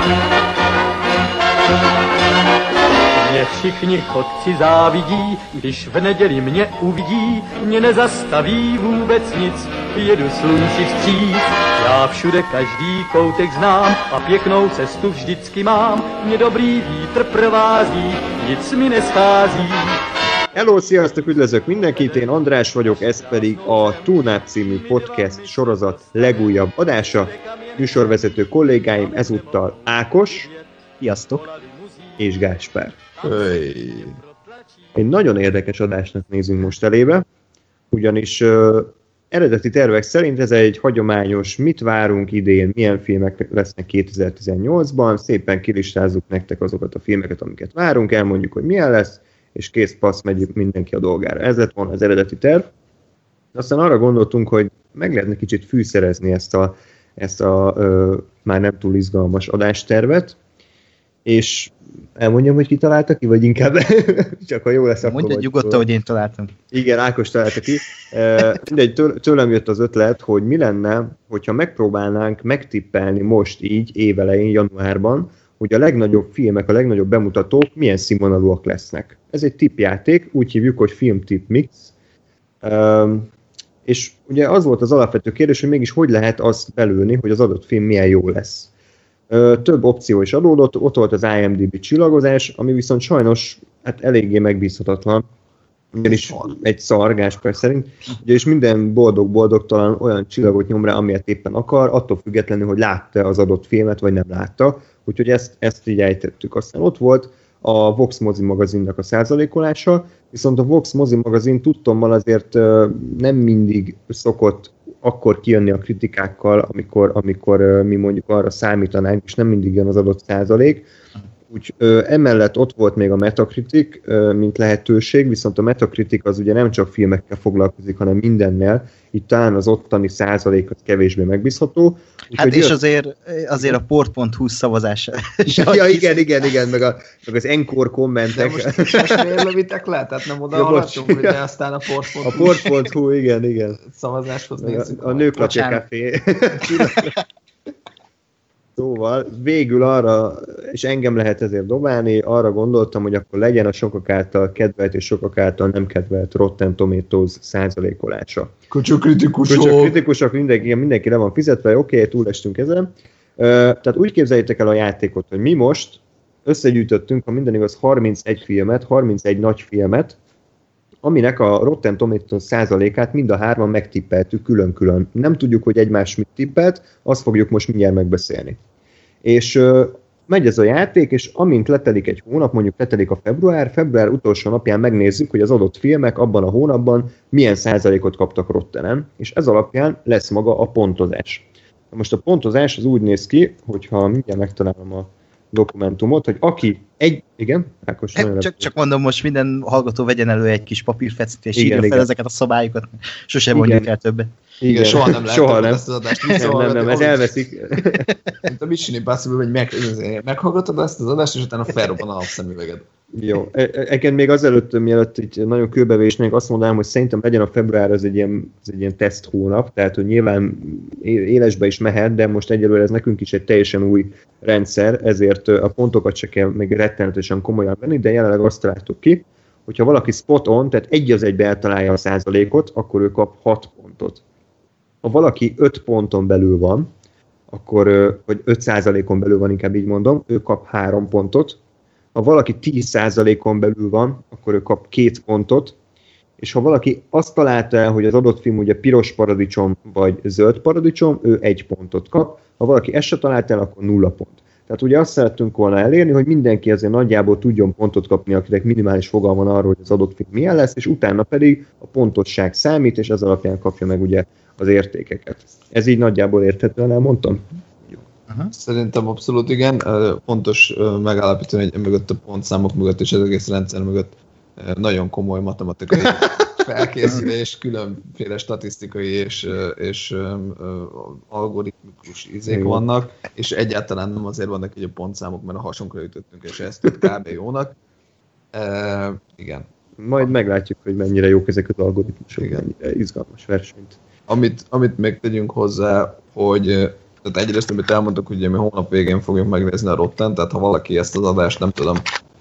Mě všichni chodci závidí, když v neděli mě uvidí, mě nezastaví vůbec nic, jedu slunci vstříc. Já všude každý koutek znám a pěknou cestu vždycky mám, mě dobrý vítr provází, nic mi neschází. Hello, sziasztok, üdvözlök mindenkit, én András vagyok, ez pedig a Túlnáp című podcast sorozat legújabb adása. Műsorvezető kollégáim ezúttal Ákos, sziasztok, és Gáspár. Egy nagyon érdekes adásnak nézünk most elébe, ugyanis eredeti tervek szerint ez egy hagyományos, mit várunk idén, milyen filmek lesznek 2018-ban, szépen kilistázzuk nektek azokat a filmeket, amiket várunk, elmondjuk, hogy milyen lesz, és kész passz, megyünk mindenki a dolgára. Ez lett volna az eredeti terv. Aztán arra gondoltunk, hogy meg lehetne kicsit fűszerezni ezt a már nem túl izgalmas adástervet, és elmondjam, hogy ki találta ki, vagy inkább csak ha jó lesz, akkor mondja nyugodtan, hogy én találtam. Igen, Ákos találta ki. Mindegy, tőlem jött az ötlet, hogy mi lenne, hogyha megpróbálnánk megtippelni most így évelején, januárban, hogy a legnagyobb filmek, a legnagyobb bemutatók milyen színvonalúak lesznek. Ez egy tippjáték, úgy hívjuk, hogy Film Tip Mix. És ugye az volt az alapvető kérdés, hogy mégis hogy lehet azt belőni, hogy az adott film milyen jó lesz. Több opció is adódott, ott volt az IMDb csillagozás, ami viszont sajnos hát eléggé megbízhatatlan, ugyanis egy szar, Gáspár szerint, ugyanis minden boldog-boldogtalan olyan csillagot nyom rá, amilyet éppen akar, attól függetlenül, hogy látta az adott filmet, vagy nem látta, úgyhogy ezt így ejtettük. Aztán ott volt a Vox Mozi magazinnak a százalékolása, viszont a Vox Mozi magazin tudtommal azért nem mindig szokott akkor kijönni a kritikákkal, amikor mi mondjuk arra számítanánk, és nem mindig jön az adott százalék. Úgy, emellett ott volt még a Metacritic, mint lehetőség, viszont a Metacritic az ugye nem csak filmekkel foglalkozik, hanem mindennel, így talán az ottani százalék az kevésbé megbízható. Hát és azért a port.hu szavazás. Ja, igen, meg az Encore kommentek. De most miért lövitek le? Tehát nem oda haladtunk, hogy de aztán a port.hu. A port.hu, igen. Szavazáshoz nézzük. A Nőklapja Café. Szóval végül arra, és engem lehet ezért dobálni, arra gondoltam, hogy akkor legyen a sokak által kedvelt és sokak által nem kedvelt Rotten Tomatoes százalékolása. Kritikusak, mindenki le van fizetve, oké, túlestünk ezen. Tehát úgy képzeljétek el a játékot, hogy mi most összegyűjtöttünk, ha minden igaz, 31 filmet, 31 nagy filmet, aminek a Rotten Tomatoes százalékát mind a hárman megtippeltük külön-külön. Nem tudjuk, hogy egymás mit tippelt, azt fogjuk most mindjárt megbeszélni. És megy ez a játék, és amint letelik egy hónap, mondjuk letelik a február utolsó napján megnézzük, hogy az adott filmek abban a hónapban milyen százalékot kaptak Rottenen, és ez alapján lesz maga a pontozás. Most a pontozás az úgy néz ki, hogyha mindjárt megtalálom a dokumentumot, hogy aki igen, Ákos, csak mondom, most minden hallgató vegyen elő egy kis papírfecit, és írja fel ezeket a szabályokat. Sosem mondjuk el többet. Igen, soha nem lehet ezt az adást. Nem, ez elveszik. Mint a Mission Impossible, hogy meghallgatod ezt az adást, és utána felrobban a napszemüveged. Jó. Egyébként még azelőtt, mielőtt így nagyon kőbevésnénk, azt mondanám, hogy szerintem legyen a február az egy ilyen teszt hónap, tehát hogy nyilván élesbe is mehet, de most egyelőre ez nekünk is egy teljesen új rendszer, ezért a pontokat se kell még rettenetesen komolyan venni, de jelenleg azt találtuk ki, hogyha valaki spot on, tehát egy az egybe eltalálja a százalékot, akkor ő kap 6 pontot. Ha valaki 5 ponton belül van, akkor, vagy 5%-on belül van, inkább így mondom, ő kap 3 pontot. Ha valaki 10%-on belül van, akkor ő kap 2 pontot, és ha valaki azt találta el, hogy az adott film ugye piros paradicsom vagy zöld paradicsom, ő 1 pontot kap. Ha valaki ezt se talált el, akkor 0 pont. Tehát ugye azt szerettünk volna elérni, hogy mindenki azért nagyjából tudjon pontot kapni, akinek minimális fogalma van arról, hogy az adott film milyen lesz, és utána pedig a pontosság számít, és ez alapján kapja meg ugye az értékeket. Ez így nagyjából érthetően elmondtam? Szerintem abszolút igen. Fontos megállapítani, hogy mögött a pontszámok mögött és az egész rendszer mögött nagyon komoly matematikai felkészülés, különféle statisztikai és algoritmikus izék vannak, és egyáltalán nem azért vannak így a pontszámok, mert a hasunkra ütöttünk, és ezt kb. Jónak. Igen. Majd meglátjuk, hogy mennyire jók ezek az algoritmusok, mennyire izgalmas versenyt. Amit még tegyünk hozzá, hogy Tehát egyrészt, amit elmondtuk, hogy mi hónap végén fogjuk megnézni a Rotten, tehát ha valaki ezt az adást, nem tudom,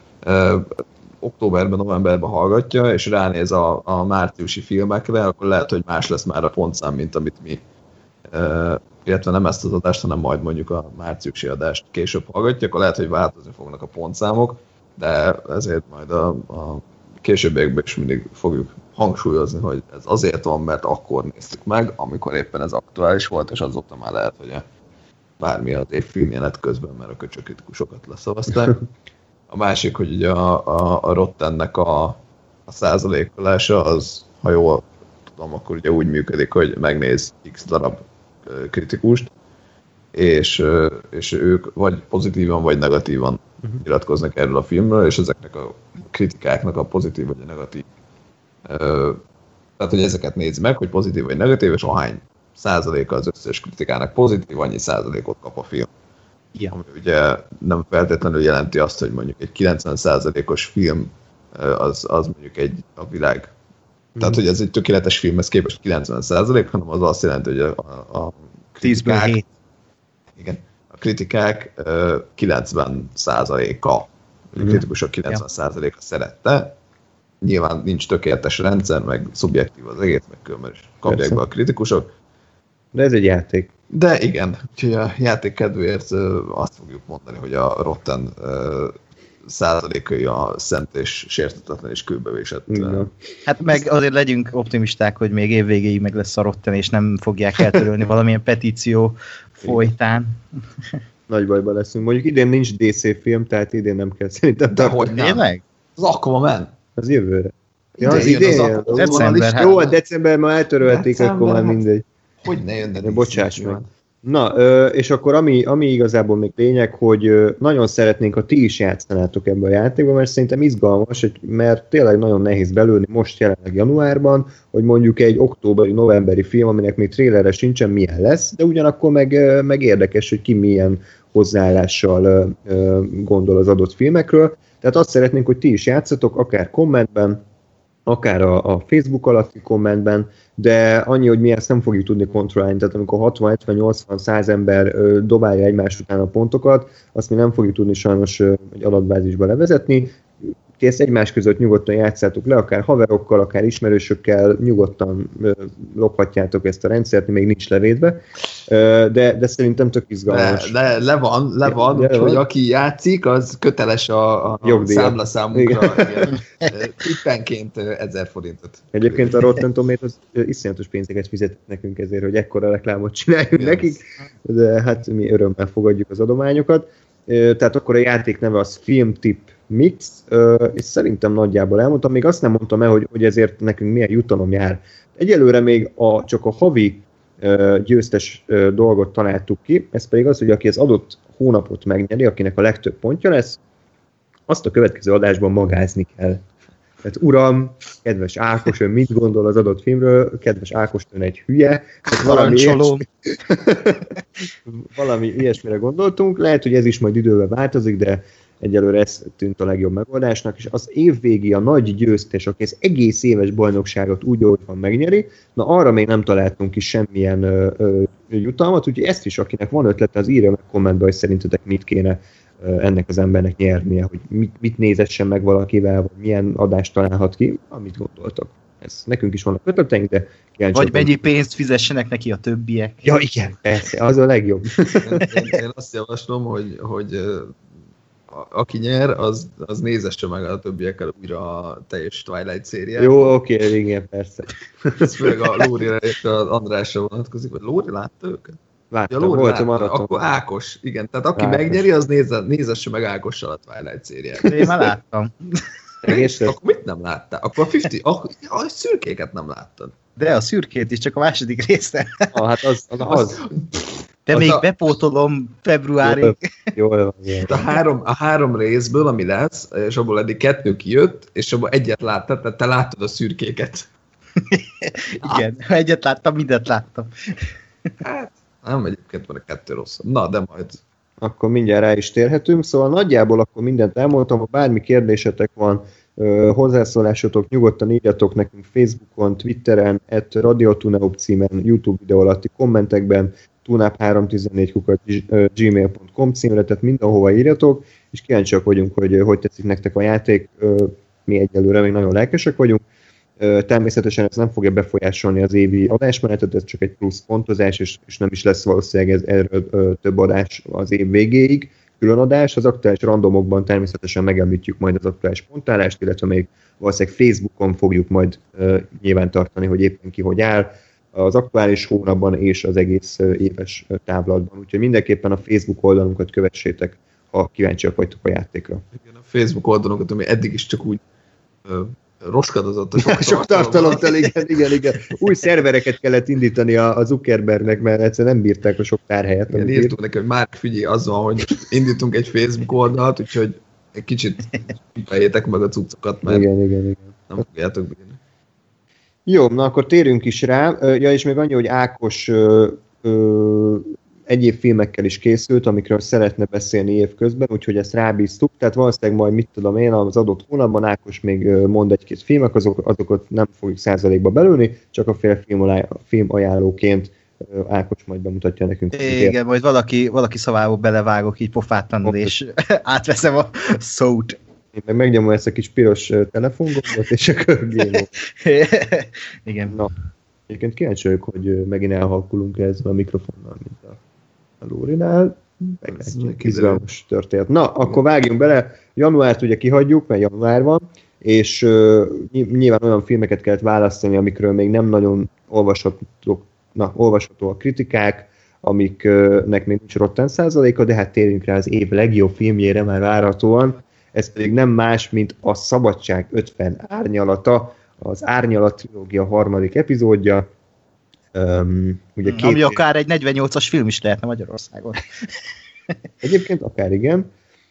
októberben, novemberben hallgatja, és ránéz a márciusi filmekre, akkor lehet, hogy más lesz már a pontszám, mint amit mi, illetve nem ezt az adást, hanem majd mondjuk a márciusi adást később hallgatja, akkor lehet, hogy változni fognak a pontszámok, de ezért majd a későbbiekben is mindig fogjuk hangsúlyozni, hogy ez azért van, mert akkor néztük meg, amikor éppen ez aktuális volt, és azóta már lehet, hogy bármi az év filmjelet közben, mert a köcsökritikusokat leszavazták. A másik, hogy ugye a Rottennek a százalékolása, az, ha jól tudom, akkor ugye úgy működik, hogy megnéz x darab kritikust, és ők vagy pozitívan, vagy negatívan nyilatkoznak erről a filmről, és ezeknek a kritikáknak a pozitív vagy a negatív. Tehát, hogy ezeket nézd meg, hogy pozitív vagy negatív, és ahány százaléka az összes kritikának pozitív, annyi százalékot kap a film. Ja. Ami ugye nem feltétlenül jelenti azt, hogy mondjuk egy 90%-os film az mondjuk a világ. Tehát, hogy ez egy tökéletes filmhez képest 90%, hanem az azt jelenti, hogy a kritikák, igen, a kritikák 90%-a, a kritikusok 90%-a szerette. Nyilván nincs tökéletes rendszer, meg szubjektív az egész, meg különben is kapják be a kritikusok. De ez egy játék. De igen, úgyhogy a játék kedvéért azt fogjuk mondani, hogy a Rotten százalékai a szent és sértetetlen és kőbevésett. Hát meg azért legyünk optimisták, hogy még évvégéig meg lesz a Rotten, és nem fogják eltörölni valamilyen petíció folytán. Nagy bajban leszünk. Mondjuk idén nincs DC film, tehát idén nem kell szerintem. De hogy tényleg? Az Aquaman. Az jövőre. Ja, az idén? December. Jó, a decemberben már eltörölték, akkor már mindegy. Hogy ne jönne? Bocsáss meg. Na, és akkor ami igazából még lényeg, hogy nagyon szeretnénk, ha ti is játszanátok ebbe a játékba, mert szerintem izgalmas, mert tényleg nagyon nehéz belőni most jelenleg januárban, hogy mondjuk egy októberi, novemberi film, aminek még trélere sincsen, milyen lesz, de ugyanakkor meg érdekes, hogy ki milyen hozzáállással gondol az adott filmekről. Tehát azt szeretnénk, hogy ti is játszatok, akár kommentben, akár a Facebook alatti kommentben, de annyi, hogy mi ezt nem fogjuk tudni kontrollálni, tehát amikor 60, 70, 80, 100 ember dobálja egymás után a pontokat, azt mi nem fogjuk tudni sajnos egy adatbázisba levezetni. Ti ezt egymás között nyugodtan játszátok le, akár haverokkal, akár ismerősökkel, nyugodtan lophatjátok ezt a rendszert, még nincs levédve, de szerintem tök izgalmas. De le van, hogy aki játszik, az köteles a számlaszámunkra tippenként 1000 forintot. Egyébként a Rotten Tomatoes iszonyatos pénzeket fizet nekünk ezért, hogy ekkora reklámot csináljunk nekik, de hát mi örömmel fogadjuk az adományokat. Tehát akkor a játék neve az Filmtip Mix, és szerintem nagyjából elmondtam, még azt nem mondtam el, hogy ezért nekünk milyen jutalom jár. Egyelőre még csak a havi győztes dolgot találtuk ki, ez pedig az, hogy aki az adott hónapot megnyeri, akinek a legtöbb pontja lesz, azt a következő adásban magázni kell. Tehát uram, kedves Ákos, ön mit gondol az adott filmről? Kedves Ákos, ön egy hülye. Valami ilyesmire gondoltunk. Lehet, hogy ez is majd idővel változik, de egyelőre ez tűnt a legjobb megoldásnak, és az évvégi a nagy győztes, aki az egész éves bajnokságot úgy, ahogy van, megnyeri, na arra még nem találtunk ki semmilyen jutalmat, úgyhogy ezt is, akinek van ötlete, az írja meg kommentbe, hogy szerintetek mit kéne ennek az embernek nyernie, hogy mit nézessen meg valakivel, vagy milyen adást találhat ki, amit gondoltak. Ez nekünk is vannak ötleteink, de vagy mennyi pénzt fizessenek neki a többiek. Ja igen, persze, az a legjobb. Én azt javaslom, hogy aki nyer, az nézesse meg a többiekkel újra a teljes Twilight szériát. Jó, oké, igen, persze. Ez főleg a Lórira és az Andrásra vonatkozik, vagy Lóri látta őket? Láttam, ja, voltam maraton. Akkor Ákos, igen. Tehát aki Ákos megnyeri, az nézesse meg Ákossal a Twilight szériát. Én már láttam. Akkor mit nem láttál? Akkor a szürkéket nem láttad. De a szürkét is, csak a második részre. Hát az. De az még bepótolom februárig. Jól van. A három részből, ami lesz, és abból eddig 2 kijött, és abból egyet láttad, tehát te láttad a szürkéket. Igen, ha egyet láttam, mindent láttam. Hát, nem, egyébként van a 2 rosszabb. Na, de majd. Akkor mindjárt rá is térhetünk, szóval nagyjából akkor mindent elmondtam, ha bármi kérdésetek van, hozzászólásotok, nyugodtan írjatok nekünk Facebookon, Twitteren, @radiotuneop címen, YouTube videó alatti kommentekben, tunap314@gmail.com címre, tehát mindenhova írjatok, és kíváncsiak vagyunk, hogy tetszik nektek a játék, mi egyelőre még nagyon lelkesek vagyunk. Természetesen ez nem fogja befolyásolni az évi adásmenetet, ez csak egy plusz pontozás, és nem is lesz valószínűleg erről több adás az év végéig, külön adás. Az aktuális randomokban természetesen megemlítjük majd az aktuális pontállást, illetve még valószínűleg Facebookon fogjuk majd nyilván tartani, hogy éppen ki hogy áll az aktuális hónapban és az egész éves táblatban. Úgyhogy mindenképpen a Facebook oldalunkat kövessétek, ha kíváncsiak vagytok a játékra. Igen, a Facebook oldalunkat, ami eddig is csak úgy roskadozott a sok tartalomtal, igen. Új szervereket kellett indítani a Zuckerbergnek, mert egyszerűen nem bírták a sok tárhelyet. Igen, írtunk neki, hogy már figyelj, az van, hogy indítunk egy Facebook oldalt, úgyhogy egy kicsit fejétek meg a cuccokat, mert igen. nem fogjátok bírni. Jó, na akkor térjünk is rá. Ja, és még annyi, hogy Ákos egyéb filmekkel is készült, amikről szeretne beszélni évközben, úgyhogy ezt rábíztuk. Tehát valószínűleg majd, mit tudom én, az adott hónapban Ákos még mond egy-két filmek, azokat nem fogjuk százalékba belőni, csak a fél film ajánlóként Ákos majd bemutatja nekünk. Igen, majd valaki szavába belevágok így pofátlanul, és átveszem a szót. Én meg megnyomom ezt a kis piros telefongombot, és akkor gémó. Igen. Na, egyébként kíváncsi vagyok, hogy megint elhalkulunk ezzel a mikrofonnal, mint a Lórinál. Izgalmas történet. Na, akkor vágjunk bele. Januárt ugye kihagyjuk, mert január van, és nyilván olyan filmeket kellett választani, amikről még nem nagyon olvasható a kritikák, amiknek még nincs Rotten százaléka, de hát térjünk rá az év legjobb filmjére már várhatóan. Ez pedig nem más, mint a Szabadság 50 árnyalata, az Árnyalat trilógia harmadik epizódja. Ugye ami akár egy 48-as film is lehetne Magyarországon. Egyébként akár igen.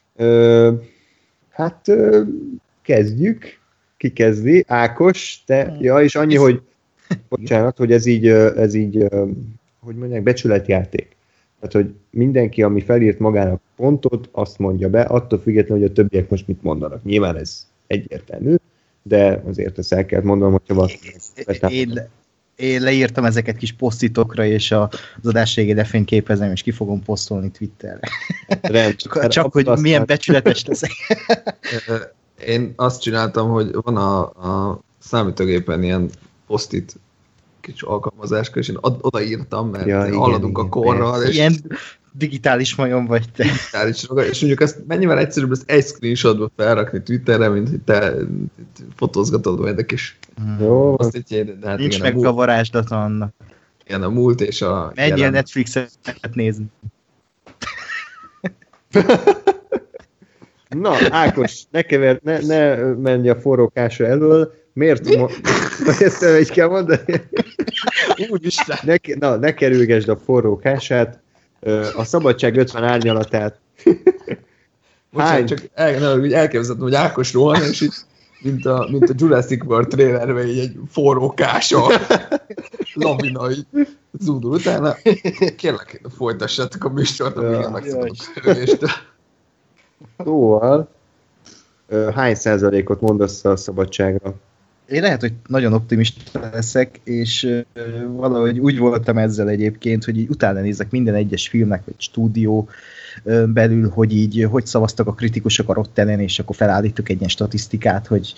Kezdjük. Ki kezdi? Ákos, te? Ja, és annyi, hogy bocsánat, hogy ez így hogy mondják, becsületjáték. Tehát, hogy mindenki, ami felírt magának pontot, azt mondja be, attól függetlenül, hogy a többiek most mit mondanak. Nyilván ez egyértelmű, de azért ezt el kell mondanom, hogyha valaki... Én leírtam ezeket kis posztitokra, és az adás végén lefényképezem, és ki fogom posztolni Twitterre. Csak hogy milyen becsületes leszek. Én azt csináltam, hogy van a számítógépen ilyen posztit kis alkalmazáskor, és én odaírtam, mert haladunk a korral. És ilyen digitális majom vagy te. Digitális, és mondjuk ezt mennyivel egyszerűbb ezt egy screenshotba felrakni Twitterre, mint hogy te fotózgatod majd egy kis... Jó. Hát nincs igen, meg a varázslata annak. Igen, a múlt és a... Menjél Netflixet nézni. Na, Ákos, ne menj a forrókásra elől. Miért? Ezt így kell mondani? Úgyisten. Ne kerülgesd a forrókását. A Szabadság 50 árnyalatát. Bocsánat, csak elképzeltem, hogy Ákos rohan, és így, mint a Jurassic World trailerben így egy forrókása lavina így zúdul utána. Kérlek, folytassátok a műsort, amíg én megszabadom a törvéstől. Szóval, hány százalékot mondasz a Szabadságra? Én lehet, hogy nagyon optimista leszek, és valahogy úgy voltam ezzel egyébként, hogy így utána nézek minden egyes filmnek, vagy stúdió belül, hogy szavaztak a kritikusok a Rottenen, és akkor felállítuk egy ilyen statisztikát, hogy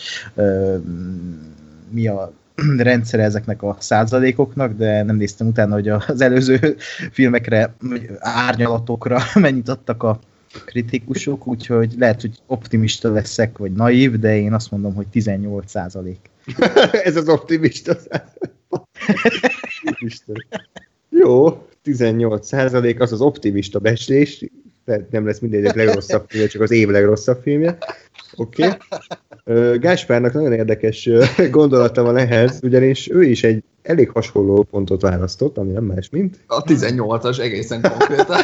mi a rendszere ezeknek a százalékoknak, de nem néztem utána, hogy az előző filmekre, árnyalatokra mennyit adtak a kritikusok, úgyhogy lehet, hogy optimista leszek, vagy naív, de én azt mondom, hogy 18%. Ez az optimista Jó, 18%, az az optimista becslés, nem lesz mindegyik legrosszabb filmje, csak az év legrosszabb filmje. Oké. Gáspárnak nagyon érdekes gondolata van ehhez, ugyanis ő is egy elég hasonló pontot választott, ami nem más, mint... A 18-as egészen konkrétan.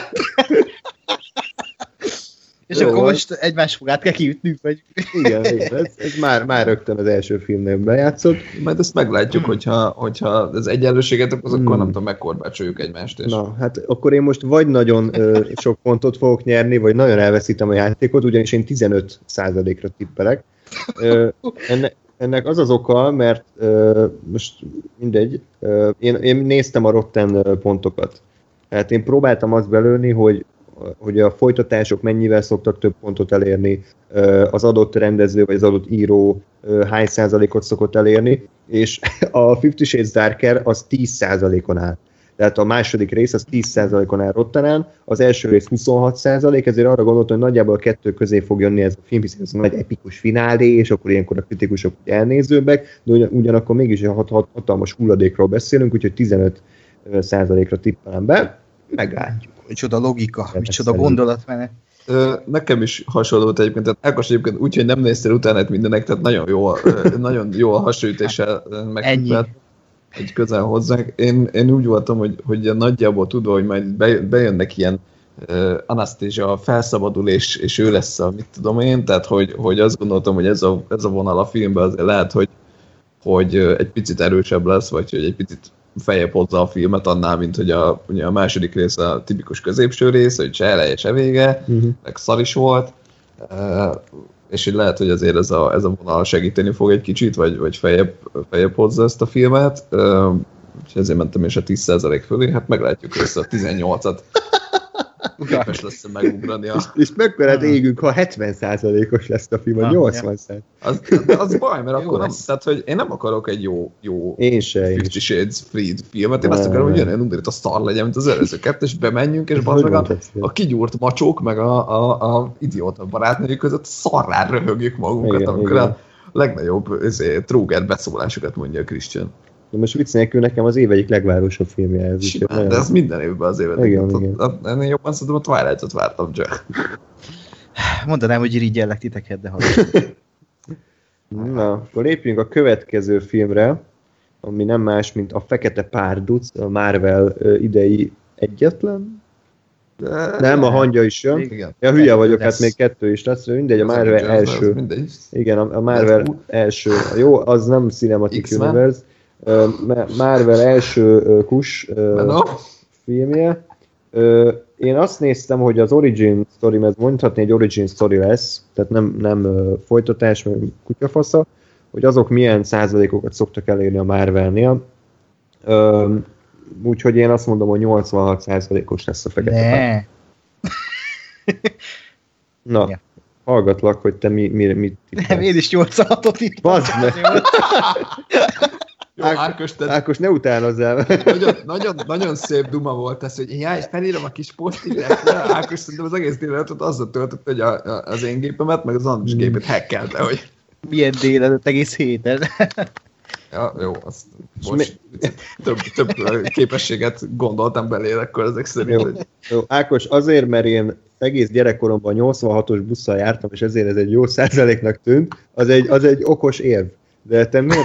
És jó, akkor most egymás fogát kell kiütnünk, vagy... Igen, ez már rögtön az első filmnél bejátszott. Majd ezt meglátjuk, hogyha az egyenlőséget okoz, akkor nem tudom, megkorbácsoljuk egymást. És... Na, hát akkor én most vagy nagyon sok pontot fogok nyerni, vagy nagyon elveszítem a játékot, ugyanis én 15%-ra tippelek. Ennek az az oka, mert most mindegy, én néztem a Rotten pontokat. Tehát én próbáltam azt belőni, hogy a folytatások mennyivel szoktak több pontot elérni, az adott rendező vagy az adott író hány százalékot szokott elérni, és a Fifty Shades Darker az 10%-on áll. Tehát a második rész az 10%-on áll Rottenán, az első rész 26%, ezért arra gondoltam, hogy nagyjából a kettő közé fog jönni ez a film, hiszen ez a nagy epikus finálé, és akkor ilyenkor a kritikusok elnézőbbek, de ugyanakkor mégis egy hatalmas hulladékról beszélünk, úgyhogy 15%-ra tippelem be, meglátjuk. Micsoda logika, micsoda gondolatmenet. Nekem is hasonló egyébként, tehát Ákos egyébként úgy, hogy nem néztél utána mindenek, tehát nagyon jó a hasonlítéssel megfigyelt egy közel hozzánk. Én úgy voltam, hogy nagyjából tudva, hogy majd bejönnek ilyen Anastasia felszabadul, és ő lesz a mit tudom én, tehát hogy azt gondoltam, hogy ez a vonal a filmben azért lehet, hogy egy picit erősebb lesz, vagy hogy egy picit feljebb hozza a filmet annál, mint hogy ugye a második rész a tipikus középső rész, hogy se eleje, se vége, meg szar is volt, és hogy lehet, hogy azért ez a vonal segíteni fog egy kicsit, vagy feljebb hozza ezt a filmet, és ezért mentem is a 10% fölé, hát meglátjuk össze a 18-at. Képes lesz megugrani És mekkora égünk, ha 70%-os lesz a film, vagy 80%. Az baj, mert akkor nem, tehát, hogy én nem akarok egy jó Fifty Shades Freed filmet, én azt akarom, hogy jön itt a szar legyen, mint az előző kettő, és bemenjünk, és meg a kigyúrt macsók, meg a idióta barátnőjük között szarrá röhögjük magunkat, igen, amikor igen. A legnagyobb tróger beszólásokat mondja a Christian. De most vicc nélkül nekem az év egyik legvárosabb filmje ez. Simán, de ez minden évben az évet. Ennél jobban szerintem a Twilight-ot vártam csak. Mondanám, hogy irigyellek titeket, de hallgatom. Na, akkor lépjünk a következő filmre, ami nem más, mint a Fekete Párduc, a Marvel idei egyetlen. Nem, a hangja is jön. Igen. Ja, hülye vagyok, hát még kettő is lesz. Mindegy, a Marvel első. Igen, a Marvel első. Jó, az nem Cinematic Universe. Marvel első filmje. Én azt néztem, hogy az origin story, mert mondhatni egy origin story lesz, tehát nem folytatás, mert kutyafasza, hogy azok milyen százalékokat szoktak elérni a Marvelnél. Úgyhogy én azt mondom, hogy 86%-os lesz a Fekete Párduc. Na, ja. Hallgatlak, hogy te mit nem, én is 86-ot itt. Bazd meg! Jó, Ákos, ne utánozzál. Nagyon szép duma volt ez, hogy és felírom a kis posztigre. Ákos szerintem az egész délelőtt azzal töltött, hogy az én gépemet, meg az Andris gépet hackelte, hogy... Milyen délelőtt, egész héten. Ja, jó, azt most több képességet gondoltam belé, akkor ezek szerint. Jó, Ákos, azért, mert én egész gyerekkoromban 86-os busszal jártam, és ezért ez egy jó százaléknak tűnt, az egy okos érv. De te miért?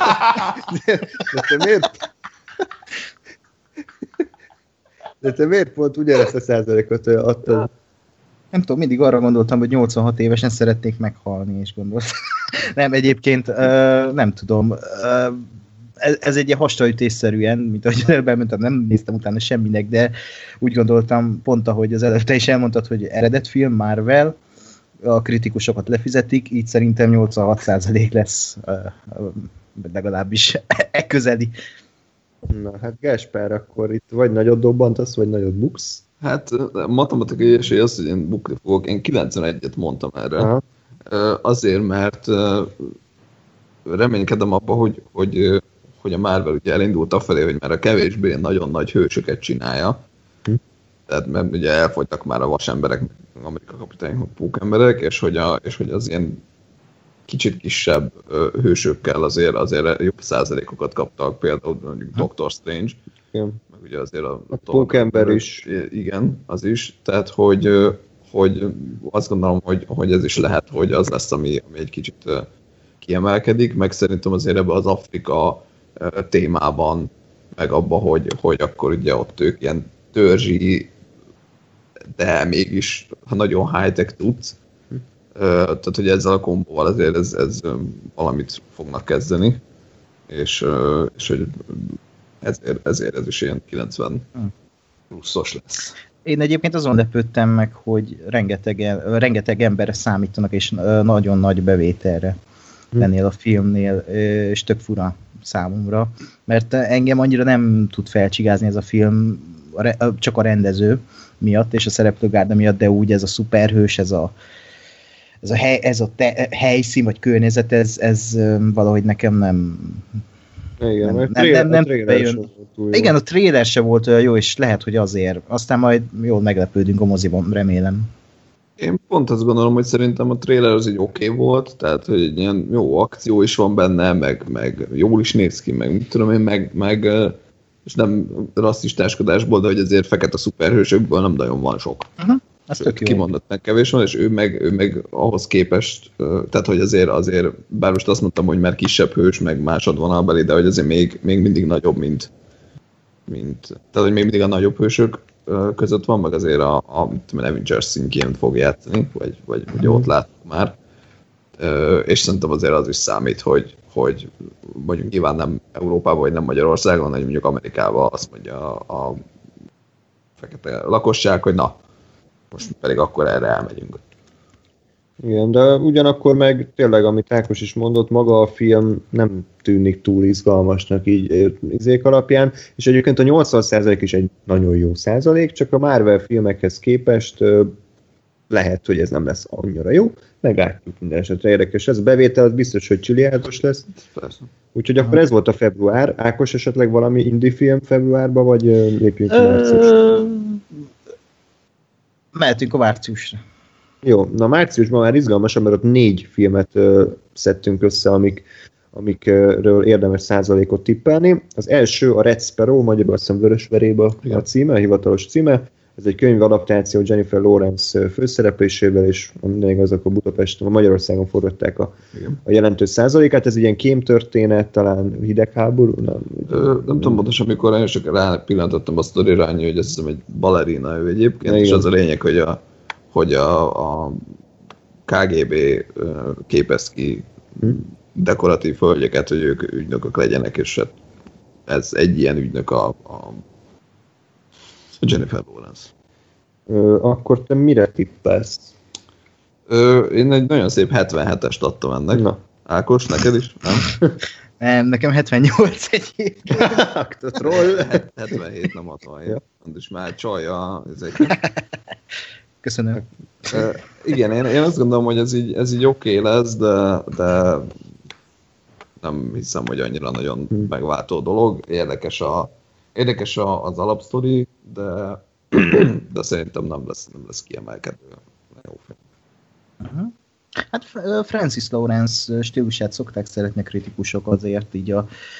De te miért pont ugyanezt a százalékot adtad? Nem tudom, mindig arra gondoltam, hogy 86 évesen szeretnék meghalni, és gondoltam. Nem, egyébként nem tudom. Ez egy ilyen hasraütésszerűen, mint ahogy előbb mondtam, nem néztem utána semminek, de úgy gondoltam pont, ahogy az előtte is elmondtad, hogy eredetfilm, Marvel, a kritikusokat lefizetik, így szerintem 86% lesz, legalábbis közeli. Na hát Gáspár, akkor itt vagy nagyot dobbantasz, vagy nagyot buksz? Hát matematikai esély az, hogy én bukni fogok. Én 91-et mondtam erre. Aha. Azért, mert reménykedem abba, hogy a Marvel ugye elindult afelé, hogy már a kevésbé nagyon nagy hősöket csinálja. Tehát mert ugye elfogytak már a vasemberek, Amerika kapitányok, pókemberek, és hogy az ilyen kicsit kisebb hősökkel azért jobb százalékokat kaptak, például mondjuk Doctor Strange, igen. Meg ugye azért a pókember is. Igen, az is, tehát hogy azt gondolom, hogy ez is lehet, hogy az lesz, ami egy kicsit kiemelkedik, meg szerintem azért ebben az Afrika témában, meg abban, hogy akkor ugye ott ők ilyen törzsi, de mégis nagyon high-tech tudsz. Tehát, hogy ezzel a kombóval azért ez valamit fognak kezdeni, és hogy ezért ez is ilyen 90 pluszos lesz. Én egyébként azon lepődtem meg, hogy rengeteg emberre számítanak, és nagyon nagy bevételre ennél a filmnél, és tök fura számomra, mert engem annyira nem tud felcsigázni ez a film, csak a rendező miatt, és a szereplőgárda miatt, de úgy ez a szuperhős, ez a helyszín, vagy környezet, ez valahogy nekem nem... Igen, igen, a trailer se volt olyan jó, és lehet, hogy azért. Aztán majd jól meglepődünk a moziban, remélem. Én pont azt gondolom, hogy szerintem a trailer az így oké volt, tehát hogy egy ilyen jó akció is van benne, meg jól is néz ki, meg mit tudom én, meg és nem rasszistáskodásból, de hogy azért fekete szuperhősökből nem nagyon van sok. Kimondottan kevés van, és ő meg ahhoz képest, tehát hogy azért, bár most azt mondtam, hogy már kisebb hős, meg másodvonalbeli, de hogy azért még mindig nagyobb, mint tehát hogy még mindig a nagyobb hősök között van, meg azért a Avengers szintjén fog játszani, vagy ugye ott látunk már. És szerintem azért az is számít, hogy mondjuk nyilván nem Európában, vagy nem Magyarországon, hanem mondjuk Amerikában azt mondja a fekete lakosság, hogy na, most pedig akkor erre elmegyünk. Igen, de ugyanakkor meg tényleg, amit Ákos is mondott, maga a film nem tűnik túl izgalmasnak így izék alapján, és egyébként a 80% is egy nagyon jó százalék, csak a Marvel filmekhez képest lehet, hogy ez nem lesz annyira jó, meglátjuk minden esetre érdekes. Ez a bevétel az biztos, hogy csiliárdos lesz. Persze. Úgyhogy akkor ez volt a február. Ákos, esetleg valami indie film februárba, vagy lépjünk ki márciusra? Mehetünk a márciusra. Jó, na márciusban már izgalmasabb, mert ott 4 filmet szedtünk össze, amikről érdemes százalékot tippelni. Az első a Red Sparrow, magyarul azt hiszem Vörösveréba a címe, a hivatalos címe. Ez egy könyvadaptáció Jennifer Lawrence főszereplésével, és mindig azok a Budapesten, a Magyarországon forgatták a jelentős százalékát. Ez egy ilyen kémtörténet, talán hidegháború? Nem tudom pontosan, amikor én csak pillantottam a sztorira, hogy azt hiszem egy balerina ő egyébként, és az a lényeg, hogy a KGB képez ki dekoratív hölgyeket, hogy ők ügynökök legyenek, és ez egy ilyen ügynök a Jennifer Lawrence. Akkor te mire tippelsz? Én egy nagyon szép 77-est adtam ennek. Na. Ákos, neked is? Nem? Nem, nekem 78 egyébként. 77, nem 67. Ja. És már csalja ezek. Köszönöm. Igen, én azt gondolom, hogy ez így oké lesz, de nem hiszem, hogy annyira nagyon megváltó dolog. Érdekes az alapsztori, de szerintem nem lesz kiemelkedő. Jó film. Hát Francis Lawrence stílusát szokták szeretni a kritikusok, azért így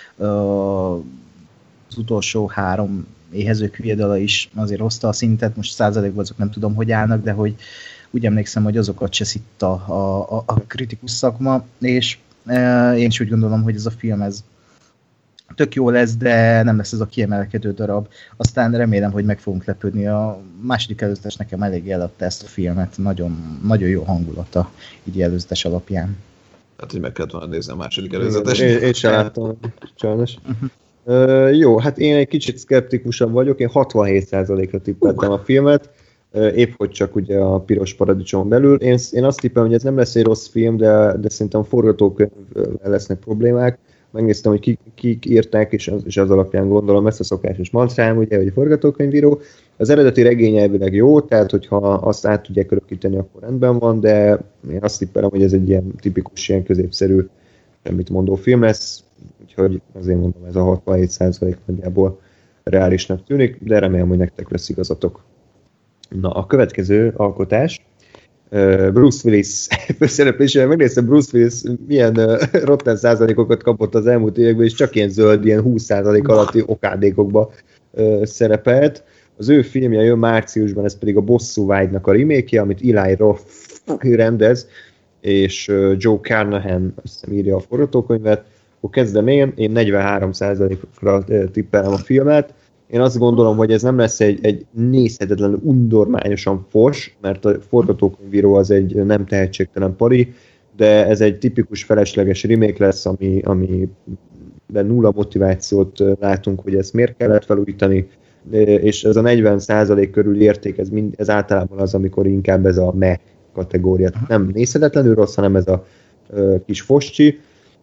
az utolsó 3 éhezők hülyedala is azért hozta a szintet, most százalékban azok nem tudom, hogy állnak, de hogy úgy emlékszem, hogy azokat se szitta a kritikus szakma, és én is úgy gondolom, hogy ez a film ez tök jó lesz, de nem lesz ez a kiemelkedő darab. Aztán remélem, hogy meg fogunk lepődni. A második előzetes nekem elég eladta ezt a filmet. Nagyon, nagyon jó hangulata így előzetes alapján. Hát, hogy meg kellett volna nézni a második előzetes. Én sem láttam, sajnos. Jó, hát én egy kicsit szkeptikusabb vagyok. Én 67%-ra tippeltem a filmet. Épp hogy csak ugye a Piros Paradicsom belül. Én azt tippelem, hogy ez nem lesz egy rossz film, de szerintem forgatókönyvvel lesznek problémák. Megnéztem, hogy kik írták, és az alapján gondolom ezt a szokásos mantrám, ugye, hogy a forgatókönyvíró. Az eredeti regény elvileg jó, tehát hogyha azt át tudják örökíteni, akkor rendben van, de én azt tippelem, hogy ez egy ilyen tipikus, ilyen középszerű, semmit mondó film lesz, úgyhogy azért mondom, ez a 67% nagyjából reálisnak tűnik, de remélem, hogy nektek lesz igazatok. Na, a következő alkotás, Bruce Willis főszereplésével. Megnéztem, Bruce Willis milyen rotten százalékokat kapott az elmúlt években, és csak ilyen zöld, ilyen 20% alatti okádékokba szerepelt. Az ő filmje jön márciusban, ez pedig a Bosszú vágynak a remake-je, amit Eli Roth rendez, és Joe Carnahan azt hiszem írja a forgatókönyvet. Akkor kezdem én 43%-ra tippelem a filmet. Én azt gondolom, hogy ez nem lesz egy nézhetetlenül undormányosan fos, mert a forgatókönyvíró az egy nem tehetségtelen pari, de ez egy tipikus felesleges remake lesz, amiben nulla motivációt látunk, hogy ezt miért kellett felújítani, és ez a 40% körüli érték, ez általában az, amikor inkább ez a meh kategória. Nem nézhetetlenül rossz, hanem ez a kis foscsi.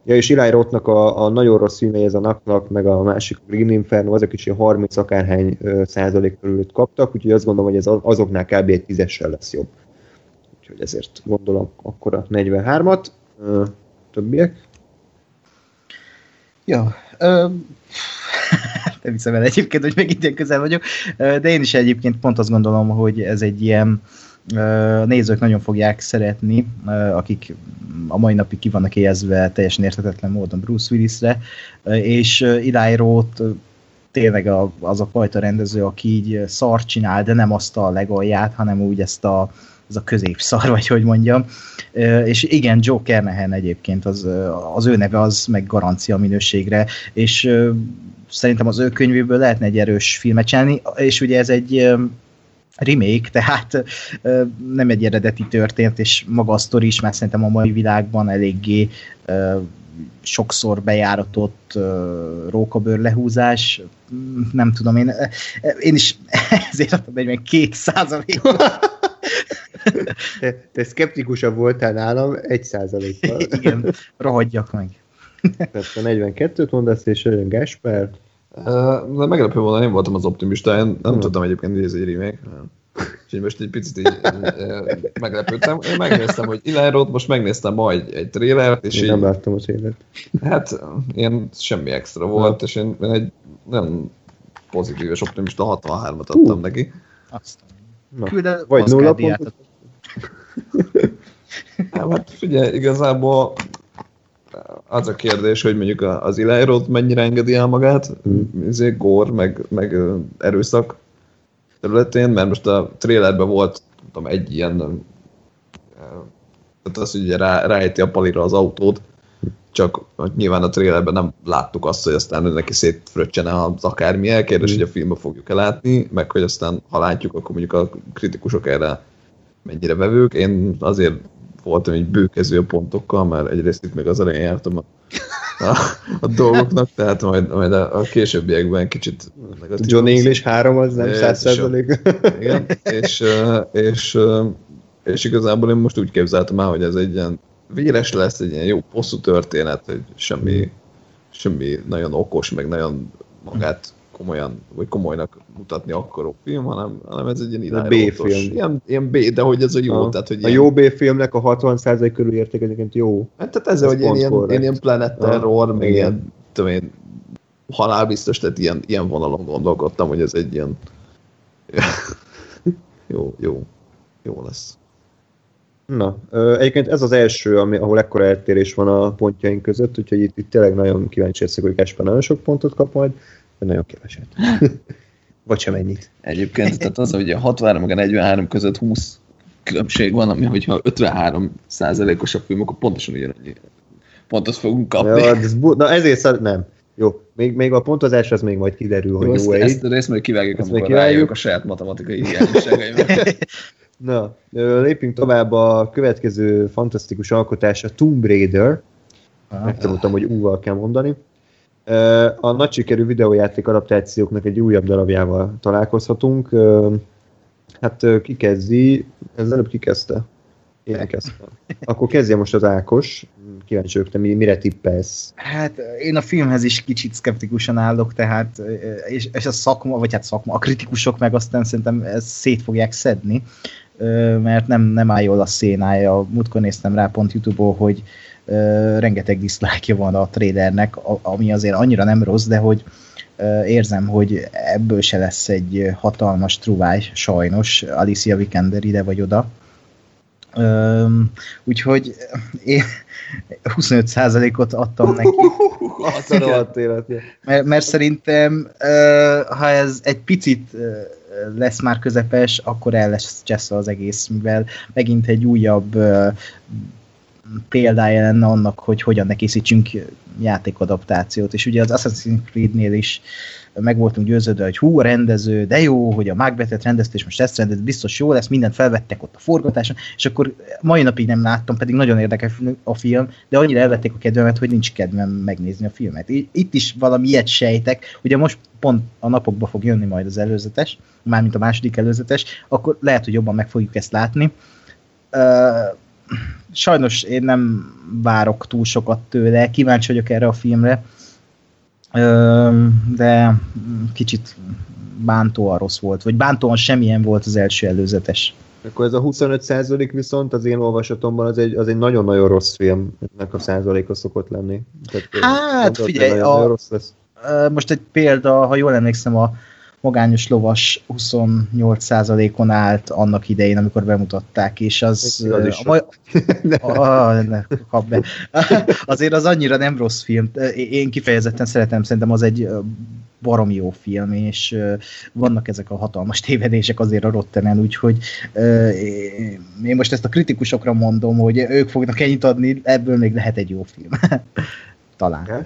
Ja, és Eli Rothnak a nagyon rossz filmei, ez a Knock, meg a másik Green Inferno, azok is 30 akárhány százalék körül kaptak, úgyhogy azt gondolom, hogy ez azoknál kb. Egy 10-essel lesz jobb. Úgyhogy ezért gondolom akkor a 43-at. Többiek? Ja, nem hiszem el egyébként, hogy megint ilyen közel vagyok, de én is egyébként pont azt gondolom, hogy ez egy ilyen nézők nagyon fogják szeretni, akik a mai napig ki vannak éhezve teljesen érthetetlen módon Bruce Willisre, és Eli Roth tényleg az a fajta rendező, aki így szart csinál, de nem azt a legalját, hanem úgy ez a középszar, vagy hogy mondjam. És igen, Joe Carnahan egyébként, az ő neve az meg garancia minőségre, és szerintem az ő könyvéből lehetne egy erős filmet csinálni, és ugye ez egy remake, tehát nem egy eredeti történet, és maga a sztori is már szerintem a mai világban eléggé sokszor bejáratott rókabőr lehúzás. Nem tudom, én is ezért adtam 42%-ot. Te szkeptikusabb voltál nálam 1%-kal. Igen, rohadjak meg. Tehát a 42-t mondasz, és olyan Gáspár. De meglepő volna, én voltam az optimista, én nem tudtam egyébként, hogy ez egy remake. Úgyhogy most egy picit így meglepődtem. Én megnéztem, hogy Eli Roth, most megnéztem ma egy trélert, és én nem láttam a trélert. Hát, ilyen semmi extra volt, és én egy nem pozitív és optimista 63-at adtam neki. Aztán. Vagy 0 pontot. Hát figyelj, igazából az a kérdés, hogy mondjuk az Eli Roth mennyire engedi el magát, gór, meg erőszak területén, mert most a trailerben volt, tudom, egy ilyen, tehát az, hogy ugye ráejti a palira az autót, csak nyilván a trailerben nem láttuk azt, hogy aztán neki szétfröccsene az akármi elkérdés, hogy a filmben fogjuk látni, meg hogy aztán ha látjuk, akkor mondjuk a kritikusok erre mennyire vevők. Én azért voltam így bőkező a pontokkal, mert egyrészt itt még az elején jártam a dolgoknak, tehát majd a későbbiekben kicsit negatív. John English 3 az nem 100%. Igen, és igazából én most úgy képzeltem el, hogy ez egy ilyen véres lesz, egy ilyen jó hosszú történet, hogy semmi nagyon okos, meg nagyon magát komolyan, vagy komolynak mutatni akaró film, hanem ez egy ilyen B-film. Ilyen B, de hogy ez a jó. Tehát, hogy a jó B-filmnek a 60% körül érték egyébként jó. Hát tehát ez, hogy én ilyen Planet Terror, meg ilyen, tudom én, halálbiztos, tehát ilyen vonalon gondolkodtam, hogy ez egy ilyen jó lesz. Na, egyébként ez az első, ahol ekkora eltérés van a pontjaink között, úgyhogy itt tényleg nagyon kíváncsi leszek, hogy Gáspár nagyon sok pontot kap majd, de nagyon keveset. Vagy sem ennyit. Egyébként, tehát az, hogy a 63 meg a 43 között 20 különbség van, ami hogyha 53%-os a film, akkor pontosan ugyanannyi pontot fogunk kapni. Ja, na ezért nem. Jó, még a pontozás az még majd kiderül, hogy jó egy. Ezt a részt majd kivágjuk, amikor rájövök a saját matematikai hiányosságaimat. Na, lépjünk tovább a következő fantasztikus alkotás, a Tomb Raider. Megtanultam, hogy U-val kell mondani. A nagy sikerű videójáték adaptációknak egy újabb darabjával találkozhatunk. Hát ki kezdi? Ez előbb ki kezdte? Én kezdtem. Akkor kezdje most az Ákos. Kíváncsi vagyok, te mire tippelsz? Hát én a filmhez is kicsit szkeptikusan állok, tehát és a szakma, vagy hát szakma, a kritikusok meg aztán szerintem ezt szét fogják szedni, mert nem áll jól a szénája. Múltkor néztem rá pont YouTube-ból, hogy rengeteg dislike-ja van a trailernek, ami azért annyira nem rossz, de hogy érzem, hogy ebből se lesz egy hatalmas truváj, sajnos, Alicia Vikander ide vagy oda. Úgyhogy én 25%-ot adtam neki. Mert szerintem, ha ez egy picit lesz már közepes, akkor el lesz cseszve az egész, mivel megint egy újabb példája lenne annak, hogy hogyan ne készítsünk játékadaptációt. És ugye az Assassin's Creed-nél is meg voltunk győződve, hogy hú, a rendező, de jó, hogy a Macbethet rendezte, és most ezt rendez, biztos jó lesz, mindent felvettek ott a forgatáson, és akkor mai napig nem láttam, pedig nagyon érdekes a film, de annyira elvették a kedvemet, hogy nincs kedvem megnézni a filmet. Itt is valami ilyet sejtek, ugye most pont a napokba fog jönni majd az előzetes, mármint a második előzetes, akkor lehet, hogy jobban meg fogjuk ezt látni. sajnos én nem várok túl sokat tőle, kíváncsi vagyok erre a filmre, de kicsit bántóan rossz volt, vagy bántóan semmilyen volt az első előzetes. Akkor ez a 25% viszont az én olvasatomban az egy nagyon-nagyon rossz film, ennek a százaléka szokott lenni. Tehát, hát figyelj, nagyon rossz lesz. Most egy példa, ha jól emlékszem, a Magányos lovas 28%-on állt annak idején, amikor bemutatták, és az azért az annyira nem rossz film. Én kifejezetten szeretem, szerintem az egy baromi jó film, és vannak ezek a hatalmas tévedések azért a Rottenen, úgyhogy én most ezt a kritikusokra mondom, hogy ők fognak ennyit adni, ebből még lehet egy jó film. Talán.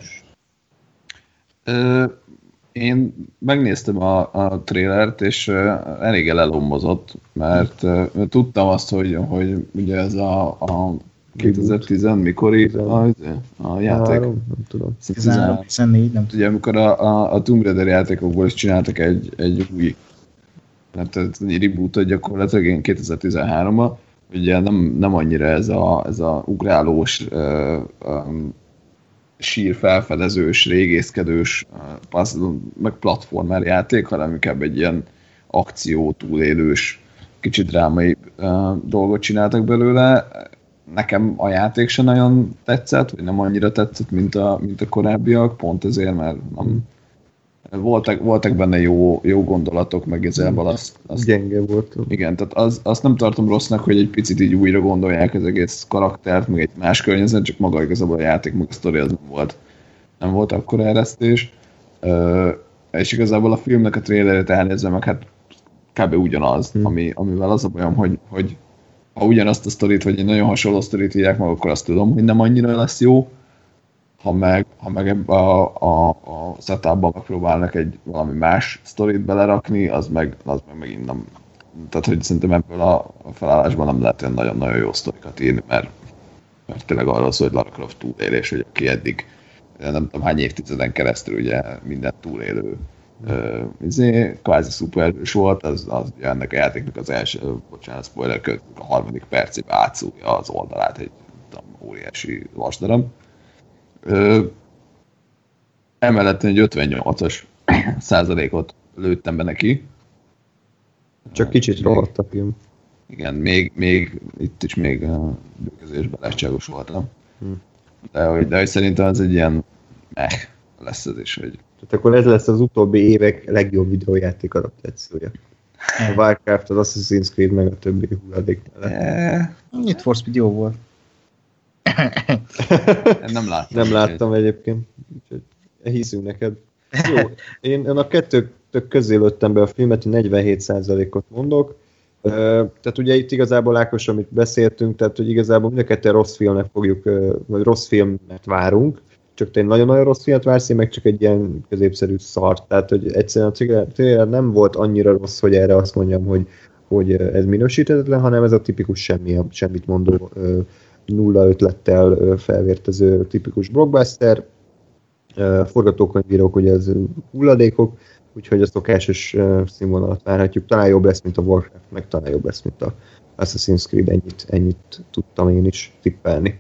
Én megnéztem a trailert, és elég elombozott, mert tudtam azt, hogy ugye ez a 2010 mikori a játék. Nem tudom. 14, nem tudom. Ugye amikor a Tomb Raider játékokból is csináltak egy új egy rebootot gyakorlatilag 2013-ban, ugye nem annyira ez a ugrálós sír felfedezős, régészkedős, meg platformer játék, hanem inkább egy ilyen akció túlélős, kicsit drámai dolgot csináltak belőle. Nekem a játék sem nagyon tetszett, vagy nem annyira tetszett, mint a korábbiak, pont ezért, mert nem, voltak benne jó gondolatok, meg ezzel azt gyenge volt. Igen, tehát azt nem tartom rossznak, hogy egy picit így újra gondolják az egész karaktert, meg egy más környezet, csak maga igazából a játék, meg a sztori az nem volt akkor eresztés. És igazából a filmnek a trailerét elnézve, meg hát kb. Ugyanaz, amivel az a bajom, hogy ha ugyanazt a sztorit, vagy egy nagyon hasonló sztorit írják meg, akkor azt tudom, hogy nem annyira lesz jó. Ha meg ebbe a setupban megpróbálnak valami más sztorit belerakni, az meg megint nem. Tehát, hogy szerintem ebből a felállásban nem lehet olyan nagyon-nagyon jó sztorikat írni, mert tényleg arról szól, hogy Lara Croft túlélés, hogy aki eddig nem tudom hány évtizeden keresztül ugye minden túlélő kvázi szuperhős volt, az ugye ennek a játéknak az első, bocsánat, spoiler között, a 3. percében átszúrja az oldalát egy óriási vasdarab. Emellett egy 58-as százalékot lőttem be neki. Csak kicsit rohadt a film. Igen, még itt is még bőkezésben lehetségos voltam. De hogy szerintem ez egy ilyen lesz ez is, hogy... Tehát akkor ez lesz az utóbbi évek legjobb videójáték adaptációja. A Warcraft, az Assassin's Creed, meg a többi hulladék mellett. Need for Speed jó volt. Nem láttam egyébként. Úgyhogy hiszünk neked. Jó, én a kettők közé lőttem be a filmet, 47%-ot mondok. Tehát ugye itt igazából Ákos, amit beszéltünk, tehát hogy igazából mind a ketten rossz filmnek fogjuk, vagy rossz filmet várunk, csak te egy nagyon-nagyon rossz filmet vársz, én meg csak egy ilyen középszerű szart. Tehát, hogy egyszerűen a trailer nem volt annyira rossz, hogy erre azt mondjam, hogy ez minősíthetetlen, hanem ez a tipikus semmit mondó nulla ötlettel felvértező tipikus blockbuster. Forgatókönyvírók, ugye ez hulladékok, úgyhogy a szokásos színvonalat várhatjuk. Talán jobb lesz, mint a Warcraft, meg talán jobb lesz, mint a Assassin's Creed, ennyit tudtam én is tippelni.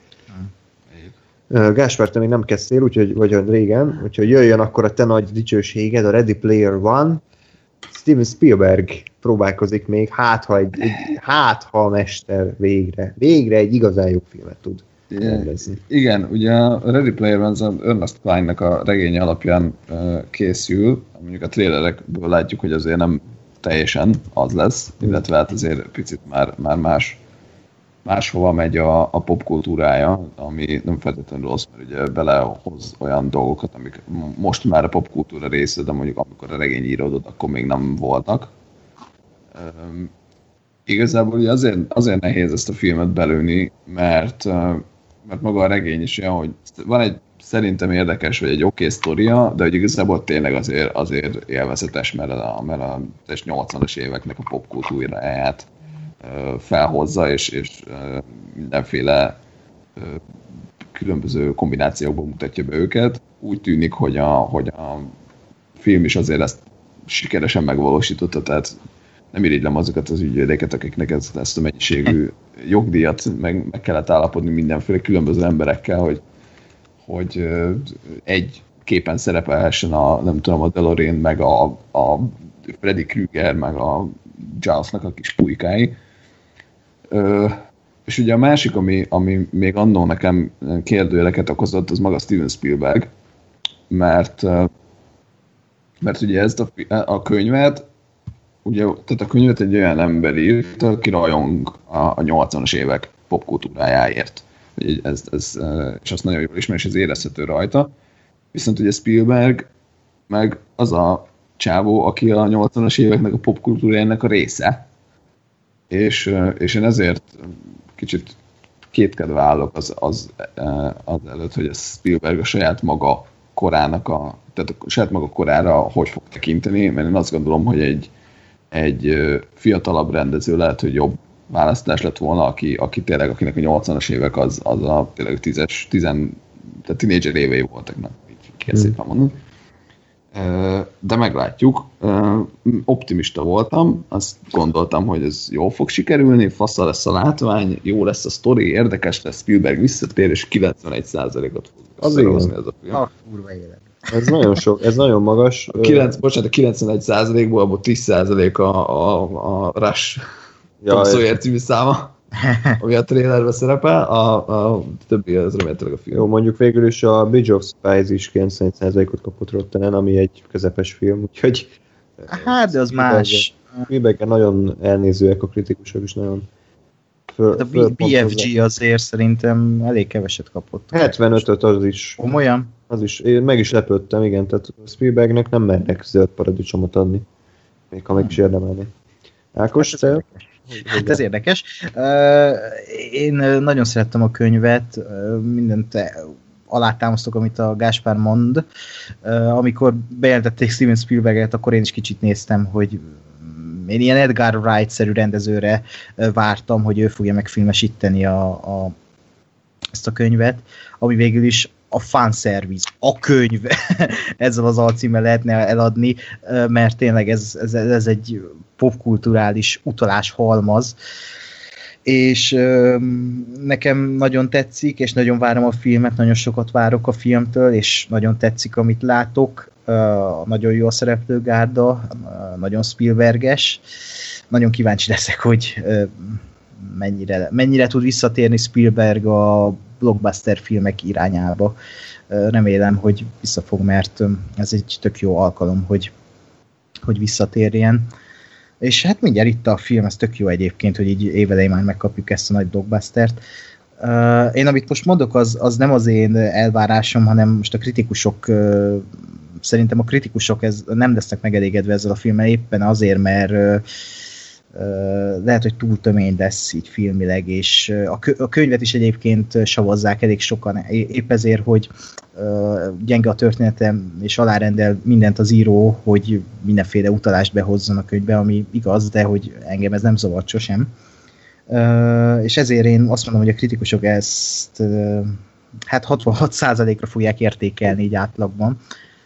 Gáspár, te még nem kezdtél, vagy régen, úgyhogy jöjjön akkor a te nagy dicsőséged, a Ready Player One. Steven Spielberg próbálkozik még, hát ha a mester végre egy igazán jó filmet tud rendezni. Igen, ugye a Ready Player One az Ernest Cline-nak a regénye alapján készül, mondjuk a trailerekből látjuk, hogy azért nem teljesen az lesz, illetve hát azért picit már máshova megy a popkultúrája, ami nem feltétlenül rossz, mert ugye belehoz olyan dolgokat, amik most már a popkultúra része, de mondjuk amikor a regény íródott, akkor még nem voltak. Igazából ugye azért nehéz ezt a filmet belőni, mert maga a regény is olyan, hogy van egy szerintem érdekes, vagy egy oké sztoria, de hogy igazából tényleg azért élvezetes, mert a 80-as éveknek a popkultúráját felhozza, és mindenféle különböző kombinációkban mutatja be őket. Úgy tűnik, hogy a film is azért ezt sikeresen megvalósította, tehát nem irigylem azokat az ügyvédeket, akiknek ezt a mennyiségű jogdíjat, meg kellett állapodni mindenféle különböző emberekkel, hogy egy képen szerepelhessen a DeLorean, meg a Freddy Krueger, meg a Giles-nak a kis pulykái. És ugye a másik, ami még annó nekem kérdőjeleket okozott, az maga Steven Spielberg, mert ugye ezt a könyvet, ugye, tehát a könyvet egy olyan ember írt, aki rajong a 80-as évek popkultúrájáért. És azt nagyon jól ismer, és ez érezhető rajta. Viszont ugye Spielberg meg az a csávó, aki a 80-as éveknek a popkultúrájának a része. És én ezért kicsit kétkedve állok az előtt, hogy ez Spielberg a saját maga korának tehát a saját maga korára hogy fog tekinteni, mert én azt gondolom, hogy egy fiatalabb rendező lehet, hogy jobb választás lett volna, aki tényleg, akinek a 80-as évek az a tényleg tehát tínédzser évei voltak, így kell szépen mondani. De meglátjuk. Optimista voltam, azt gondoltam, hogy ez jól fog sikerülni, faszal lesz a látvány, jó lesz a sztori, érdekes lesz, Spielberg visszatér, és 91%-ot fog összehozni ez a film. A kurva élet. Ez nagyon sok, ez nagyon magas. A 91%-ból abból 10% a Rush Tom Sawyer című száma, ami a trailerben szerepel, a többi az remélhetőleg a film. Jó, mondjuk végül is a Bridge of Spies is 91%-ot kapott Rottenen, ami egy közepes film, úgyhogy... Hát, de az más. Spielbergen nagyon elnézőek a kritikusok is nagyon... A BFG azért szerintem elég keveset kapott. 75-öt az is. Komolyan? Az is. Én meg is lepődtem, igen, tehát Spielbergnek nem mernek zöld paradicsomot adni, még ha meg is érdemelni. Ákos, te? Hát ez érdekes. Én nagyon szerettem a könyvet, mindent alátámasztok, amit a Gáspár mond. Amikor bejelentették Steven Spielberget, akkor én is kicsit néztem, hogy én ilyen Edgar Wright-szerű rendezőre vártam, hogy ő fogja megfilmesíteni ezt a könyvet, ami végül is a fanservice, a könyv, ezzel az alcímmel lehetne eladni, mert tényleg ez egy popkulturális utalás halmaz, és nekem nagyon tetszik, és nagyon várom a filmet, nagyon sokat várok a filmtől, és nagyon tetszik, amit látok, nagyon jó a szereplőgárda, nagyon Spielberges, nagyon kíváncsi leszek, hogy mennyire tud visszatérni Spielberg a blockbuster filmek irányába. Remélem, hogy visszafog, mert ez egy tök jó alkalom, hogy visszatérjen. És hát mindjárt itt a film, ez tök jó egyébként, hogy így évelején már megkapjuk ezt a nagy blockbustert. Én amit most mondok, az nem az én elvárásom, hanem most a kritikusok, szerintem a kritikusok nem lesznek megelégedve ezzel a filmmel, éppen azért, mert lehet, hogy túl tömény lesz így filmileg, és a könyvet is egyébként savazzák elég sokan, épp ezért, hogy gyenge a történetem, és alárendel mindent az író, hogy mindenféle utalást behozzon a könyvbe, ami igaz, de hogy engem ez nem zavart sosem. És ezért én azt mondom, hogy a kritikusok ezt hát 66%-ra fogják értékelni így átlagban,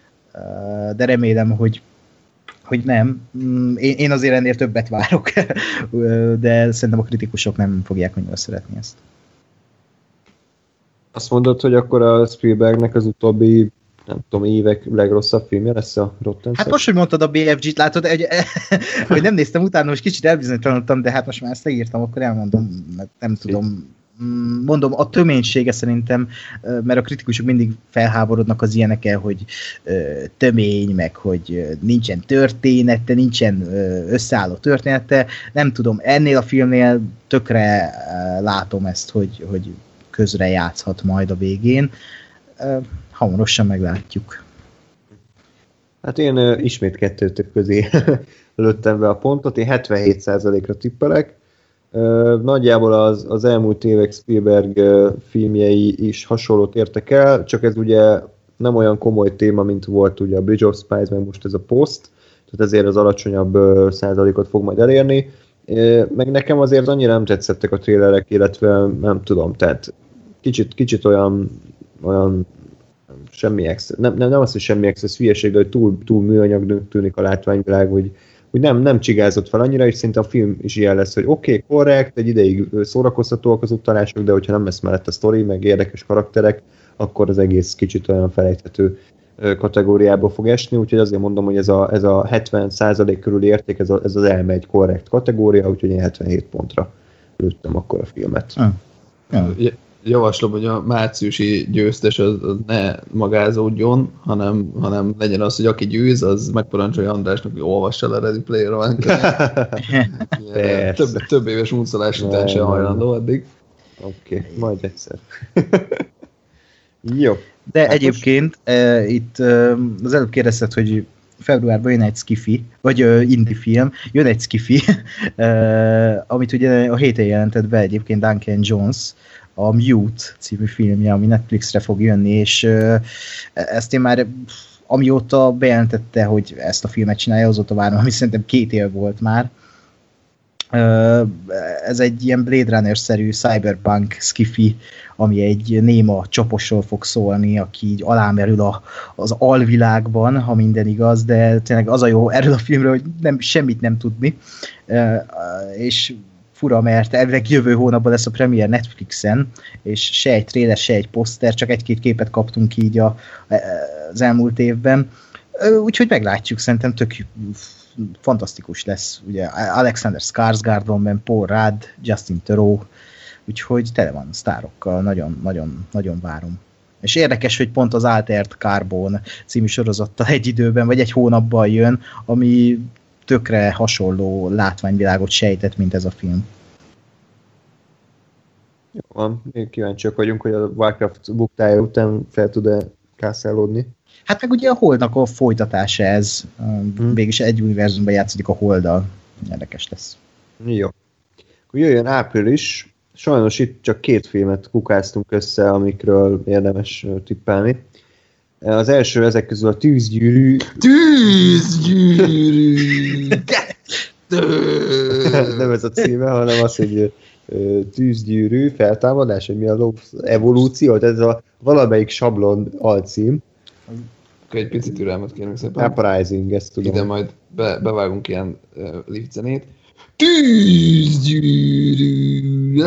de remélem, hogy nem. Én azért ennél többet várok, de szerintem a kritikusok nem fogják annyira szeretni ezt. Azt mondod, hogy akkor a Spielbergnek az utóbbi, nem tudom, évek legrosszabb filmje lesz a Rotten? Hát most, hogy mondtad a BFG-t, látod, hogy nem néztem utána, most kicsit elbizonytalanodtam, de hát most már ezt leírtam, akkor elmondom, nem tudom. Mondom, a töménysége szerintem, mert a kritikusok mindig felháborodnak az ilyenekkel, hogy tömény, meg hogy nincsen története, nincsen összeálló története. Nem tudom, ennél a filmnél tökre látom ezt, hogy közre játszhat majd a végén. Hamarosan meglátjuk. Hát én ismét kettőtök közé lőttem be a pontot, én 77%-ra tippelek. Nagyjából az elmúlt évek Spielberg filmjei is hasonlót értek el, csak ez ugye nem olyan komoly téma, mint volt ugye a Bridge of Spies, meg most ez a Post, tehát ezért az alacsonyabb százalékot fog majd elérni. Meg nekem azért annyira nem tetszettek a trélerek, illetve nem tudom, tehát kicsit olyan semmi extra, nem az, hogy semmi extra, hülyeség, de hogy túl műanyagnak tűnik a látványvilág, hogy úgy nem csigázott fel annyira, és szinte a film is ilyen lesz, hogy oké, korrekt, egy ideig szórakoztatóak az utalások, de hogyha nem lesz mellett a sztori, meg érdekes karakterek, akkor az egész kicsit olyan felejthető kategóriába fog esni, úgyhogy azért mondom, hogy ez a 70% körüli érték, ez az elme egy korrekt kategória, úgyhogy én 77 pontra lőttem akkor a filmet. Javaslom, hogy a márciusi győztes az ne magázódjon, hanem legyen az, hogy aki győz, az megparancsolja Andrásnak, hogy olvassa le Ready Player One-ket. több éves muncalás után sem hajlandó addig. Oké, majd egyszer. Jó. De hát egyébként itt az előbb kérdezted, hogy februárban jön egy skifi, vagy indie film, jön egy skifi, amit ugye a héten jelentett be egyébként Duncan Jones, a Mute című filmje, ami Netflixre fog jönni, és ezt én már amióta bejelentette, hogy ezt a filmet csinálja, azóta várom, ami szerintem 2 év volt már. Ez egy ilyen Blade Runner-szerű cyberpunk skifi, ami egy néma csaposról fog szólni, aki így alámerül az alvilágban, ha minden igaz, de tényleg az a jó erről a filmről, hogy semmit nem tudni, és fura, mert elvileg jövő hónapban lesz a premier Netflixen, és se egy trailer, se egy poszter, csak 1-2 képet kaptunk így az elmúlt évben. Úgyhogy meglátjuk, szerintem tök fantasztikus lesz. Ugye Alexander Skarsgård van benne, Paul Rudd, Justin Theroux, úgyhogy tele van sztárokkal, nagyon várom. És érdekes, hogy pont az Altered Carbon című sorozattal egy időben, vagy egy hónapban jön, ami tökre hasonló látványvilágot sejtett, mint ez a film. Jó van, még kíváncsiak vagyunk, hogy a Warcraft buktája után fel tud-e kászálódni. Hát meg ugye a Holdnak a folytatása ez, mégis egy univerzumban játszódik a Holddal. Érdekes lesz. Jó. Akkor jöjjön április. Sajnos itt csak 2 filmet kukáztunk össze, amikről érdemes tippelni. Az első ezek közül a Tűzgyűrű. Tűzgyűrű! Nem ez a címe, hanem az, hogy Tűzgyűrű, feltámadás, hogy mi a evolúció, tehát ez a valamelyik sablon alcím. Akkor egy picit türelmet kérünk szépen. Uprising, ezt tudom. Ide majd bevágunk ilyen lift zenét. Tűzgyűrű,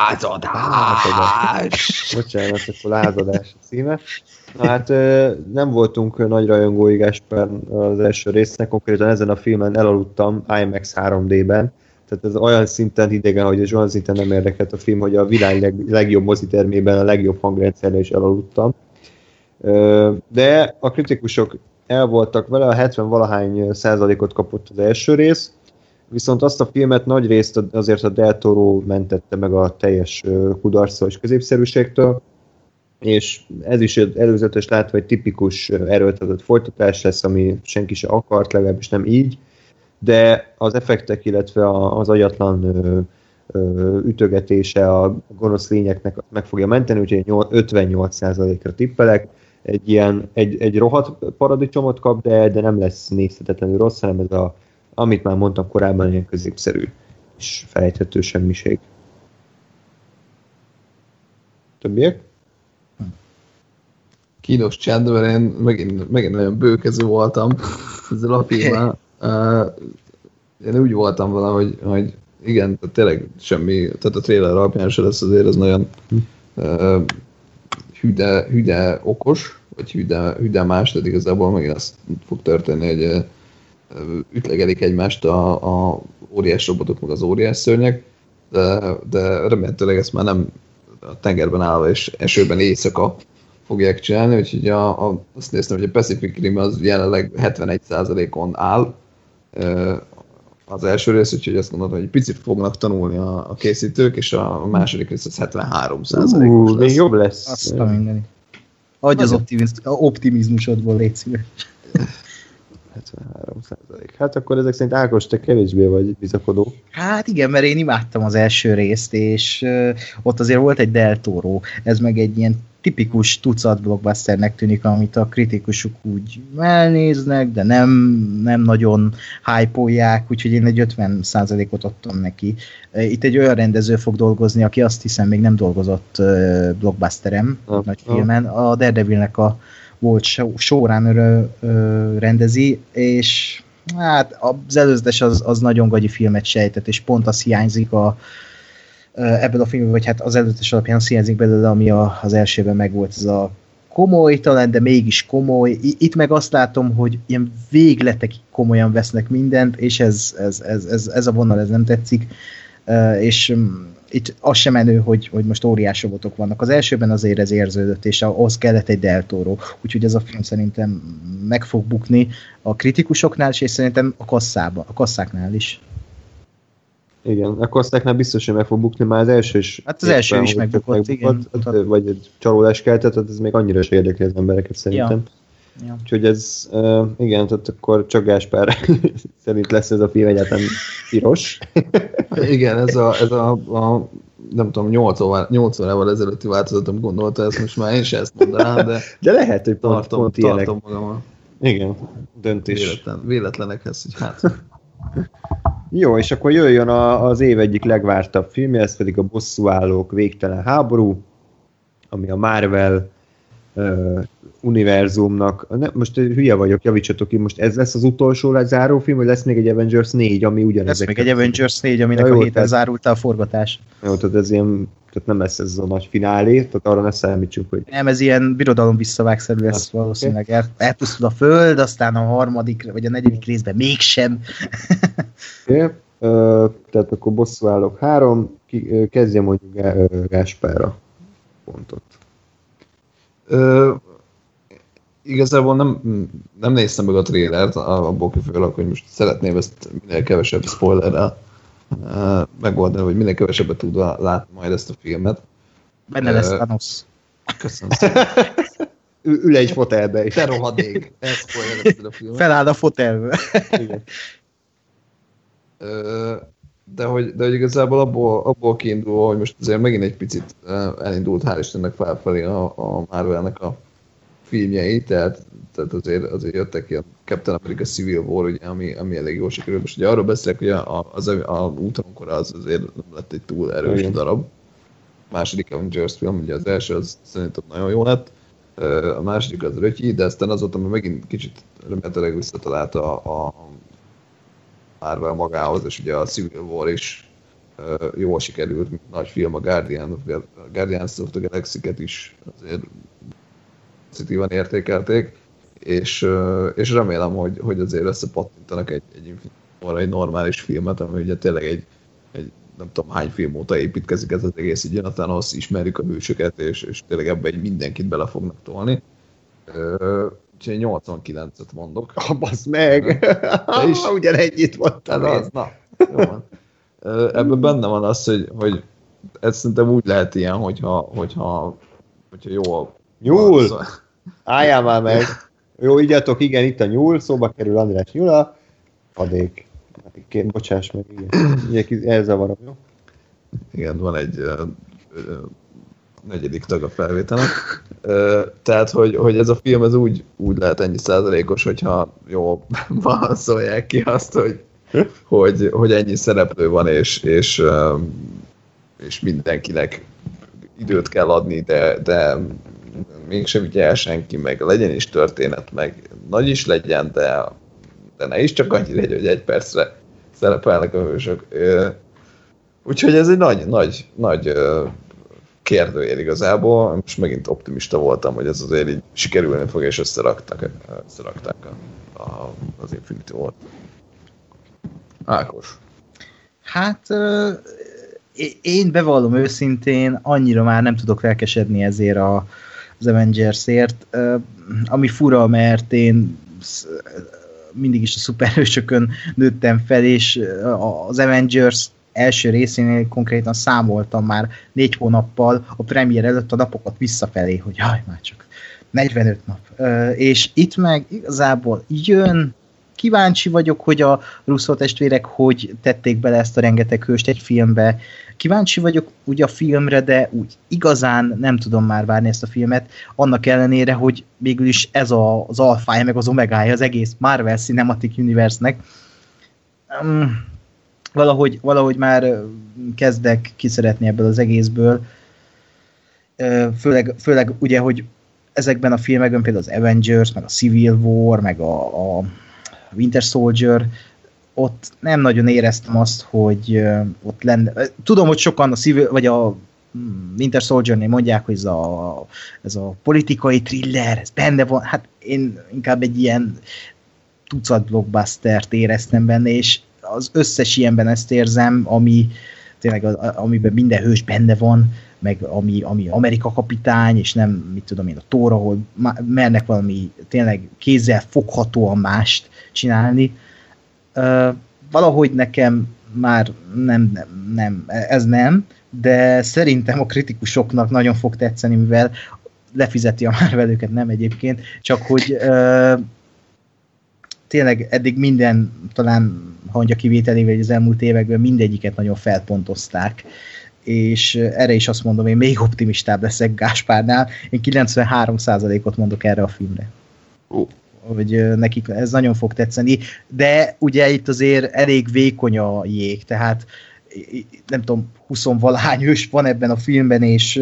lázadás! Bocsánat, akkor lázadás a címe. Na hát nem voltunk nagy rajongói Gáspár az első résznek, konkrétan ezen a filmen elaludtam IMAX 3D-ben, tehát ez olyan szinten idegen, hogy ez olyan szinten nem érdekelt a film, hogy a világ legjobb mozitermében a legjobb hangrendszerre is elaludtam. De a kritikusok el voltak vele, a 70-valahány százalékot kapott az első rész, viszont azt a filmet nagy részt azért a Del Toro mentette meg a teljes kudarctól és középszerűségtől, és ez is előzetes látva egy tipikus erőltetett folytatás lesz, ami senki se akart, legalábbis nem így, de az effektek, illetve az agyatlan ütögetése a gonosz lényeknek meg fogja menteni, úgyhogy 58%-ra tippelek. Egy rohadt paradicsomot kap, de nem lesz nézhetetlenül rossz, hanem ez amit már mondtam korábban, ilyen középszerű és felejthető semmiség. Többiek? Kínos csend, mert én megint nagyon bőkező voltam ezzel a filmmel. Én úgy voltam vele, hogy igen, tényleg semmi, tehát a trailer alapján se lesz azért, ez nagyon hüde okos, vagy hüde más, tehát igazából megint azt fog történni, hogy ütlegelik egymást a óriás robotok, meg az óriás szörnyek, de remélhetőleg ezt már nem a tengerben állva és esőben éjszaka fogják csinálni, úgyhogy azt néztem, hogy a Pacific Rim az jelenleg 71%-on áll az első rész, úgyhogy azt gondolom, hogy picit fognak tanulni a készítők, és a második rész az 73%-os lesz. Még jobb lesz. Azt a mindenit. Adj az optimizmusodból, légy szíves. 73%. Hát akkor ezek szerint Ákos, te kevésbé vagy bizakodó. Hát igen, mert én imádtam az első részt, és ott azért volt egy Del Toro. Ez meg egy ilyen tipikus tucat blockbusternek tűnik, amit a kritikusok úgy elnéznek, de nem nagyon hype-olják, úgyhogy én egy 50%-ot adtam neki. Itt egy olyan rendező fog dolgozni, aki azt hiszem még nem dolgozott blockbusterem, nagy filmen. A Daredevilnek a volt showrunner rendezi, és Hát az előzetes az nagyon gagyi filmet sejtett, és pont az hiányzik ebből a filmből, vagy hát az előzetes alapján az hiányzik belőle, ami az elsőben megvolt, ez a komoly talán, de mégis komoly. Itt meg azt látom, hogy ilyen végletekig komolyan vesznek mindent, és ez a vonal, ez nem tetszik. És itt az sem menő, hogy most óriás robotok vannak. Az elsőben azért ez érződött, és ahhoz kellett egy Del Toro. Úgyhogy ez a film szerintem meg fog bukni a kritikusoknál is, és szerintem a kasszáknál is. Igen, a kassztáknál biztos, hogy meg fog bukni, már az első is. Hát az első is megbukott, igen. Vagy egy csalódás keltett, ez még annyira is érdekli az embereket szerintem. Ja. Úgyhogy ez, igen, tehát akkor csak Gáspár szerint lesz ez a film egyáltalán piros. Igen, ez a nem tudom, 8 órával ezelőtti változatom gondolta, ezt most már én sem ezt mondanám, de lehet, hogy pont ilyenek. Tartom magam igen, döntés. Véletlenekhez, hogy hát. Jó, és akkor jöjjön az év egyik legvártabb filmje, ez pedig a Bosszúállók végtelen háború, ami a Marvel univerzumnak, most hülye vagyok, javítsatok ki, most ez lesz az utolsó lezáró film, vagy lesz még egy Avengers 4, ami ugyanezek? Lesz még egy Avengers 4, aminek a héten zárult a forgatás. Jó, tehát ez ilyen, tehát nem lesz ez a nagy finálé, tehát arra ne számítsuk, hogy... Nem, ez ilyen birodalom visszavágszerű lesz valószínűleg. Okay. Elpusztul a föld, aztán a harmadik, vagy a negyedik részben mégsem. Okay. Tehát akkor Bosszúállók 3, kezdje mondjuk Gáspárra pontot. Igazából nem néztem meg a trélert, abból kifolyólag, hogy most szeretném ezt minél kevesebb spoilerrel megoldani, hogy minél kevesebbet tud látni majd ezt a filmet. Benne lesz Thanos. Köszönöm szépen. Ül egy fotelbe is. Te rohadék, elszpoilerezted a filmet. Feláll a fotelbe. Igen. De hogy igazából abból kiindul, hogy most azért megint egy picit elindult, hál' Istennek felfelé a Marvelnek a filmjei, tehát azért jöttek ki a Captain America Civil War, ugye, ami elég jól sikerült. Most ugye arról beszélek, hogy a útonkor az azért nem lett egy túl erős darab. A második Avengers film, ugye az első az szerintem nagyon jó lett, a második az rötyi, de aztán azóta megint kicsit remélhetőleg visszatalált a Marvel magához, és ugye a Civil War is jól sikerült, nagy film, a Guardians of the Galaxy-ket is azért pozitívan értékelték, és remélem, hogy azért összepattintanak egy normális filmet, ami ugye tényleg egy nem tudom hány film óta építkezik ez az egész, így jön a Thanos, ismerjük a hősöket, és tényleg ebbe mindenkit bele fognak tolni. Úgyhogy 89-et mondok. Basz meg! Te is? Ugyanennyit mondtam. Az, na, jó van. Ebben benne van az, hogy ez szerintem úgy lehet ilyen, hogyha jól... Nyúl! Álljál már meg! Jó, ígyatok, igen, itt a nyúl, szóba kerül András nyula. Adék. Bocsáss meg, igen. Elzavarom, jó? Igen, van egy negyedik tag a felvételnek. Tehát, hogy ez a film ez úgy lehet ennyi százalékos, hogyha jól válaszolják ki azt, hogy ennyi szereplő van, és mindenkinek időt kell adni, de mégsem vigye el senki, meg legyen is történet, meg nagy is legyen, de ne is csak annyi legyen, hogy egy percre szerepelnek a hősök. Úgyhogy ez egy nagy kérdőjel igazából. Most megint optimista voltam, hogy ez azért így sikerülni fog, és összerakták az Infinity War-t. Ákos. Hát én bevallom őszintén, annyira már nem tudok lelkesedni ezért az Avengersért, ami fura, mert én mindig is a szuperhősökön nőttem fel, és az Avengers első részénél konkrétan számoltam már 4 hónappal a premier előtt a napokat visszafelé, hogy jaj, már csak 45 nap. És itt meg igazából jön, kíváncsi vagyok, hogy a Russo testvérek hogy tették bele ezt a rengeteg hőst egy filmbe. Kíváncsi vagyok úgy a filmre, de úgy igazán nem tudom már várni ezt a filmet, annak ellenére, hogy végül is ez az alfája meg az omegája az egész Marvel Cinematic Universe-nek. Valahogy már kezdek kiszeretni ebből az egészből. Főleg ugye, hogy ezekben a filmekben például az Avengers, meg a Civil War, meg a Winter Soldier, ott nem nagyon éreztem azt, hogy ott lenne. Tudom, hogy sokan a Civil, vagy a Winter Soldier-nél mondják, hogy ez a politikai thriller, ez benne van, hát én inkább egy ilyen tucat blockbustert éreztem benne, és az összes ilyenben ezt érzem, ami tényleg, amiben minden hős benne van, meg ami Amerika kapitány, és nem, mit tudom én, a Thor, ahol mernek valami tényleg kézzel foghatóan mást csinálni. Valahogy nekem már ez nem, de szerintem a kritikusoknak nagyon fog tetszeni, mivel lefizeti a Marvel őket, nem egyébként, csak hogy tényleg eddig minden, talán hangya kivételével az elmúlt években mindegyiket nagyon felpontozták, és erre is azt mondom, én még optimistább leszek Gáspárnál, én 93%-ot mondok erre a filmre. Hogy nekik ez nagyon fog tetszeni, de ugye itt azért elég vékony a jég, tehát nem tudom, 20-valahány hős van ebben a filmben, és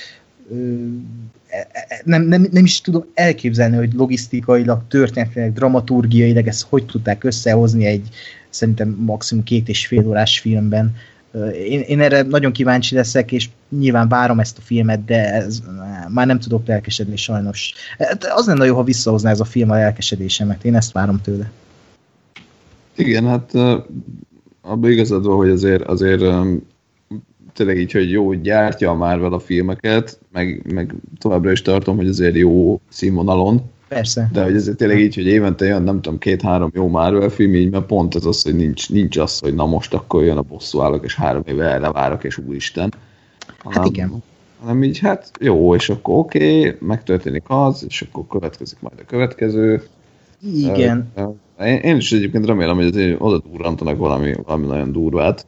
nem is tudom elképzelni, hogy logisztikailag, történetileg, dramaturgiailag ezt hogy tudták összehozni egy szerintem maximum 2,5 órás filmben. Én erre nagyon kíváncsi leszek, és nyilván várom ezt a filmet, de már nem tudok lelkesedni sajnos. Az lenne jó, ha visszahozná ez a film a lelkesedésemet. Én ezt várom tőle. Igen, hát abban igazad van, hogy azért tényleg így, hogy jó gyártja a Marvel a filmeket, meg továbbra is tartom, hogy azért jó színvonalon. Persze. De hogy azért tényleg így, hogy évente jön, nem tudom, 2-3 jó Marvel film, így mert pont ez az, hogy nincs az, hogy na most akkor jön a bosszúállók, és 3 éve erre várok, és úristen. Hát igen. Hanem így, hát jó, és akkor oké, megtörténik az, és akkor következik majd a következő. Igen. Én is egyébként remélem, hogy azért oda durrantanak valami nagyon durvát.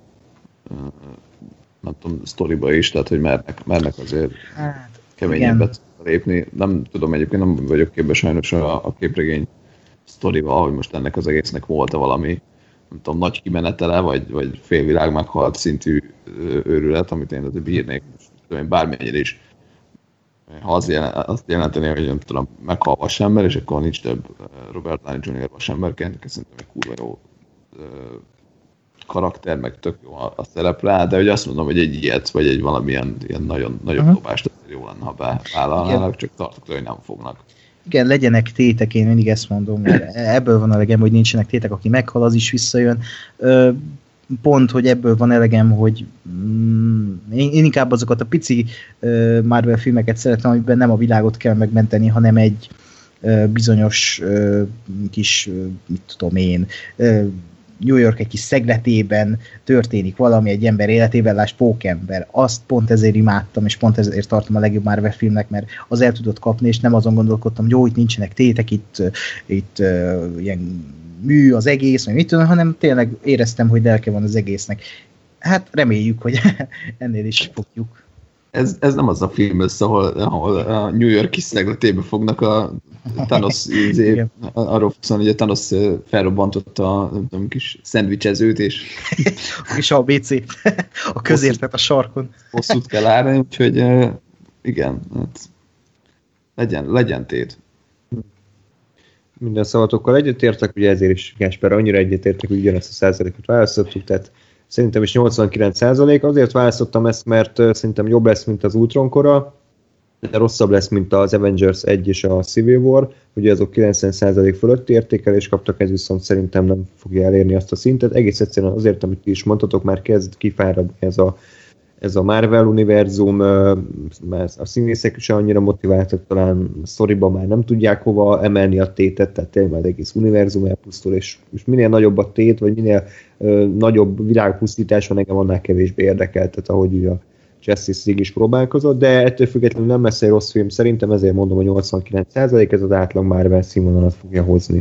Nem tudom, sztoriba is, tehát hogy mernek azért keményebbet lépni. Nem tudom, egyébként nem vagyok képben sajnos a képregény sztoriba, hogy most ennek az egésznek volt-e valami, nem tudom, nagy kimenetele, vagy félvilág meghalt szintű őrület, amit én azért bírnék, bármennyire is. Ha azt jelenteni, hogy nem tudom, meghal vasember, és akkor nincs több Robert Downey Jr. vasemberként, szerintem egy kurva jó karakter, meg tök jó a szerep rá, de hogy azt mondom, hogy egy ilyet, vagy egy valamilyen ilyen nagyon nagyobb dobást azért jó lenne, ha bevállalnának, csak tartok tőle, hogy nem fognak. Igen, legyenek tétek, én mindig ezt mondom, mert ebből van elegem, hogy nincsenek tétek, aki meghal, az is visszajön. Pont, hogy ebből van elegem, hogy én inkább azokat a pici Marvel filmeket szeretem, amiben nem a világot kell megmenteni, hanem egy bizonyos kis, mit tudom én, New York egy kis szegletében történik valami egy ember életében, láss Pókember. Azt pont ezért imádtam, és pont ezért tartom a legjobb Marvel filmnek, mert az el tudott kapni, és nem azon gondolkodtam, hogy jó, itt nincsenek tétek, itt ilyen mű az egész, vagy mit tudom, hanem tényleg éreztem, hogy lelke van az egésznek. Hát reméljük, hogy ennél is fogjuk. Ez nem az a film össze, ahol a New York-i szegletébe fognak a Thanos arról szólni, hogy a Thanos felrobbantotta a kis szendvicsezőt, és a kis ABC a közértet a sarkon. Hosszút kell állni, úgyhogy igen, hát legyen tét. Minden szavatokkal egyetértek, ugye ezért is Gáspár annyira egyetértek, hogy ugyanezt a százalékot választottuk, tehát szerintem is 89%. Azért választottam ezt, mert szerintem jobb lesz, mint az Ultron kora, de rosszabb lesz, mint az Avengers 1 és a Civil War, ugye azok 90% fölötti értékelést kaptak, ez viszont szerintem nem fogja elérni azt a szintet. Egész egyszerűen azért, amit ti is mondtatok, már kezd kifáradni ez a Marvel univerzum, a színészek is annyira motiváltak, talán a sztoriban már nem tudják hova emelni a tétet, tehát tényleg már egész univerzum elpusztul, és minél nagyobb a tét, vagy minél nagyobb világpusztítás van, engem annál kevésbé érdekel, tehát ahogy ugye a Justice League is próbálkozott, de ettől függetlenül nem lesz egy rossz film szerintem, ezért mondom, hogy 89%, ez az átlag Marvel színvonalat fogja hozni.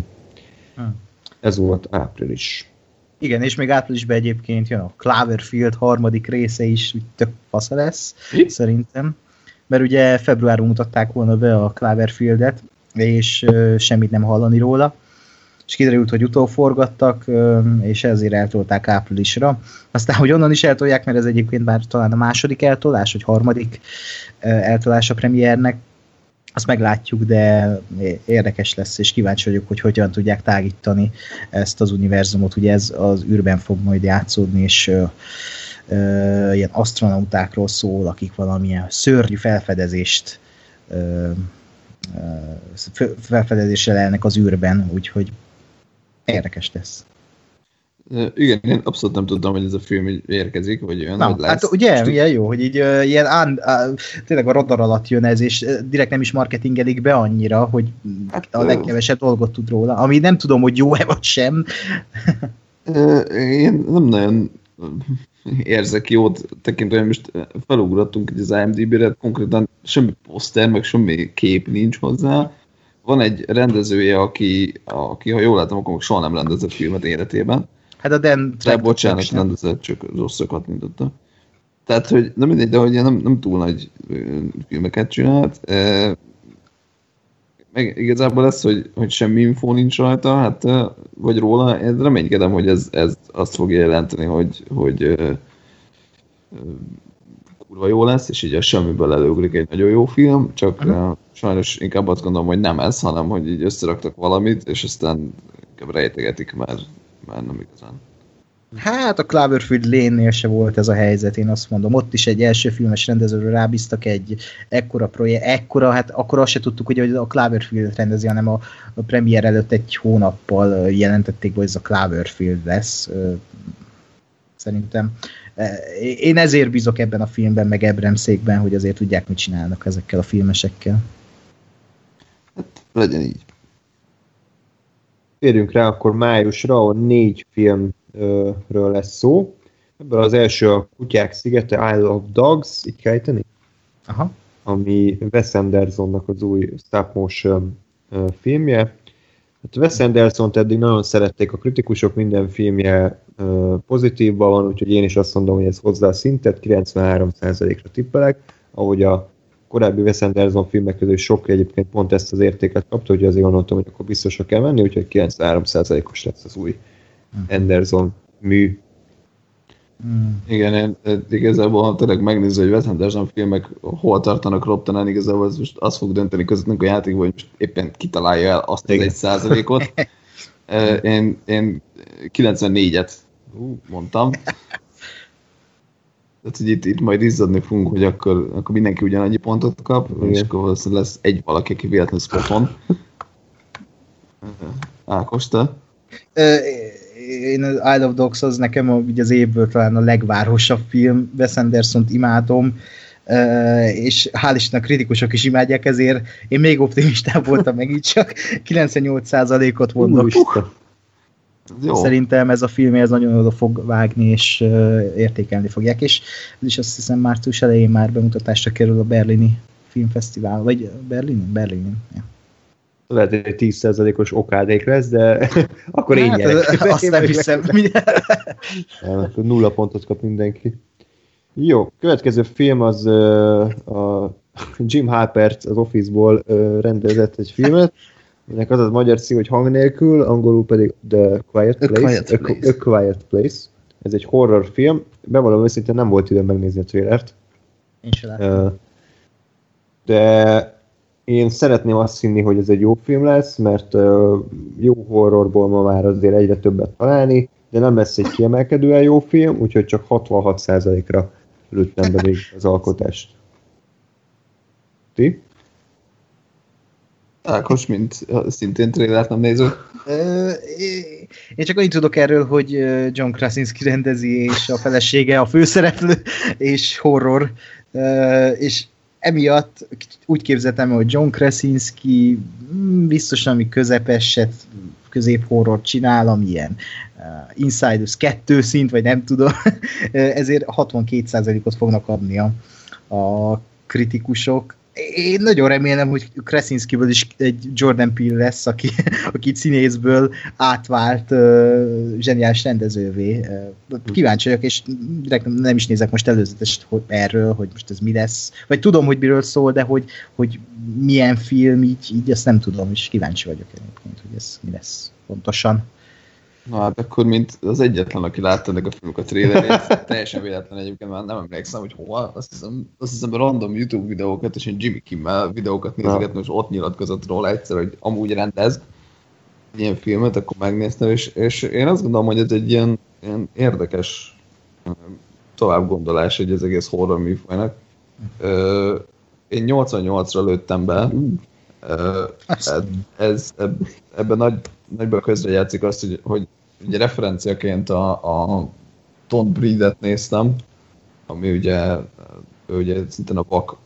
Ez volt április. Igen, és még áprilisban egyébként jön a Cloverfield harmadik része is, úgy tök fasza lesz, szerintem. Mert ugye februárban mutatták volna be a Cloverfieldet, és semmit nem hallani róla. És kiderült, hogy utóforgattak, és ezért eltolták áprilisra. Aztán, hogy onnan is eltolják, mert ez egyébként már talán a második eltolás, vagy harmadik eltolás a premiernek. azt meglátjuk, de érdekes lesz, és kíváncsi vagyok, hogy hogyan tudják tágítani ezt az univerzumot. Ugye ez az űrben fog majd játszódni, és ilyen asztronautákról szól, akik valamilyen szörnyű felfedezésre lelnek az űrben, úgyhogy érdekes lesz. Igen, én abszolút nem tudtam, hogy ez a film így érkezik, vagy olyan, Na, vagy lesz. hát ugye, milyen jó, hogy így tényleg a radar alatt jön ez, és direkt nem is marketingelik be annyira, hogy Hát, a legkevesebb dolgot tud róla, ami nem tudom, hogy jó-e vagy sem. Én nem nagyon érzek jót tekintve, hogy most felugrottunk az IMDb-re, konkrétan semmi poszter, meg semmi kép nincs hozzá. Van egy rendezője, aki ha jól látom, akkor soha nem rendezett filmet életében. Hát a Dan De bocsánat, rendezett, csak rosszakat nyitottam. Tehát, hogy nem mindegy, de hogy nem túl nagy filmeket csinált. Meg igazából lesz, hogy semmi infó nincs rajta, hát, vagy róla, én reménykedem, hogy ez azt fogja jelenteni, hogy kurva jó lesz, és így a semmiből előugrik egy nagyon jó film, csak sajnos inkább azt gondolom, hogy nem ez, hanem hogy így összeraktak valamit, és aztán inkább rejtegetik, mert nem igazán. Hát a Cloverfield Lane-nél se volt ez a helyzet, én azt mondom. Ott is egy első filmes rendezőről rábíztak egy ekkora projekt, hát akkor azt se tudtuk, hogy a Cloverfield rendezi, hanem a premier előtt egy hónappal jelentették, hogy ez a Cloverfield lesz. Szerintem. Én ezért bízok ebben a filmben, meg Abramsékben, hogy azért tudják, mit csinálnak ezekkel a filmesekkel. Hát legyen így. Térjünk rá akkor májusra, ahol 4 filmről lesz szó. Ebből az első a Kutyák szigete, Isle of Dogs, így kell ejteni? Aha. Ami Wes Andersonnak az új stop motion filmje. Hát Wes Andersont eddig nagyon szerették a kritikusok, minden filmje pozitívban van, úgyhogy én is azt mondom, hogy ez hozzá a szintet, 93%-ra tippelek, ahogy a korábbi Wes Anderson filmek közül sok egyébként pont ezt az értéket kapta, hogy azért gondoltam, hogy akkor biztosra kell menni, úgyhogy 93%-os lesz az új Anderson mű. Igen, én igazából, ha tényleg megnéző, hogy Wes Anderson filmek hol tartanak roptanán, igazából ez most azt fog dönteni közöttünk a játékban, hogy most éppen kitalálja el azt az 1%-ot. Én 94-et mondtam. Tehát, hogy itt majd izzadni fogunk, hogy akkor mindenki ugyanannyi pontot kap, és akkor lesz egy valaki, aki véletlenül spoton. Ákos, te? Én az Isle of Dogs az nekem az évből talán a legvárosabb film, Wes Andersont imádom, és hál' Isten a kritikusok is imádják, ezért én még optimistább voltam megint, csak 98%-ot mondok. Szerintem ez a film ez nagyon oda fog vágni, és értékelni fogják, és ez is azt hiszem március elején már bemutatásra kerül a berlini filmfesztivál, vagy Berlini. Ja. Lehet, hogy egy 10%-os okádék lesz, de akkor én nyerek. Azt nem hiszem. 0 pontot kap mindenki. Jó, következő film az a Jim Halpert az Office-ból rendezett egy filmet, aminek az a magyar cím, hogy Hang nélkül, angolul pedig The Quiet Place. A Quiet Place. Ez egy horror film. Bevallom őszintén nem volt időm megnézni a trailert. Én sem láttam. De én szeretném azt hinni, hogy ez egy jó film lesz, mert jó horrorból ma már azért egyre többet találni, de nem lesz egy kiemelkedően jó film, úgyhogy csak 66%-ra lőttem be még az alkotást. Ti? Ákos, mint szintén trailert nem néző. Én csak annyit tudok erről, hogy John Krasinski rendezi, és a felesége a főszereplő, és horror, és emiatt úgy képzeltem, hogy John Krasinski biztos ami közepeset, középhorror csinál, amilyen Inside Us 2 szint, vagy nem tudom, ezért 62%-ot fognak adni a kritikusok. Én nagyon remélem, hogy Krasinskiből is egy Jordan Peele lesz, aki színészből átvált zseniális rendezővé. Kíváncsi vagyok, és direkt nem is nézek most előzetes erről, hogy most ez mi lesz. Vagy tudom, hogy miről szól, de hogy milyen film, így ezt nem tudom, és kíváncsi vagyok egyébként, hogy ez mi lesz pontosan. Na hát akkor, mint az egyetlen, aki látta ennek a filmnek a trailerét, teljesen véletlen egyébként, már nem emlékszem, hogy hol. Azt hiszem random YouTube videókat és én Jimmy Kimmel videókat nézegettem, és ott nyilatkozott róla egyszer, hogy amúgy rendez ilyen filmet, akkor megnéztem, és én azt gondolom, hogy ez egy ilyen érdekes továbbgondolás egy az egész horror műfajnak. Én 88-ra lőttem be, ebben nagyban közrejátszik azt, hogy ugye referenciaként a Don't Breathe-et néztem, ami ugye szintén a vak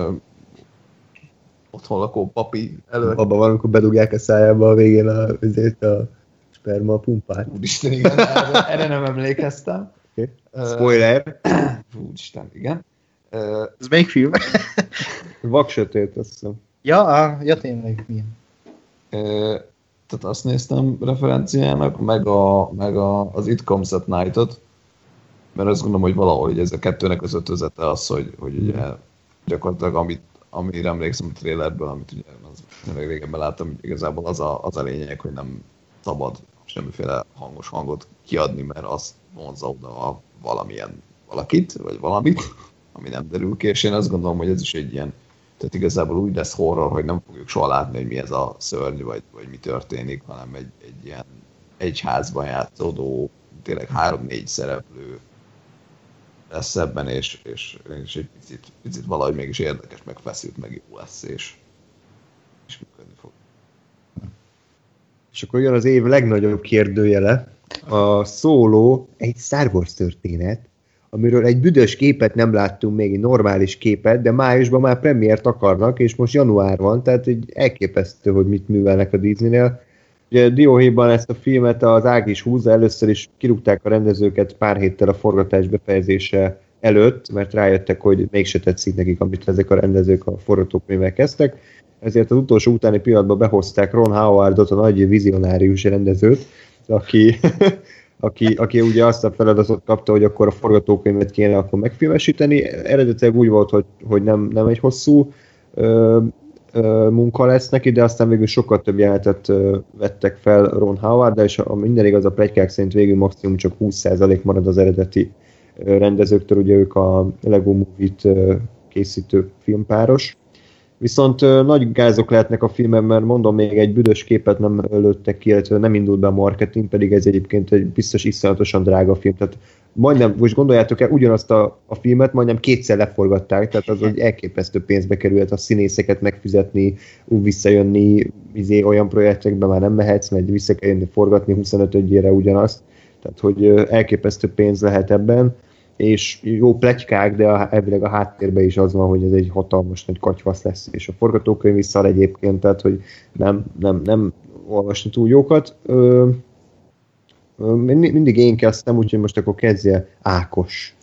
otthon lakó papi előtt. Abban van, amikor bedugják a szájába a végén a sperma pumpát. Úristen, igen, erre nem emlékeztem. Okay. Spoiler. Úristen, igen. Ez melyik film? Vaksötét, azt hiszem. Ja, tényleg, milyen. Tehát azt néztem referenciának, meg az It Comes at Night-ot, mert azt gondolom, hogy valahol ez a kettőnek az ötvözete az, hogy ugye gyakorlatilag amire emlékszem a trailerből, amit ugye régebben láttam, hogy igazából az a lényeg, hogy nem szabad semmiféle hangos hangot kiadni, mert az vonzza oda valakit, vagy valamit, ami nem derül ki, és én azt gondolom, hogy ez is egy ilyen, tehát igazából úgy lesz horror, hogy nem fogjuk soha látni, hogy mi ez a szörny, vagy mi történik, hanem egy ilyen egyházban játszódó, tényleg 3-4 szereplő lesz ebben, és egy picit valahogy mégis érdekes, meg feszült, meg jó lesz, és működni fog. És akkor jön az év legnagyobb kérdőjele, a Solo egy Star Wars történet, amiről egy büdös képet nem láttunk, még egy normális képet, de májusban már premiért akarnak, és most január van, tehát egy elképesztő, hogy mit művelnek a Disneynél. Ugye dióhéjban ezt a filmet az Ág is húzza, először is kirúgták a rendezőket pár héttel a forgatás befejezése előtt, mert rájöttek, hogy mégse tetszik nekik, amit ezek a rendezők a forgatókönyvvel kezdtek. Ezért az utolsó utáni pillanatban behozták Ron Howardot, a nagy vizionárius rendezőt, aki ugye azt a feladatot kapta, hogy akkor a forgatókönyvet kéne akkor megfilmesíteni. Eredetileg úgy volt, hogy nem egy hosszú munka lesz neki, de aztán végül sokkal több jelenetet vettek fel Ron Howard-dal, és minden igaz, a pletykák szerint végül maximum csak 20% marad az eredeti rendezőktől, ugye ők a Lego Movie-t készítő filmpáros. Viszont nagy gázok lehetnek a filmben, mert mondom, még egy büdös képet nem lőttek ki, illetve nem indult be a marketing, pedig ez egyébként egy biztos iszonyatosan drága film. Tehát majdnem, most gondoljátok el, ugyanazt a filmet majdnem kétszer leforgatták, tehát az egy elképesztő pénzbe került a színészeket megfizetni, visszajönni, olyan projektekben már nem mehetsz, mert vissza kell jönni forgatni 25-ére ugyanazt. Tehát, hogy elképesztő pénz lehet ebben, és jó pletykák, de elvileg a háttérben is az van, hogy ez egy hatalmas nagy katyvasz lesz, és a forgatókönyv is szar egyébként, tehát, hogy nem olvasni túl jókat. Mindig én kezdtem, úgyhogy most akkor kezdje Ákos.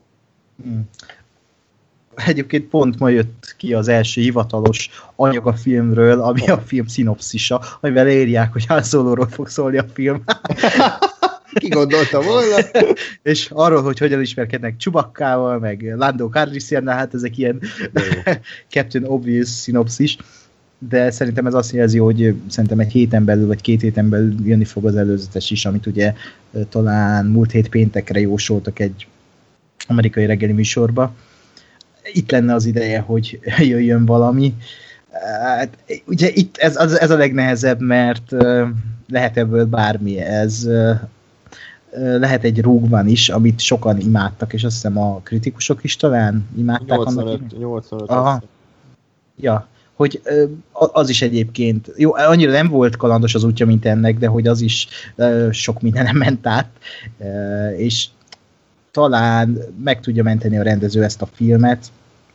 Egyébként pont ma jött ki az első hivatalos anyag a filmről, ami a film szinopszisa, amivel írják, hogy Han Soloról fog szólni a film. Ki gondolta volna? És arról, hogy hogyan ismerkednek Chewbaccával, meg Lando Calrissiannal, hát ezek ilyen Captain Obvious szinopszis, de szerintem ez azt jelzi, hogy szerintem egy héten belül, vagy 2 héten belül jönni fog az előzetes is, amit ugye talán múlt hét péntekre jósoltak egy amerikai reggeli műsorba. Itt lenne az ideje, hogy jöjjön valami. Hát, ugye itt ez a legnehezebb, mert lehet ebből bármi. Ez lehet egy Rogue One is, amit sokan imádtak, és azt hiszem a kritikusok is talán imádták. 85. Aha. Ja, hogy az is egyébként, jó, annyira nem volt kalandos az útja, mint ennek, de hogy az is sok mindenem ment át, és talán meg tudja menteni a rendező ezt a filmet.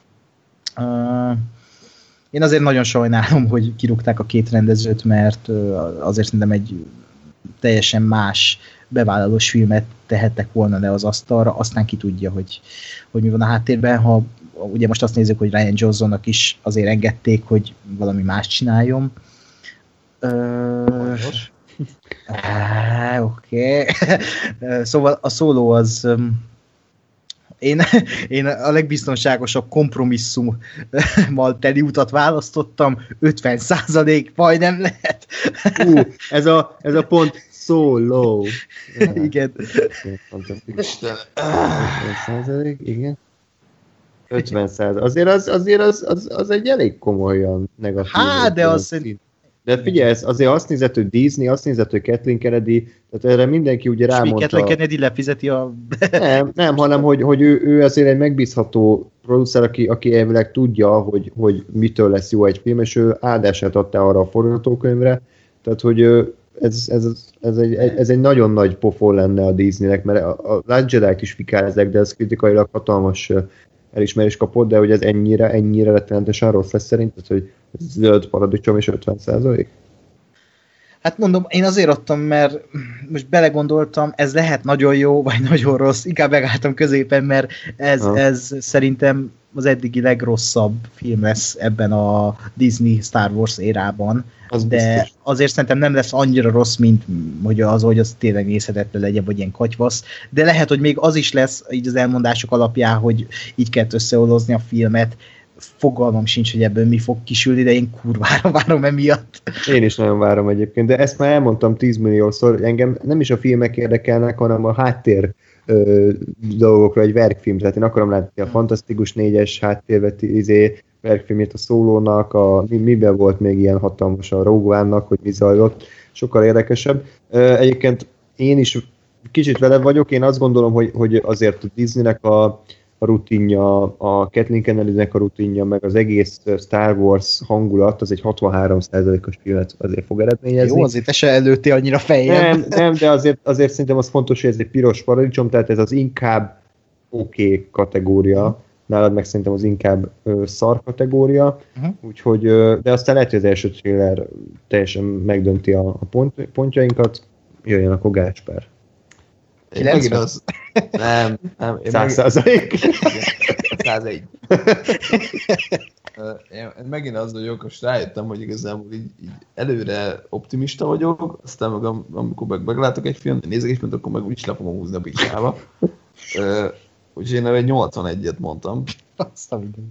Én azért nagyon sajnálom, hogy kirúgták a 2 rendezőt, mert azért szerintem egy teljesen más bevállalós filmet tehettek volna le az asztalra, aztán ki tudja, hogy mi van a háttérben, ha ugye most azt nézzük, hogy Rian Johnsonnak is azért engedték, hogy valami más csináljon. Oké. Szóval a Solo az én a legbiztonságosabb kompromisszummal teli utat választottam, 50% majdnem lehet. Ez a pont low. Igen. Fantasztikus. 50%, igen. 50%. Azért az egy elég komolyan negatív. Hát, de az szerint... De figyelj, azért azt nézett, hogy Disney, azt nézett, hogy Kathleen Kennedy, tehát erre mindenki ugye rámondta... És Kathleen Kennedy lefizeti a... nem, hanem hogy ő azért egy megbízható producer, aki elvileg tudja, hogy mitől lesz jó egy film, és ő áldását adta arra a forgatókönyvre, tehát hogy ez egy nagyon nagy pofon lenne a Disneynek, mert a Last Jedi-t is fikázzák, de ez kritikailag hatalmas elismerés kapott, de hogy ez ennyire rettenetesen rossz lesz szerint, hogy zöld paradicsom és 50%? Hát mondom, én azért adtam, mert most belegondoltam, ez lehet nagyon jó, vagy nagyon rossz, inkább megálltam középen, mert ez szerintem az eddigi legrosszabb film lesz ebben a Disney Star Wars érában, de biztos. Azért szerintem nem lesz annyira rossz, mint hogy az tényleg nézhetetlen legyen, vagy ilyen katyvasz, de lehet, hogy még az is lesz így az elmondások alapján, hogy így kell összeoldozni a filmet. Fogalmam sincs, hogy ebből mi fog kisülni, de én kurvára várom emiatt. Én is nagyon várom egyébként, de ezt már elmondtam 10 milliószor, engem nem is a filmek érdekelnek, hanem a háttér dolgokra egy verkfilm, tehát én akarom látni a Fantasztikus 4-es háttérvet verkfilmét a Szólónak, miben volt még ilyen hatalmas a Rogue One-nak, hogy mi zajlott, sokkal érdekesebb. Egyébként én is kicsit vele vagyok, én azt gondolom, hogy azért a Disneynek a rutinja, a Kathleen Kennedy-nek a rutinja, meg az egész Star Wars hangulat, az egy 63%-os filmet azért fog eredményezni. Jó, azért te se előttél annyira fejjel. Nem, de azért szerintem az fontos, hogy ez egy piros paradicsom, tehát ez az inkább oké kategória, nálad meg szerintem az inkább szar kategória, úgyhogy, de aztán lehet, hogy az első trailer teljesen megdönti a pontjainkat, jöjjön akkor Gáspár. Megint az... Nem. 100%. 101. Én megint az vagyok, most rájöttem, hogy igazából így előre optimista vagyok, aztán meg amikor meglátok egy filmet, nézek egy filmet, akkor meg úgyis le fogom húzni a picsába. Úgyhogy én egy 81-et mondtam. Azt a videó.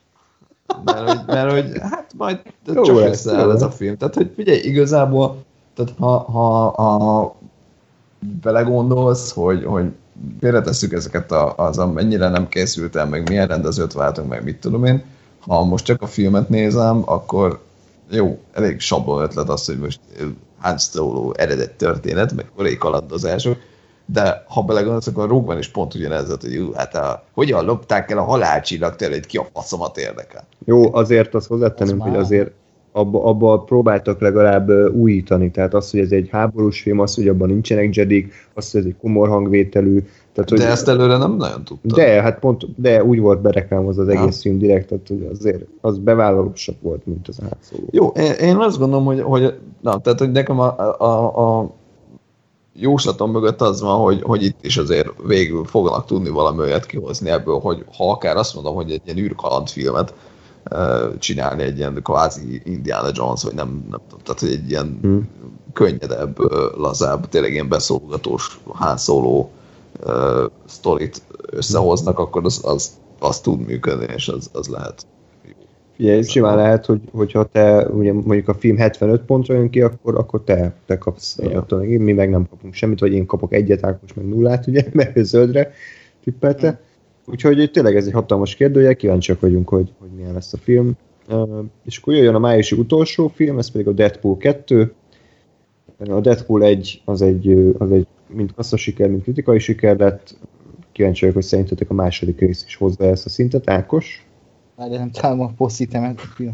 Mert hogy hát majd csak összeáll ez a film. Tehát, hogy figyelj, igazából, tehát ha belegondolsz, hogy félretesszük ezeket mennyire nem készült el, meg milyen rendezőt váltunk, meg mit tudom én, ha most csak a filmet nézem, akkor jó, elég sablon ötlet az, hogy most Han Solo eredet történet, meg korai kalandozások, de ha belegondolsz, akkor a Rogue One is pont ugyanez, hogy hogyan lopták el a halálcsillagterét, ki a faszomat érdekel. Jó, azért azt hozzátenném, hogy azért abba próbáltak legalább újítani, tehát az, hogy ez egy háborús film, az, hogy abban nincsenek jedik, az, hogy ez egy komor hangvételű. Tehát, de ezt előre nem nagyon tudtam. De úgy volt bereklámozva az egész film direkt, tehát hogy azért az bevállalósabb volt, mint az Han Solo. Jó, én azt gondolom, hogy nekem a jóslatom mögött az van, hogy itt is azért végül fognak tudni valami olyat kihozni ebből, hogy ha akár azt mondom, hogy egy ilyen űrkalandfilmet csinálni, egy ilyen kvázi Indiana Jones, vagy nem tudom, tehát egy ilyen könnyedebb, lazább, tényleg ilyen beszólogatós Han Solo sztorit összehoznak, akkor az tud működni, és az lehet. Figyelj, simán lehet, hogyha te ugye mondjuk a film 75 pontra jön ki, akkor te kapsz attól, mi meg nem kapunk semmit, vagy én kapok egyet, Ákos meg nullát, ugye, mert ő zöldre tippelte. Úgyhogy tényleg ez egy hatalmas kérdője, kíváncsiak vagyunk, hogy milyen lesz a film. És akkor jöjjön a májusi utolsó film, ez pedig a Deadpool 2. A Deadpool 1 az egy mind kasszasiker, mind kritikai siker lett. Kíváncsi vagyok, hogy szerintetek a második rész is hozza ezt a szintet. Ákos? De nem találom a posztítemet a film.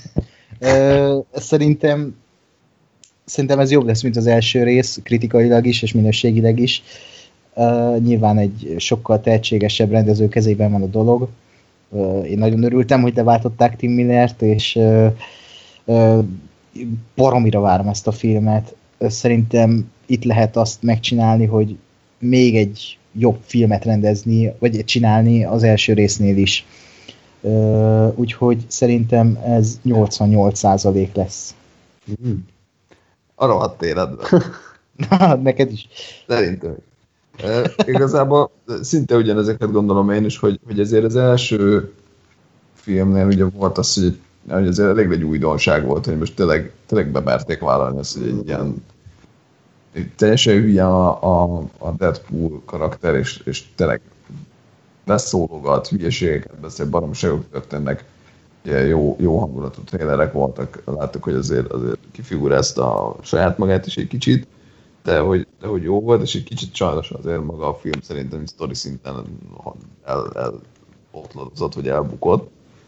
Szerintem ez jobb lesz, mint az első rész, kritikailag is, és minőségileg is. Nyilván egy sokkal tehetségesebb rendező kezében van a dolog. Én nagyon örültem, hogy leváltották Tim Millert, és baromira várom ezt a filmet. Szerintem itt lehet azt megcsinálni, hogy még egy jobb filmet rendezni, vagy csinálni az első résznél is. Úgyhogy szerintem ez 88% lesz. A rohadt életben. Na, neked is. Szerintem. Igazából szinte ugyanezeket gondolom én is, hogy ezért az első filmnél ugye volt az, hogy azért elég egy újdonság volt, hogy most tényleg bemerték vállalni azt, hogy egy ilyen teljesen hülye a Deadpool karakter, és tényleg beszólogat, hülyeségeket beszél, baromságok történnek, jó hangulatú trélerek voltak, láttuk, hogy azért kifigurázta a saját magát is egy kicsit, de hogy jó volt, és egy kicsit sajnos azért maga a film szerintem sztori szinten elbotladozott, vagy elbukott.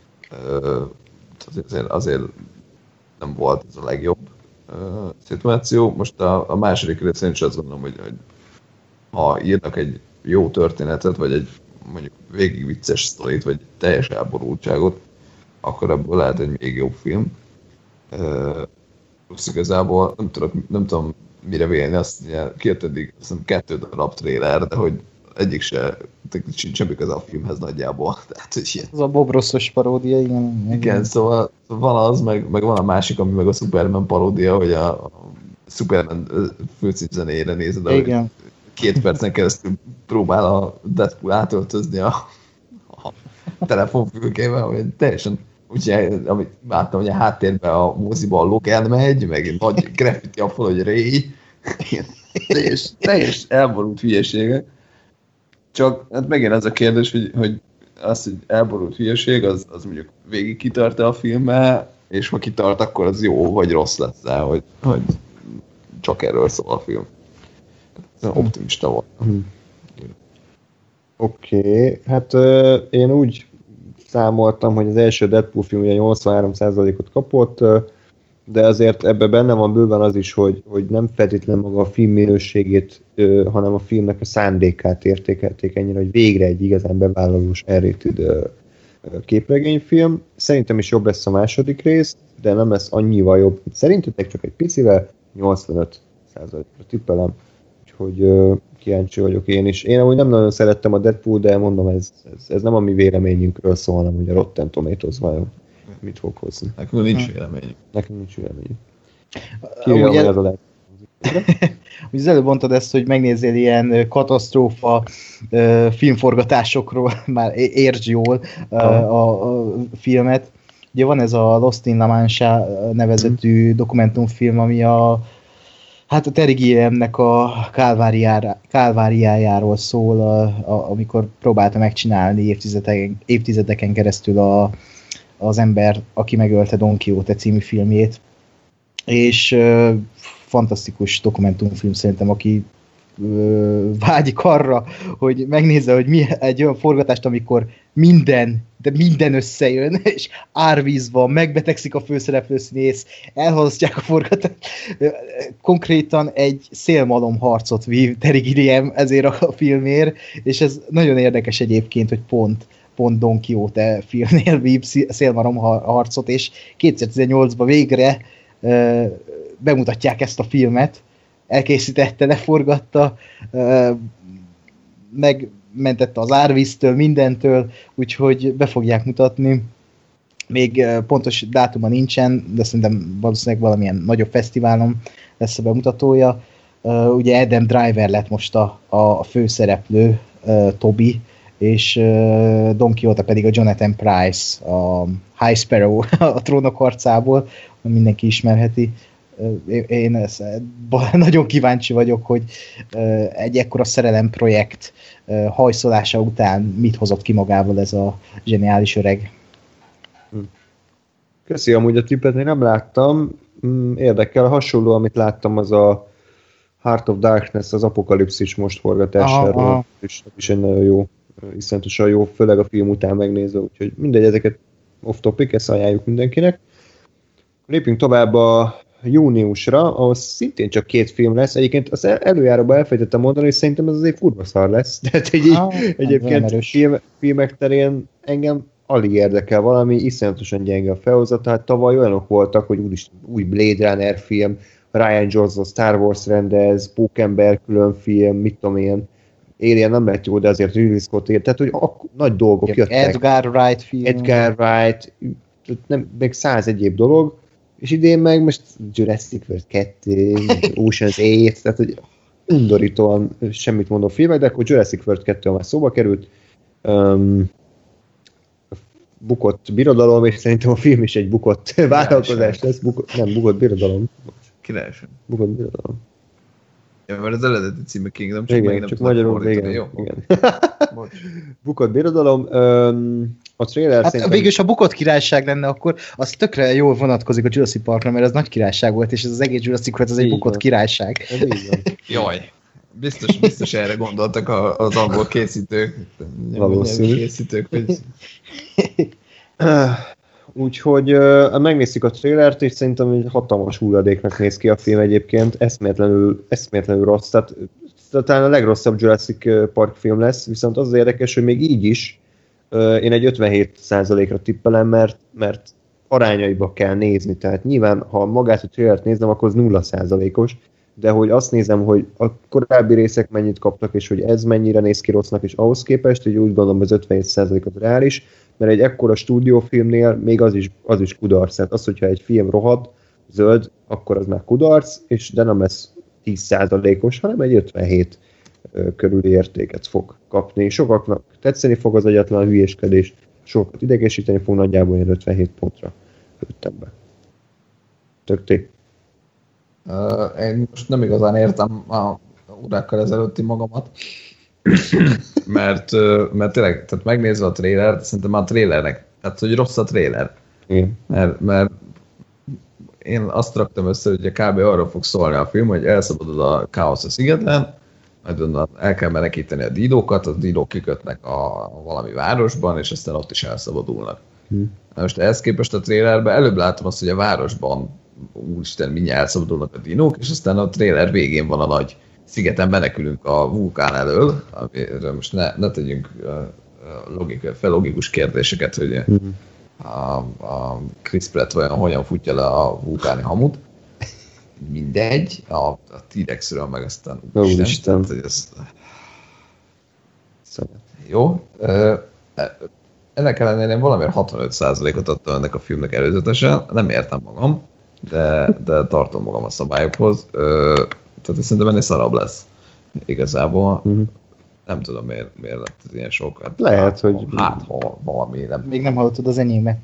Azért nem volt ez a legjobb szituáció. Most a második részén is azt gondolom, hogy ha írnak egy jó történetet, vagy egy mondjuk végig vicces sztorit, vagy teljes elborultságot, akkor ebből lehet egy még jobb film. Plusz igazából nem tudom mire vélni, azt kijött eddig, azt hiszem 2 darab trailer, de hogy egyik se, sincs semmi köze a filmhez nagyjából. Tehát, hogy ilyen. Az a Bob Ross-os paródia, igen. Igen, szóval van az, meg van a másik, ami meg a Superman paródia, hogy a Superman főcímzenéjére nézed, ahogy 2 percen keresztül próbál a Deadpool átöltözni a telefonfülkével, hogy teljesen úgyhogy, amit láttam, hogy a háttérben a moziban a Logan megy, meg egy nagy graffiti a fal, hogy Ray. Teljes elborult hülyeségek. Csak hát megint ez a kérdés, hogy az, hogy elborult hülyeség, az mondjuk végig kitart-e a filmmel, és ha kitart, akkor az jó vagy rossz lesz el, hogy csak erről szól a film. Optimista volt. Oké, hát én úgy számoltam, hogy az első Deadpool film ugye 83%-ot kapott, de azért ebben benne van bőven az is, hogy nem feltétlenül maga a film minőségét, hanem a filmnek a szándékát értékelték ennyire, hogy végre egy igazán bevállalós R-rated képregényfilm. Szerintem is jobb lesz a második rész, de nem lesz annyival jobb. Szerintetek csak egy picivel, 85%-ra tippelem, úgyhogy kíváncsi vagyok én is. Én amúgy nem nagyon szerettem a Deadpool, de mondom, ez nem a mi véleményünkről szól, hanem ugye a Rotten Tomatoes vajon mit fog hozni. Nekünk nincs véleményünk. Nekünk nincs véleményünk. Kívül az a lehet. Ugye az előbb mondtad ezt, hogy megnézzél ilyen katasztrófa filmforgatásokról, már értsd jól a filmet. Ugye van ez a Lost in La Mancha nevezetű dokumentumfilm, ami a Terry Gilliamnek a kálváriájáról szól, amikor próbálta megcsinálni évtizedeken keresztül az ember, aki megölte Don Quixote című filmjét. És fantasztikus dokumentumfilm szerintem, aki vágyik arra, hogy megnézze, hogy mi egy olyan forgatást, amikor minden összejön, és árvíz van, megbetegszik a főszereplőszínész, elhalasztják a forgatást. Konkrétan egy szélmalomharcot vív Terry Gilliam ezért a filmért, és ez nagyon érdekes egyébként, hogy pont Don Quixote filmnél vív szélmalomharcot, és 2018-ban végre bemutatják ezt a filmet, elkészítette, leforgatta, megmentette az árvíztől, mindentől, úgyhogy be fogják mutatni. Még pontos dátuma nincsen, de szerintem valószínűleg valamilyen nagyobb fesztiválon lesz a bemutatója. Ugye Adam Driver lett most a főszereplő, Toby, és Don Quixote pedig a Jonathan Pryce, a High Sparrow a Trónok harcából, mindenki ismerheti. Én nagyon kíváncsi vagyok, hogy egy ekkora szerelemprojekt hajszolása után mit hozott ki magával ez a zseniális öreg. Köszi, amúgy a tippet én nem láttam. Érdekel, hasonló, amit láttam, az a Heart of Darkness, az Apokalipszis most forgatásáról, és is egy nagyon jó, iszonyatosan jó, főleg a film után megnézve, úgyhogy mindegy, ezeket off-topic, ezt ajánljuk mindenkinek. Lépjünk tovább a júniusra, ahol szintén csak 2 film lesz. Egyébként az előjáróban elfejtettem mondani, hogy szerintem ez azért kurva szar lesz. Tehát egyébként filmek terén engem alig érdekel valami, iszonyatosan gyenge a felhozata. Hát tavaly olyanok voltak, hogy új Blade Runner film, Ryan Johnson Star Wars rendez, Pókember külön film, mit tudom én, Alien nem lett jó, de azért Ridley Scott ért, tehát hogy nagy dolgok jöttek. Edgar Wright film. Edgar Wright, meg 100 egyéb dolog, és idén meg most Jurassic World 2, Ocean's 8, tehát hogy undorítóan semmit mondó filmek, de akkor Jurassic World 2 már szóba került. Bukott birodalom, és szerintem a film is egy bukott vállalkozás lesz. Bukott birodalom. Királyság. Bukott birodalom. Ja, mert az eredeti címe Kingdom, csak igen, meg nem csak tudok magyarul, fordítani, igen. jó? Igen. Bocs. Bukott birodalom. A trailer Hát szerintem... végülis, ha bukott királyság lenne, akkor az tökre jól vonatkozik a Jurassic Parkra, mert az nagy királyság volt, és ez az egész Jurassic World az egy Így bukott van. királyság. Ez így van. Jaj. Biztos erre gondoltak az angol készítők. Valószínű. Készítők, hogy... Úgyhogy megnéztük a trailert, és szerintem egy hatalmas hulladéknak néz ki a film egyébként, eszméletlenül rossz, tehát talán a legrosszabb Jurassic Park film lesz, viszont az érdekes, hogy még így is én egy 57%-ra tippelem, mert arányaiba kell nézni, tehát nyilván, ha magát a trailert nézem, akkor az 0%-os, de hogy azt nézem, hogy a korábbi részek mennyit kaptak, és hogy ez mennyire néz ki rossznak, és ahhoz képest, így úgy gondolom, az 57% az reális, mert egy ekkora stúdiófilmnél még az is kudarc. Tehát az, hogyha egy film rohadt, zöld, akkor az már kudarc, de nem lesz 10%-os, hanem egy 57 körüli értéket fog kapni. Sokaknak tetszeni fog az egyetlen hülyéskedés, sokat idegesíteni fog, nagyjából ilyen 57 pontra lőttem be. Tökték. Én most nem igazán értem a órákkal ezelőtti magamat, mert tényleg, tehát megnézve a trailert, szerintem már a trailernek, tehát hogy rossz a trailer. Igen. Mert én azt raktam össze, hogy kb. Arról fog szólni a film, hogy elszabadul a káosz a szigeten, majd el kell menekíteni a dinókat, a dinók kikötnek a valami városban, és aztán ott is elszabadulnak. Most ehhez képest a trailerben előbb látom azt, hogy a városban úristen, mindjárt elszabadulnak a dinók, és aztán a trailer végén van a nagy szigeten menekülünk a vulkán elől, amire most ne tegyünk logikus kérdéseket, hogy a Chris Pratt hogyan futja le a vulkáni hamut. Mindegy, a T-Rexről meg aztán úristen. Jó. Ennek ellenére én valamiért 65%-ot adtam ennek a filmnek előzetesen, nem értem magam, de tartom magam a szabályokhoz. Tehát szerintem ennél szarabb lesz igazából. Nem tudom, miért lett ez ilyen sok. Hát, lehet, hogy... Hát, ha valami nem... Még nem hallottad az enyémet.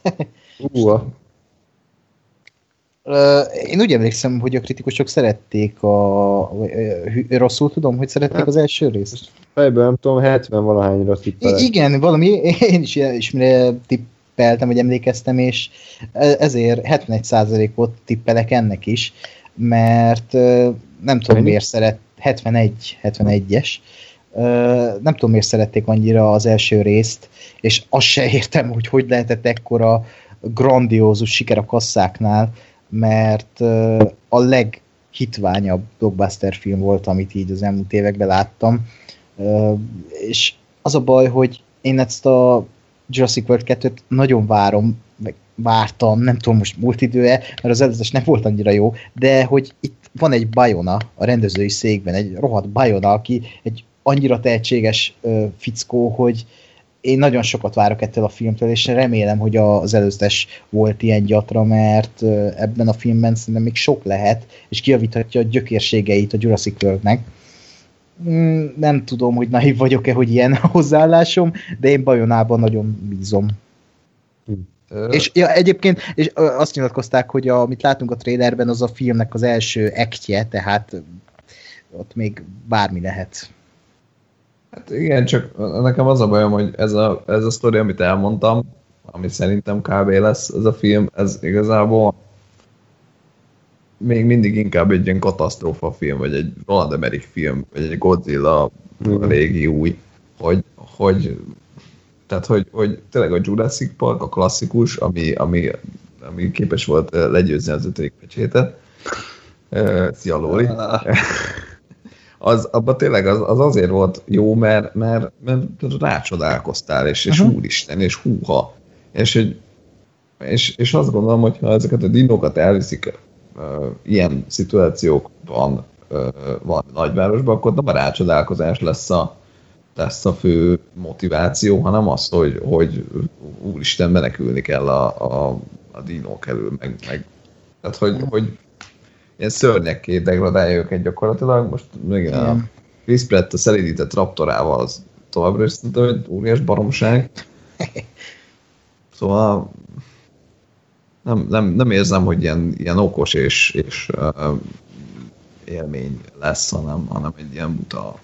Én úgy emlékszem, hogy a kritikusok szerették rosszul tudom, hogy szerették az első részt. Fejből nem tudom, 70-valahányra tippelek. Igen, valami, én is ismire tippeltem, vagy emlékeztem, és ezért 71%-ot tippelek ennek is, mert nem tudom miért 71-es, nem tudom miért szerették annyira az első részt, és azt se értem, hogy lehetett ekkora grandiózus siker a kasszáknál, mert a leghitványabb blockbuster film volt, amit így az elmúlt években láttam, és az a baj, hogy én ezt a Jurassic World 2-t nagyon vártam, nem tudom most múlt idője, mert az előzetes nem volt annyira jó, de hogy itt van egy Bayona a rendezői székben, egy rohadt Bayona, aki egy annyira tehetséges fickó, hogy én nagyon sokat várok ettől a filmtől, és remélem, hogy az előzetes volt ilyen gyatra, mert ebben a filmben szerintem még sok lehet, és kijavíthatja a gyökérségeit a Jurassic Worldnek. Nem tudom, hogy naiv vagyok-e, hogy ilyen hozzáállásom, de én Bayonában nagyon bízom. És egyébként és azt nyilatkozták, hogy amit látunk a trailerben, az a filmnek az első actje, tehát ott még bármi lehet. Hát igen, csak nekem az a bajom, hogy ez a sztori, amit elmondtam, ami szerintem kb. Lesz ez a film, ez igazából még mindig inkább egy ilyen katasztrófa film, vagy egy Roland Emmerich film, vagy egy Godzilla régi új, hogy tényleg a Jurassic Park, a klasszikus, ami képes volt legyőzni az 5. pecsétet. Szia Lóri! Abban tényleg az azért volt jó, mert rácsodálkoztál, és úristen, és húha. És azt gondolom, hogy ha ezeket a dinókat elviszik ilyen szituációkban van nagyvárosban, akkor nem a rácsodálkozás lesz a fő motiváció, hanem az, hogy úristen, menekülni kell a dinók elől, meg tehát, hogy ilyen szörnyekké degradálja őket gyakorlatilag. Most megint a Chris Pratt a szelídített raptorával az továbbra is szerintem egy óriás baromság. Szóval nem érzem, hogy ilyen okos és élmény lesz, hanem egy ilyen buta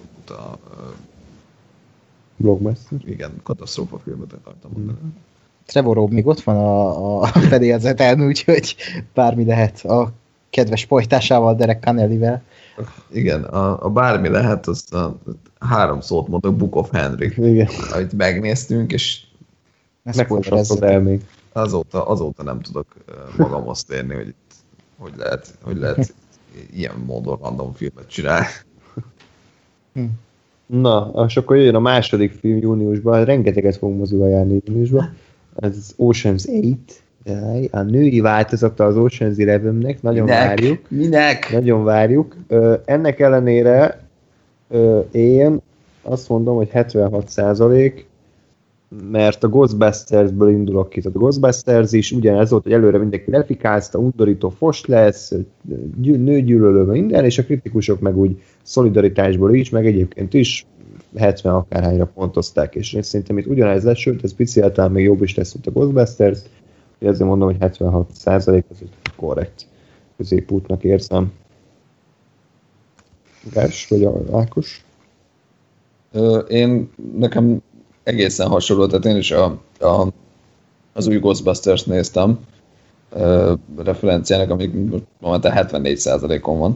Blockbuster. igen, katasztrófa filmet akartam mondani. Trevorrow még ott van a fedélzeten, úgyhogy bármi lehet a kedves pojtásával, Derek Connellyvel. Igen, a bármi lehet, azt a 3 szót mondok, Book of Henry, Igen. amit megnéztünk, és Megfoghatod el még. azóta nem tudok magamhoz térni, hogy itt hogy lehet ilyen módon random filmet csinálni. Na, és akkor jöjjön a második film júniusban, rengeteget fogunk moziba járni júniusban. Ez az Ocean's 8, a női változata az Ocean's 11-nek, nagyon várjuk. Minek? Nagyon várjuk. Ennek ellenére én azt mondom, hogy 76%, mert a Ghostbustersből indulok ki. Tehát a Ghostbusters is ugyanez volt, hogy előre mindenki lefikázta, undorító fos lesz, nőgyűlölő minden, és a kritikusok meg úgy szolidaritásból is, meg egyébként is 70 akárhányra pontozták, és én szerintem itt ugyanez lesz, sőt, ez pici talán még jobb is lesz, mint a Ghostbusters, hogy ezért mondom, hogy 76% az egy korrekt középútnak érzem. Gás, vagy Ákos? Nekem egészen hasonló, tehát én is az új Ghostbusters néztem referenciának, amik momentan 74%-on van.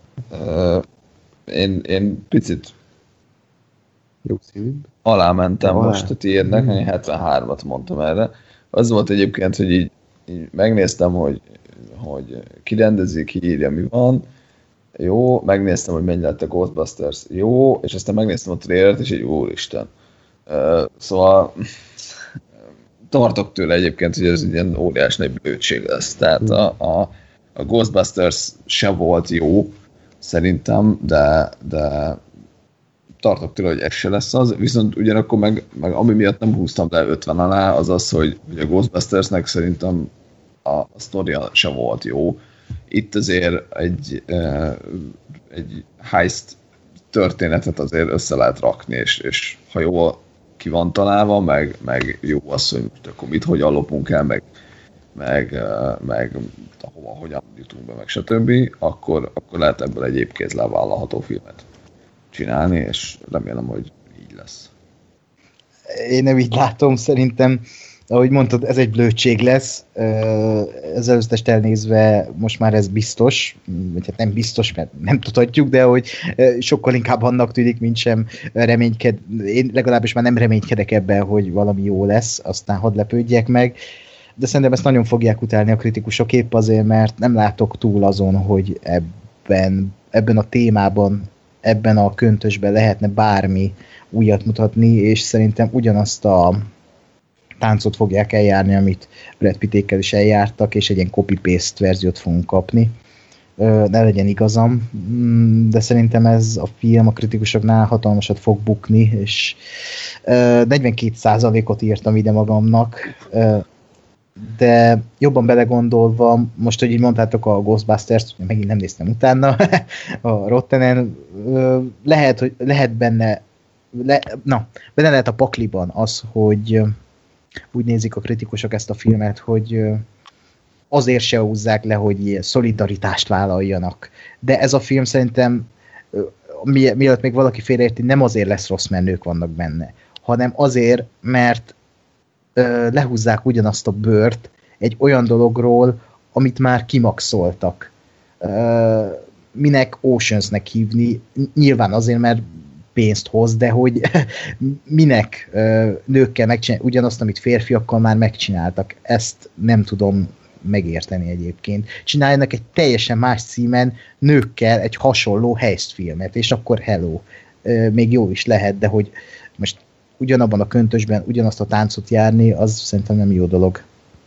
Én picit Jó szívűbb. alámentem most a tiédnek, én 73-at mondtam erre. Az volt egyébként, hogy így megnéztem, hogy ki rendezi, ki írja, mi van. Jó, megnéztem, hogy mennyi lett a Ghostbusters. Jó, és aztán megnéztem a trailert, és így úristen. Szóval tartok tőle egyébként, hogy ez egy ilyen óriás nagy blödség lesz. Tehát a Ghostbusters se volt jó, szerintem, de tartok tőle, hogy ez se lesz az, viszont ugyanakkor meg ami miatt nem húztam le 50 alá, az az, hogy a Ghostbustersnek szerintem a sztoria se volt jó. Itt azért egy heist történetet azért össze lehet rakni, és ha jól ki van találva, meg jó az, hogy most akkor mit, hogyan lopunk el, meg ahova, hogyan jutunk be, meg stb., akkor lehet ebből egy épkézzel vállalható filmet csinálni, és remélem, hogy így lesz. Én nem így látom, szerintem, ahogy mondtad, ez egy blödség lesz. Az előztest elnézve most már ez biztos, vagy hát nem biztos, mert nem tudhatjuk, de hogy sokkal inkább annak tűnik, mint sem én legalábbis már nem reménykedek ebben, hogy valami jó lesz, aztán hadd lepődjek meg. De szerintem ezt nagyon fogják utálni a kritikusok épp azért, mert nem látok túl azon, hogy ebben a témában, ebben a köntösben lehetne bármi újat mutatni, és szerintem ugyanazt a táncot fogják eljárni, amit Brad Pittékkel is eljártak, és egy ilyen copy-paste verziót fogunk kapni. Ne legyen igazam, de szerintem ez a film a kritikusoknál hatalmasat fog bukni, és 42%-ot írtam ide magamnak, de jobban belegondolva, most, hogy így mondtátok a Ghostbusters-t, megint nem néztem utána, a Rottenen, lehet benne lehet a pakliban az, hogy úgy nézik a kritikusok ezt a filmet, hogy azért se húzzák le, hogy ilyen szolidaritást vállaljanak. De ez a film szerintem, mielőtt még valaki félreérti, nem azért lesz rossz, mert nők vannak benne, hanem azért, mert lehúzzák ugyanazt a bőrt egy olyan dologról, amit már kimaxoltak. Minek Oceansnek hívni? Nyilván azért, mert pénzt hoz, de hogy minek nőkkel megcsinálni ugyanazt, amit férfiakkal már megcsináltak. Ezt nem tudom megérteni egyébként. Csináljanak egy teljesen más címen nőkkel egy hasonló heistfilmet, és akkor hello. Még jó is lehet, de hogy most ugyanabban a köntösben ugyanazt a táncot járni, az szerintem nem jó dolog.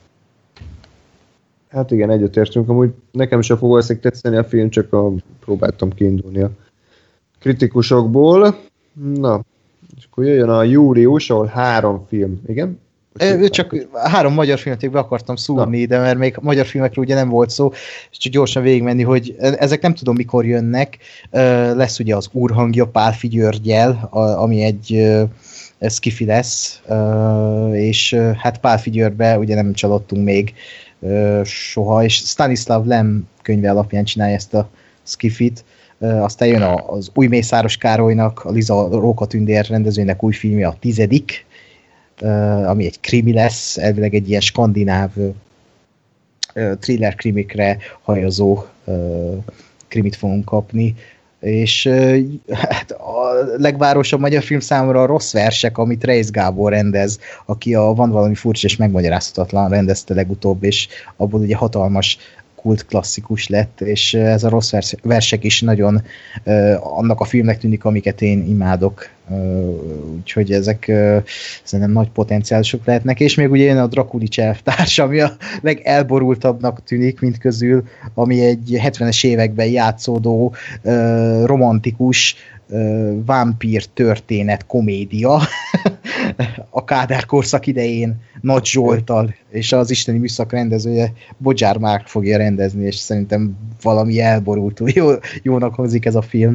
Hát igen, egyetértünk. Amúgy nekem sem fog valószínűleg tetszeni a film, csak próbáltam kiindulni a kritikusokból. Na, és akkor jöjjön a július, ahol 3 film, igen? Csak 3 magyar filmet be akartam szúrni, de mert még magyar filmekről ugye nem volt szó, és csak gyorsan végigmenni, hogy ezek nem tudom mikor jönnek. Lesz ugye az Úrhangja Pálffy Györggyel, ami egy skifi lesz, és hát Pálffy Györgybe ugye nem csalódtunk még soha, és Stanislav Lem könyve alapján csinálja ezt a skifit, aztán jön az új Mészáros Károlynak, a Liza Róka Tündér rendezőnek új filmje, a 10., ami egy krimi lesz, elvileg egy ilyen skandináv thriller krimikre hajazó krimit fogunk kapni, és hát a legvárosabb magyar film számomra a Rossz versek, amit Reisz Gábor rendez, aki a Van valami furcsa és megmagyarázhatatlan rendezte legutóbb, és abból ugye hatalmas kult klasszikus lett, és ez a Rossz versek is nagyon annak a filmnek tűnik, amiket én imádok. Úgyhogy ezek szerintem nagy potenciálisok lehetnek, és még ugye jön a Drakulics elvtárs, ami a legelborultabbnak tűnik, mint közül, ami egy 70-es években játszódó romantikus vámpír történet komédia a Kádár korszak idején Nagy Zsolttal, és az isteni műszak rendezője Bodzsár Márk fogja rendezni, és szerintem valami elborultó jónak hangzik ez a film.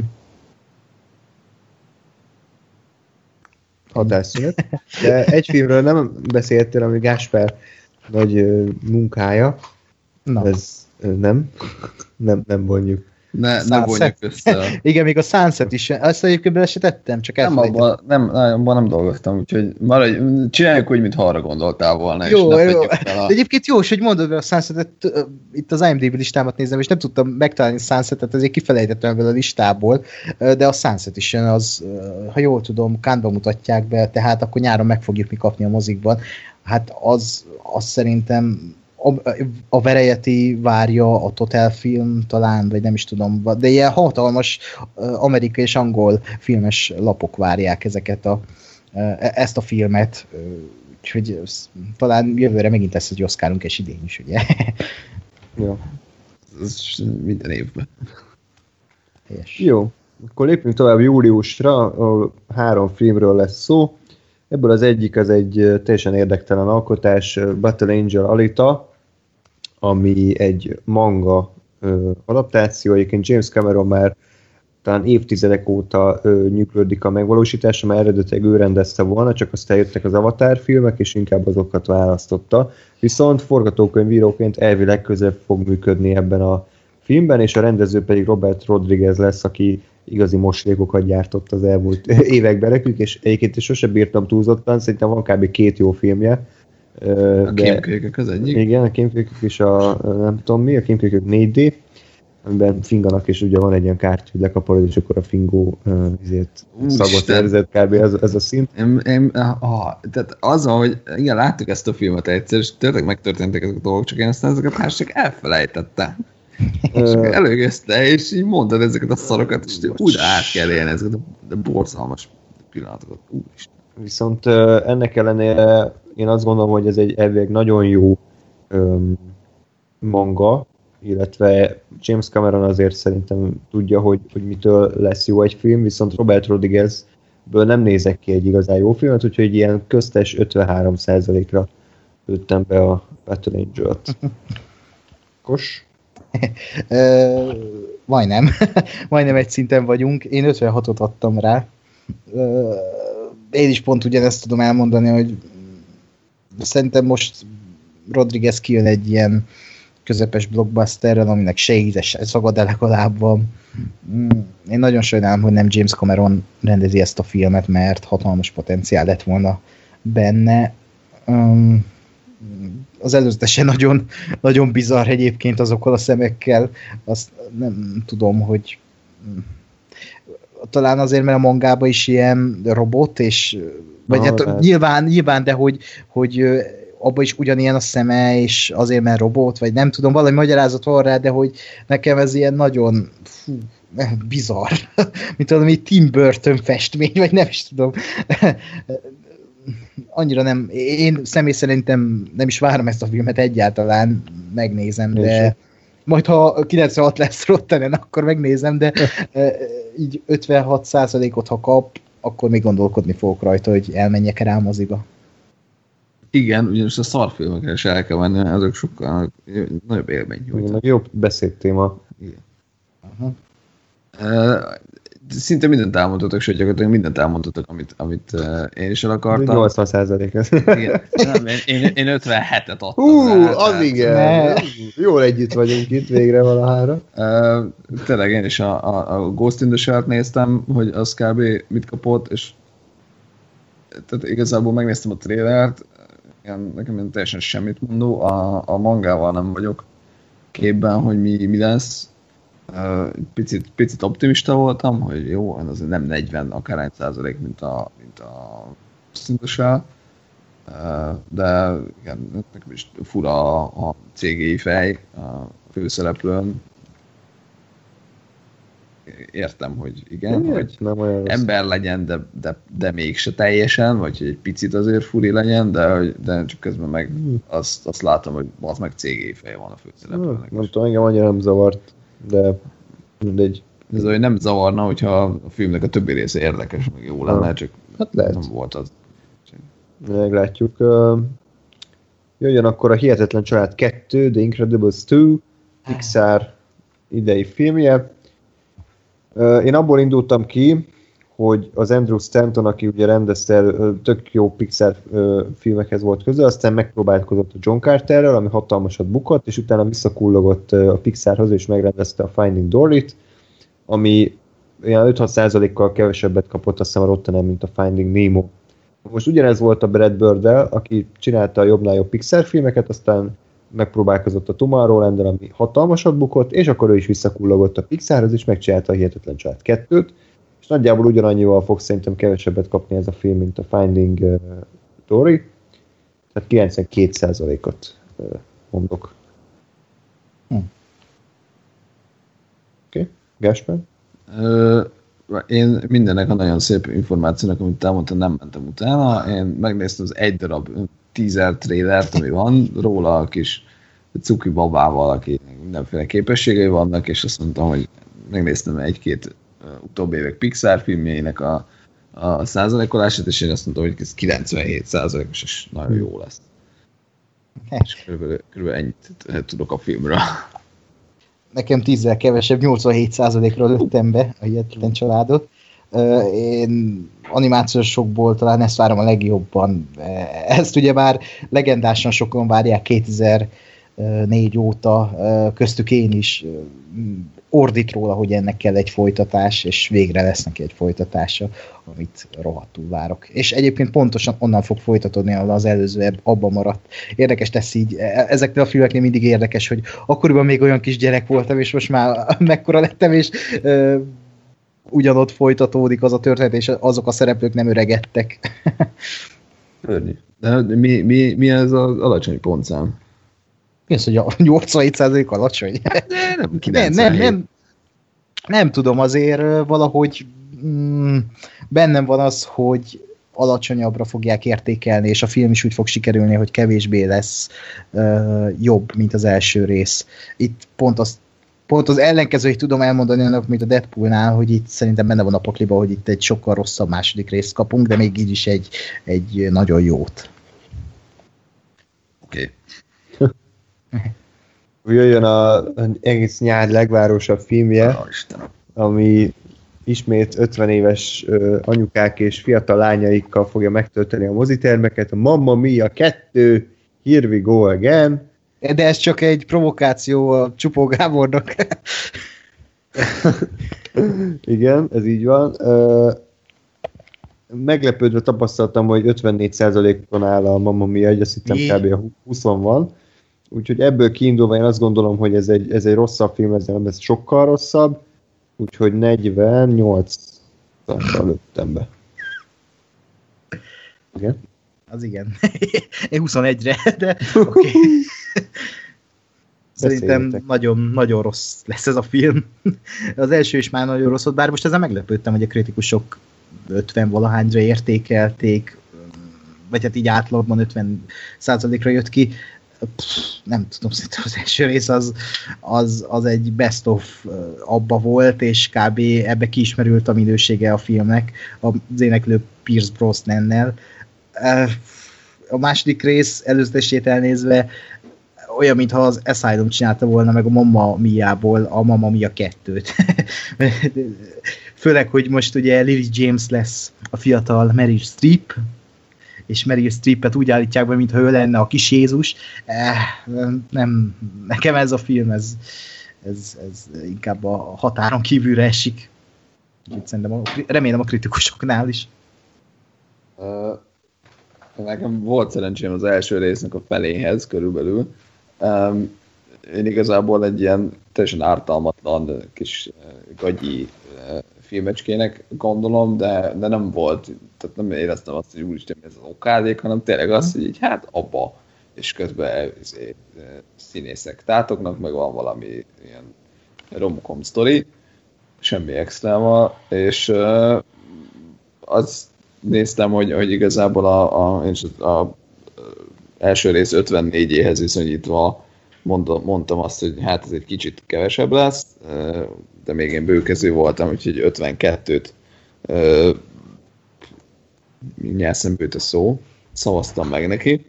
Hatásszünet. De egy filmről nem beszéltél, ami Gáspár nagy munkája. Na. Ez nem vonjuk. Ne vonjuk össze. Igen, még a Sunset is. Azt egyébként bele se tettem, csak elfelejtettem. Abban nem dolgoztam, úgyhogy csináljuk úgy, mintha arra gondoltál volna. Jó, jó. Egyébként jó, hogy mondod be a Sunsetet, itt az IMDb listámat nézem, és nem tudtam megtalálni a Sunsetet, ezért kifelejtettem ebből a listából, de a Sunset is jön, az, ha jól tudom, Cannes-ban mutatják be, tehát akkor nyáron meg fogjuk mi kapni a mozikban. Hát az szerintem a Variety várja, a Total Film talán, vagy nem is tudom, de ilyen hatalmas amerikai és angol filmes lapok várják ezt a filmet, úgyhogy talán jövőre megint lesz egy Oscarunk, és idén is, ugye? Jó. Ez minden évben. Helyes. Jó, akkor lépjünk tovább júliusra, ahol 3 filmről lesz szó. Ebből az egyik az egy teljesen érdektelen alkotás, Battle Angel Alita, ami egy manga adaptáció. Egyébként James Cameron már talán évtizedek óta nyüglődik a megvalósítása, mert eredetileg ő rendezte volna, csak aztán jöttek az Avatar filmek, és inkább azokat választotta. Viszont forgatókönyvíróként elvileg közel fog működni ebben a filmben, és a rendező pedig Robert Rodriguez lesz, aki igazi mosolyékokat gyártott az elmúlt években nekünk, és egyébként sosem bírtam túlzottan, szerintem van kb. 2 jó filmje. A Kémkölykök az egyik? Igen, a Kémkölykök is nem tudom mi, a Kémkölykök 4D, amiben finganak, és ugye van egy ilyen kárt, hogy lekaparod, és akkor a fingó szagot érzett kb. Ez a szint. Tehát az, hogy igen, láttuk ezt a filmet egyszer, és tényleg megtörténtek ezek a dolgok, csak én aztán ezeket már csak elfelejtettem. És előgözte, és így mondtad ezeket a szarokat, és úgy át kell élni ezeket a borzalmas pillanatokat. Úristen. Viszont ennek ellenére én azt gondolom, hogy ez egy elvileg nagyon jó manga, illetve James Cameron azért szerintem tudja, hogy mitől lesz jó egy film, viszont Robert Rodriguezből nem nézek ki egy igazán jó filmet, úgyhogy ilyen köztes 53%-ra lőttem be a Battle Angel-t. Kos? Majdnem. Majdnem egy szinten vagyunk. Én 56-ot adtam rá. Én is pont ugyanezt tudom elmondani, hogy szerintem most Rodriguez kijön egy ilyen közepes blockbusterrel, aminek se íze, se szaga, de legalább van. Én nagyon sajnálom, hogy nem James Cameron rendezi ezt a filmet, mert hatalmas potenciál lett volna benne. Az előzetesen nagyon, nagyon bizarr egyébként azokkal a szemekkel. Azt nem tudom, hogy talán azért, mert a mangában is ilyen robot, és vagy hát nyilván, de hogy abban is ugyanilyen a szeme, és azért, mert robot, vagy nem tudom, valami magyarázat van rá, de hogy nekem ez ilyen nagyon bizarr, mint valami Tim Burton festmény, vagy nem is tudom. Annyira nem, én személy szerintem nem is várom ezt a filmet egyáltalán, megnézem, de majd ha 96 lesz Rottenen, akkor megnézem, de így 56%-ot ha kap, akkor még gondolkodni fogok rajta, hogy elmenjek rá a moziba. Igen, ugyanis a szarfilmekre is el kell menni, azok sokkal nagyobb élmény nyújtanak. Jobb beszédtéma. Igen. szinte mindent elmondhatok, sőt gyakorlatilag mindent elmondhatok, amit én is el akartam. 80% ez. Igen. Nem, én 57-et adtam rá. Az igen. Jól együtt vagyunk itt végre valahára. Tényleg én is a Ghost in the Shell-t néztem, hogy az kb. Mit kapott, és tehát igazából megnéztem a trailert, nekem teljesen semmit mondó, a mangával nem vagyok képben, hogy mi lesz. Picit optimista voltam, hogy jó, az nem 40 akárhány százalék, mint a Szintosál, de igen, nekem is fura a CGI fej a főszereplőn. Értem, hogy igen, hogy ember legyen, de mégse teljesen, vagy hogy egy picit azért furi legyen, de csak közben meg azt látom, hogy az meg CGI feje van a főszereplőnek. Nem tudom, engem annyira nem zavart, de mindegy. Ez olyan nem zavarna, hogyha a filmnek a többi része érdekes, meg jó lenne, csak hát lehet. Nem volt az. Meglátjuk. Jöjjön akkor a Hihetetlen Család 2, The Incredibles 2, Pixar idei filmje. Én abból indultam ki, hogy az Andrew Stanton, aki ugye rendezte, tök jó Pixar filmekhez volt köze, aztán megpróbálkozott a John Carterrel, ami hatalmasat bukott, és utána visszakullogott a Pixarhoz, és megrendezte a Finding Dory-t, ami olyan 5-6%-kal kevesebbet kapott, azt hiszem a Rotten, mint a Finding Nemo. Most ugyanez volt a Brad Bird-el, aki csinálta a jobbnál jobb Pixar filmeket, aztán megpróbálkozott a Tomorrowland-el, ami hatalmasat bukott, és akkor ő is visszakullogott a Pixarhoz, és megcsinálta a Hihetetlen Család 2-t, és nagyjából ugyanannyival fog szerintem kevesebbet kapni ez a film, mint a Finding Dory. Tehát 92%-ot mondok. Oké, Gáspár? Én mindennek a nagyon szép információnak, amit elmondtam, nem mentem utána. Én megnéztem az egy darab teaser trailert, ami van róla, a kis cuki babával, aki mindenféle képességei vannak, és azt mondtam, hogy megnéztem egy-két utóbbi évek Pixar filmjeinek a százalékolását, és én azt mondtam, hogy ez 97%-os, és nagyon jó lesz. És körülbelül ennyit tudok a filmről. Nekem 10-zel kevesebb, 87%-ra lőttem be a Hihetetlen Családot. Én animációs sokból talán ezt várom a legjobban. Ezt ugye már legendásan sokan várják 2004 óta, köztük én is ordít róla, hogy ennek kell egy folytatás, és végre lesz neki egy folytatása, amit rohadtul várok. És egyébként pontosan onnan fog folytatódni, ahol az előző abban maradt. Érdekes lesz így, ezeknél a filmeknél mindig érdekes, hogy akkoriban még olyan kis gyerek voltam, és most már mekkora lettem, és ugyanott folytatódik az a történet, és azok a szereplők nem öregedtek. De mi ez az alacsony pontszám? Mi az, hogy a 87% alacsony? Nem tudom, azért valahogy bennem van az, hogy alacsonyabbra fogják értékelni, és a film is úgy fog sikerülni, hogy kevésbé lesz jobb, mint az első rész. Itt pont az ellenkezőit tudom elmondani annak, mint a Deadpoolnál, hogy itt szerintem benne van a pakliba, hogy itt egy sokkal rosszabb második részt kapunk, de még így is egy nagyon jót. Oké. Jöjjön az egész nyár legvárosabb filmje, ami ismét 50 éves anyukák és fiatal lányaikkal fogja megtölteni a mozitermeket. A Mamma Mia 2, Here We Go Again. De ez csak egy provokáció a Csupó Gábornak. Igen, ez így van. Meglepődve tapasztaltam, hogy 54%-on áll a Mamma Mia, azt hittem kb. 20 van. Úgyhogy ebből kiindulva én azt gondolom, hogy ez egy rosszabb film, ez nem lesz sokkal rosszabb. Úgyhogy 48-tal lőttem be. Igen? Az igen. Én 21-re, de oké. Szerintem nagyon rossz lesz ez a film. Az első is már nagyon rossz volt, bár most ezzel meglepődtem, hogy a kritikusok 50-valahányra értékelték, vagy hát így átlagban 50%-ra jött ki. Nem tudom, szerintem az első rész az egy best of abba volt, és kb. Ebbe kiismerült a minősége a filmnek, az éneklő Pierce Brosnannel. A második rész előzetesét elnézve olyan, mintha az Asylum csinálta volna meg a Mamma Mia-ból a Mamma Mia 2-t. Főleg, hogy most ugye Lily James lesz a fiatal Meryl Streep, és Meryl Streepet úgy állítják be, mintha ő lenne a kis Jézus. Nem, nekem ez a film, ez inkább a határon kívülre esik. Szerintem remélem a kritikusoknál is. Nekem volt szerencsém az első résznek a feléhez körülbelül. Én igazából egy ilyen teljesen ártalmatlan kis gagyi filmecskének gondolom, de nem volt, tehát nem éreztem azt, hogy úristen, ez az okádék, hanem tényleg az, hogy így hát abba, és közben színészek tátognak, meg van valami ilyen rom-com sztori, semmi extráma, és azt néztem, hogy igazából a első rész 54-éhez viszonyítva mondtam azt, hogy hát ez egy kicsit kevesebb lesz, de még én bőkező voltam, úgyhogy 52-t mindjárt eszembe jut a szó, szavaztam meg neki,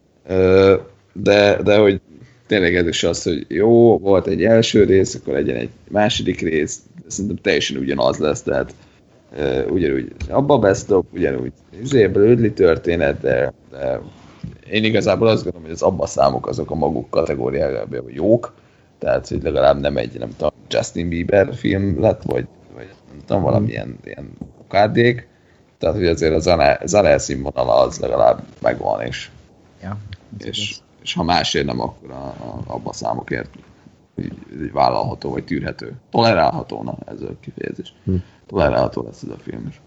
de hogy tényleg ez is az, hogy jó, volt egy első rész, akkor legyen egy második rész, de szerintem teljesen ugyanaz lesz, tehát ugyanúgy abba beszélok, ugyanúgy belőli történet, de én igazából azt gondolom, hogy az abba számok azok a maguk kategóriájában jók, tehát hogy legalább nem egy, nem tudom, Justin Bieber film lett, vagy nem tudom, valamilyen ilyen okádék, tehát hogy azért a zene színvonala az legalább megvan, és ha másért nem, akkor abba számokért így vállalható, vagy tűrhető. Tolerálható, na, ez a kifejezés. Tolerálható lesz ez a film is.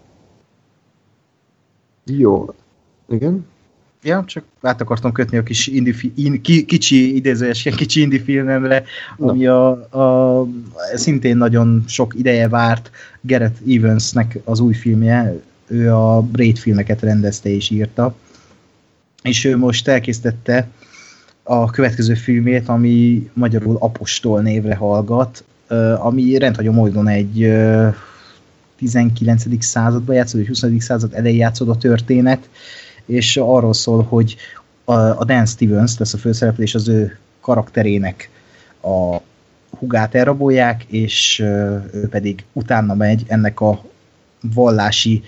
Jó. Igen? Ja, csak át akartam kötni a kis kicsi idézőesen kicsi indie filmemre, ami szintén nagyon sok ideje várt Gareth Evansnek az új filmje. Ő a Braid filmeket rendezte és írta. És ő most elkészítette a következő filmét, ami magyarul Apostol névre hallgat, ami rendhagyó módon egy 19. században játszódó, vagy 20. század elején játszódó történet, és arról szól, hogy a Dan Stevens lesz a főszereplő, és az ő karakterének a hugát elrabolják, és ő pedig utána megy ennek a vallási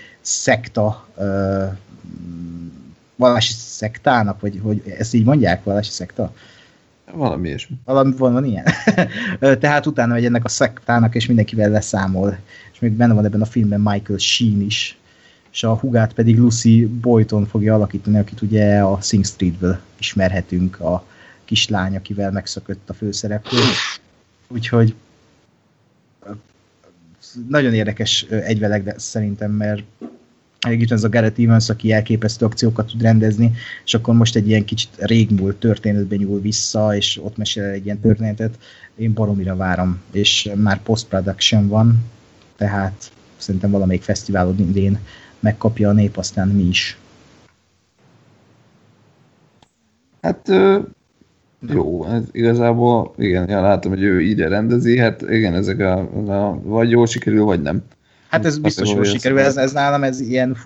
szektának, vagy hogy ezt így mondják, vallási szekta? Valami ilyesmi. Van ilyen. Tehát utána megy ennek a szektának, és mindenkivel leszámol. És még benne van ebben a filmben Michael Sheen is, és a hugát pedig Lucy Boyton fogja alakítani, akit ugye a Sing Streetből ismerhetünk, a kislány, akivel megszökött a főszereplő. Úgyhogy nagyon érdekes egyveleg, de szerintem, mert itt ez a Gareth Evans, aki elképesztő akciókat tud rendezni, és akkor most egy ilyen kicsit régmúlt történetben nyúl vissza, és ott mesél egy ilyen történetet. Én baromira várom, és már post-production van, tehát szerintem valamelyik fesztiválon idén megkapja a nép, aztán mi is. Hát jó, ez igazából igen, látom, hogy ő ide rendezi, hát igen, ezek vagy jól sikerül, vagy nem. Hát ez biztos jól sikerül, ez nálam ez ilyen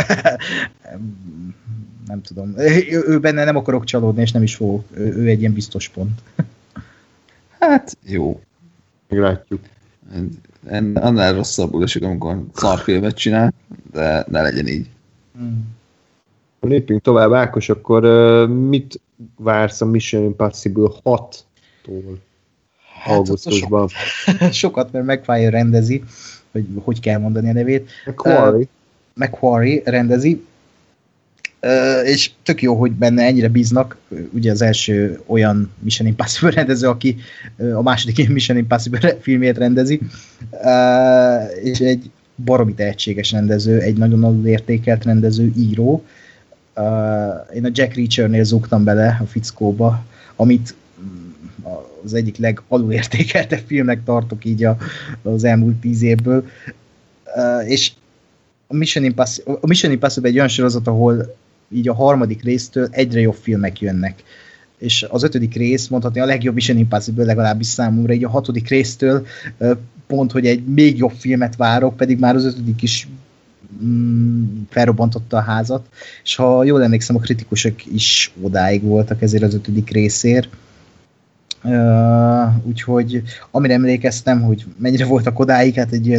nem tudom. Ő benne nem akarok csalódni, és nem is fogok. Ő egy ilyen biztos pont. Hát jó. Meglátjuk. Annál rosszabbul esik, amikor szarfilmet csinál, de ne legyen így. Lépjünk tovább, Ákos, akkor mit vársz a Mission Impossible 6-tól augusztusban? Sokat, mert McQuarrie rendezi, hogy kell mondani a nevét. McQuarrie rendezi, és tök jó, hogy benne ennyire bíznak. Ugye az első olyan Mission Impossible rendező, aki a második Mission Impossible filmét rendezi, és egy baromi tehetséges rendező, egy nagyon alulértékelt rendező, író. Én a Jack Reachernél zúgtam bele a fickóba, amit az egyik legalulértékeltebb filmnek tartok így az elmúlt 10 évből. És a Mission Impossible egy olyan sorozat, ahol így a harmadik résztől egyre jobb filmek jönnek. És az 5. rész mondhatni a legjobb Mission Impossible, legalábbis számomra, így a 6. résztől pont, hogy egy még jobb filmet várok, pedig már az 5. is felrobbantotta a házat, és ha jól emlékszem, a kritikusok is odáig voltak ezért az 5. részért. Úgyhogy amire emlékeztem, hogy mennyire voltak odáig, hát egy ilyen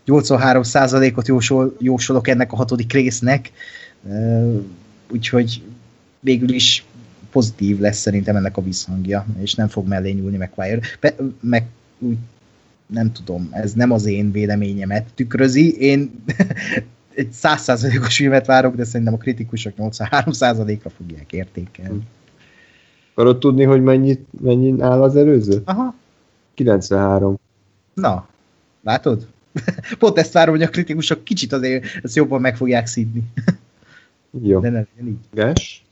83%-ot jósolok ennek a 6. résznek, úgyhogy végül is pozitív lesz szerintem ennek a visszhangja, és nem fog mellé nyúlni McQuire. Meg úgy nem tudom, ez nem az én véleményemet tükrözi. Én egy 100%-os filmet várok, de szerintem a kritikusok 83%-ra fogják értékelni. Akarod tudni, hogy mennyi áll az előző? Aha. 93. Na, látod? Pont ezt várom, hogy a kritikusok kicsit azért ezt jobban meg fogják szídni. Jó. De nem így. Gás?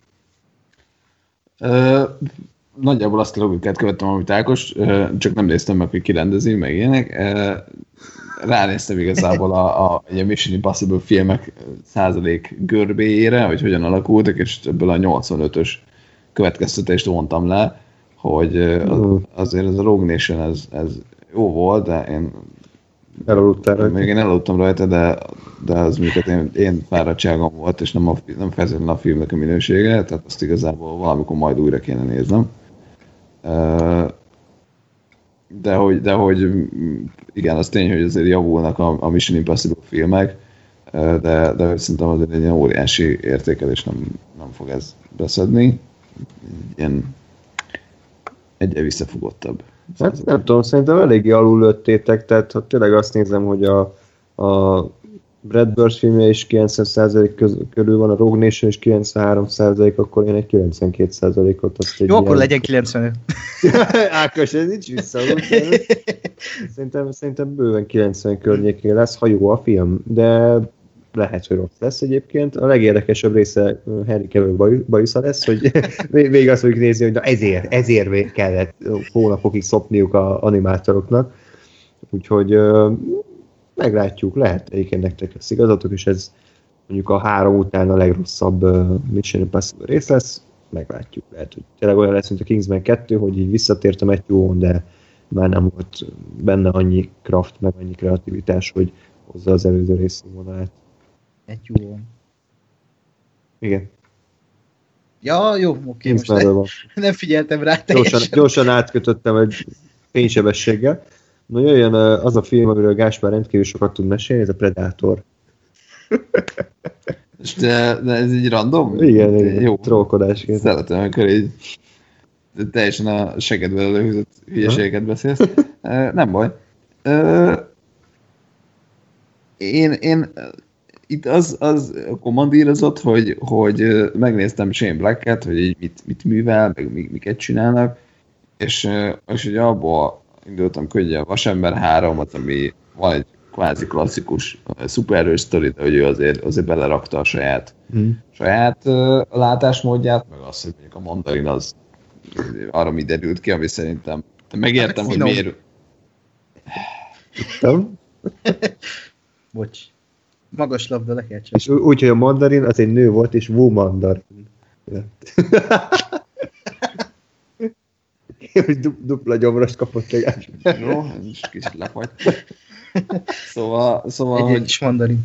Nagyjából azt a logikát követtem, amit Ákos, csak nem néztem meg, hogy ki rendezi, meg ilyenek. Ránéztem igazából a Mission Impossible filmek százalék görbéjére, hogy hogyan alakultak, és ebből a 85-ös következtetést vontam le, hogy azért ez a Rogue Nation ez jó volt, de én elaludtam rajta, de az mondjuk én fáradtságom volt, és nem feltétlenül a filmnek a minősége, tehát azt igazából valamikor majd újra kéne néznem. De hogy igen, az tény, hogy azért javulnak a Mission Impossible filmek, de szerintem azért egy ilyen óriási értékelés nem fog ez beszedni. Ilyen egyre visszafogottabb. Hát nem tudom, szerintem eléggé alulőttétek, tehát ha tényleg azt nézem, hogy a Brad Bird filmje is 90% körül van, a Rogue Nation is 93%, akkor én egy 92%-ot azt egy jó, akkor legyen 95. Ákos, ez nincs vissza. Szerintem bőven 90 környékén lesz, ha jó a film, de lehet, hogy rossz lesz egyébként. A legérdekesebb része Henry Cavill bajusza lesz, hogy végig azt fogjuk nézni, hogy na ezért kellett hónapokig szopniuk az animátoroknak. Úgyhogy meglátjuk, lehet egyébként nektek lesz igazatok, és ez mondjuk a 3 után a legrosszabb Mission Impossible rész lesz. Meglátjuk, lehet, hogy tényleg olyan lesz, mint a Kingsman 2, hogy így visszatért a Matthew Vaughn, de már nem volt benne annyi craft, meg annyi kreativitás, hogy hozza az előző rész színvonalát. Matthew Vaughn. Igen. Ja, jó, oké, most nem figyeltem rá teljesen. Gyorsan átkötöttem egy fénysebességgel. Na jöjjön az a film, amiről Gáspár rendkívül sokat tud mesélni, ez a Predator. De ez így random? Igen, jó. Trollkodásként. Szeretem, amikor így teljesen a segedbe előhűzött hülyeségeket beszélsz. Nem baj. Én itt az kommandírozott, hogy megnéztem Shane Black-et, hogy így mit művel, meg miket csinálnak, és hogy abból indultam könnyen a Vasember 3, az, ami van egy kvázi klasszikus szuperhős sztori, de hogy ő azért belerakta a saját látásmódját, meg azt, hogy mondjuk a Mandarin az arra mi derült ki, ami szerintem megértem, hogy miért... Bocs. Magas labda, le kell csak. És úgy, hogy a Mandarin az egy nő volt, és Wu Mandarin. Dupla gyomrost kapott legás. Jó, ez is kicsit lefagy. Szóval egy is Mandarin.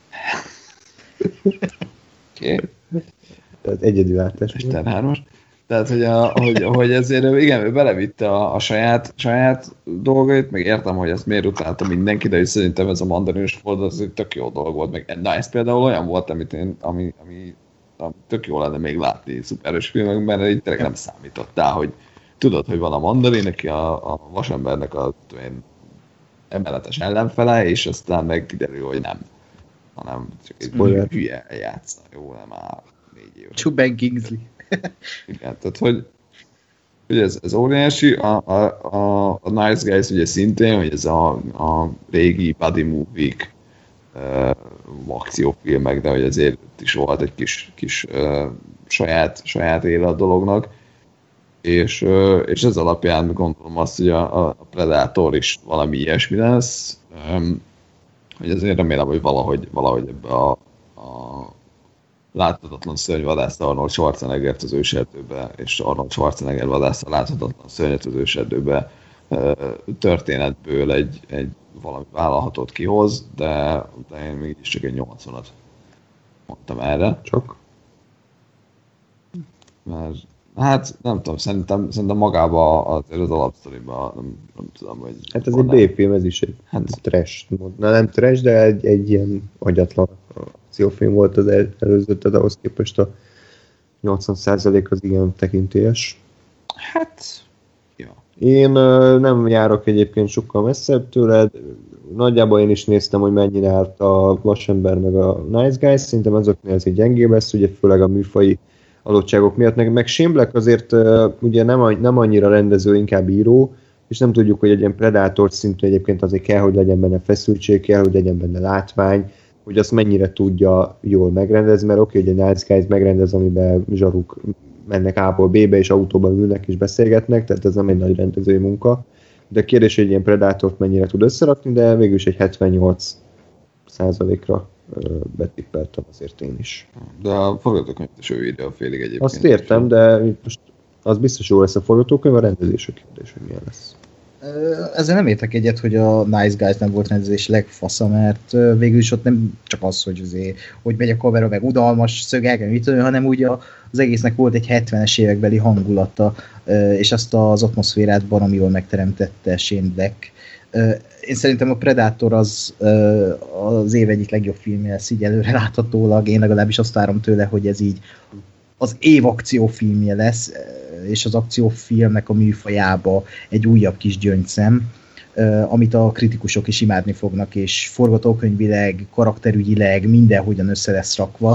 Oké. Tehát egyedül látás. Isten 3-as. Tehát, hogy ezért igen, ő belevitte a saját dolgait, meg értem, hogy ezt miért utálta mindenki, de szerintem ez a mandarinos fordul, az egy tök jó dolog volt. Meg na, ez például olyan volt, ami tök jó lenne még látni szuperhős filmekben, mert így tényleg nem számítottál, hogy tudod, hogy van a Mandarin, aki a vasembernek a emeletes ellenfele, és aztán meg kiderül, hogy nem. Hanem csak egy hülye játsza. Jó, nem áll 4 év. Ben Kingsley. Igen, tehát hogy ez óriási. A Nice Guys ugye szintén, hogy ez a régi buddy movie-k akciófilmek, de hogy azért is volt egy kis saját éle a dolognak. És ez alapján gondolom azt, hogy a Predator is valami ilyesmi lesz, hogy azért remélem, hogy valahogy ebbe a láthatatlan szörny vadászta Arnold Schwarzeneggert az őserdőbe, és Arnold Schwarzenegger vadászta láthatatlan szörnyet az őserdőbe történetből egy valami vállalhatót kihoz, de én mégis csak egy 80-at mondtam erre. Csak? Mert Hát nem tudom, szerintem magába azért az alapsztoriban nem tudom, hogy... Hát ez egy B-film, ez is egy trash. Na nem trash, de egy ilyen agyatlan akciófilm volt az előző, tehát ahhoz képest a 80% az igen tekintélyes. Hát, ja. Én nem járok egyébként sokkal messzebb tőled. Nagyjából én is néztem, hogy mennyire állt a Vasember meg a Nice Guys. Szerintem azoknél ez egy gyengébb lesz, ugye főleg a műfai adottságok miatt. Meg Shane Black azért ugye nem annyira rendező, inkább író, és nem tudjuk, hogy egy ilyen Predator szintű egyébként azért kell, hogy legyen benne feszültség, kell, hogy legyen benne látvány, hogy azt mennyire tudja jól megrendezni, mert oké, hogy egy Nice Guys megrendez, amiben zsaruk mennek A-ból B-be, és autóban ülnek és beszélgetnek, tehát ez nem egy nagy rendezői munka. De a kérdés, hogy egy ilyen Predatort mennyire tud összerakni, de végülis egy 78%-ra betippeltem azért én is. De a forgatókönyvet is ő írja félig egyébként. Azt értem, de most az biztos jó lesz a forgatókönyv, a rendezés a kérdés, hogy milyen lesz. Ezzel nem értek egyet, hogy a Nice Guys nem volt rendezés legfasza, mert végül is ott nem csak az, hogy megy a kamera, meg udalmas szögek, hanem úgy az egésznek volt egy 70-es évekbeli hangulata, és azt az atmoszférát baromi jól megteremtette Shane Black. Én szerintem a Predator az év egyik legjobb filmje lesz így előre láthatólag, én legalábbis azt várom tőle, hogy ez így az év akciófilmje lesz, és az akciófilmnek a műfajába egy újabb kis gyöngyszem, amit a kritikusok is imádni fognak, és forgatókönyvileg, karakterügyileg mindenhogyan össze lesz rakva.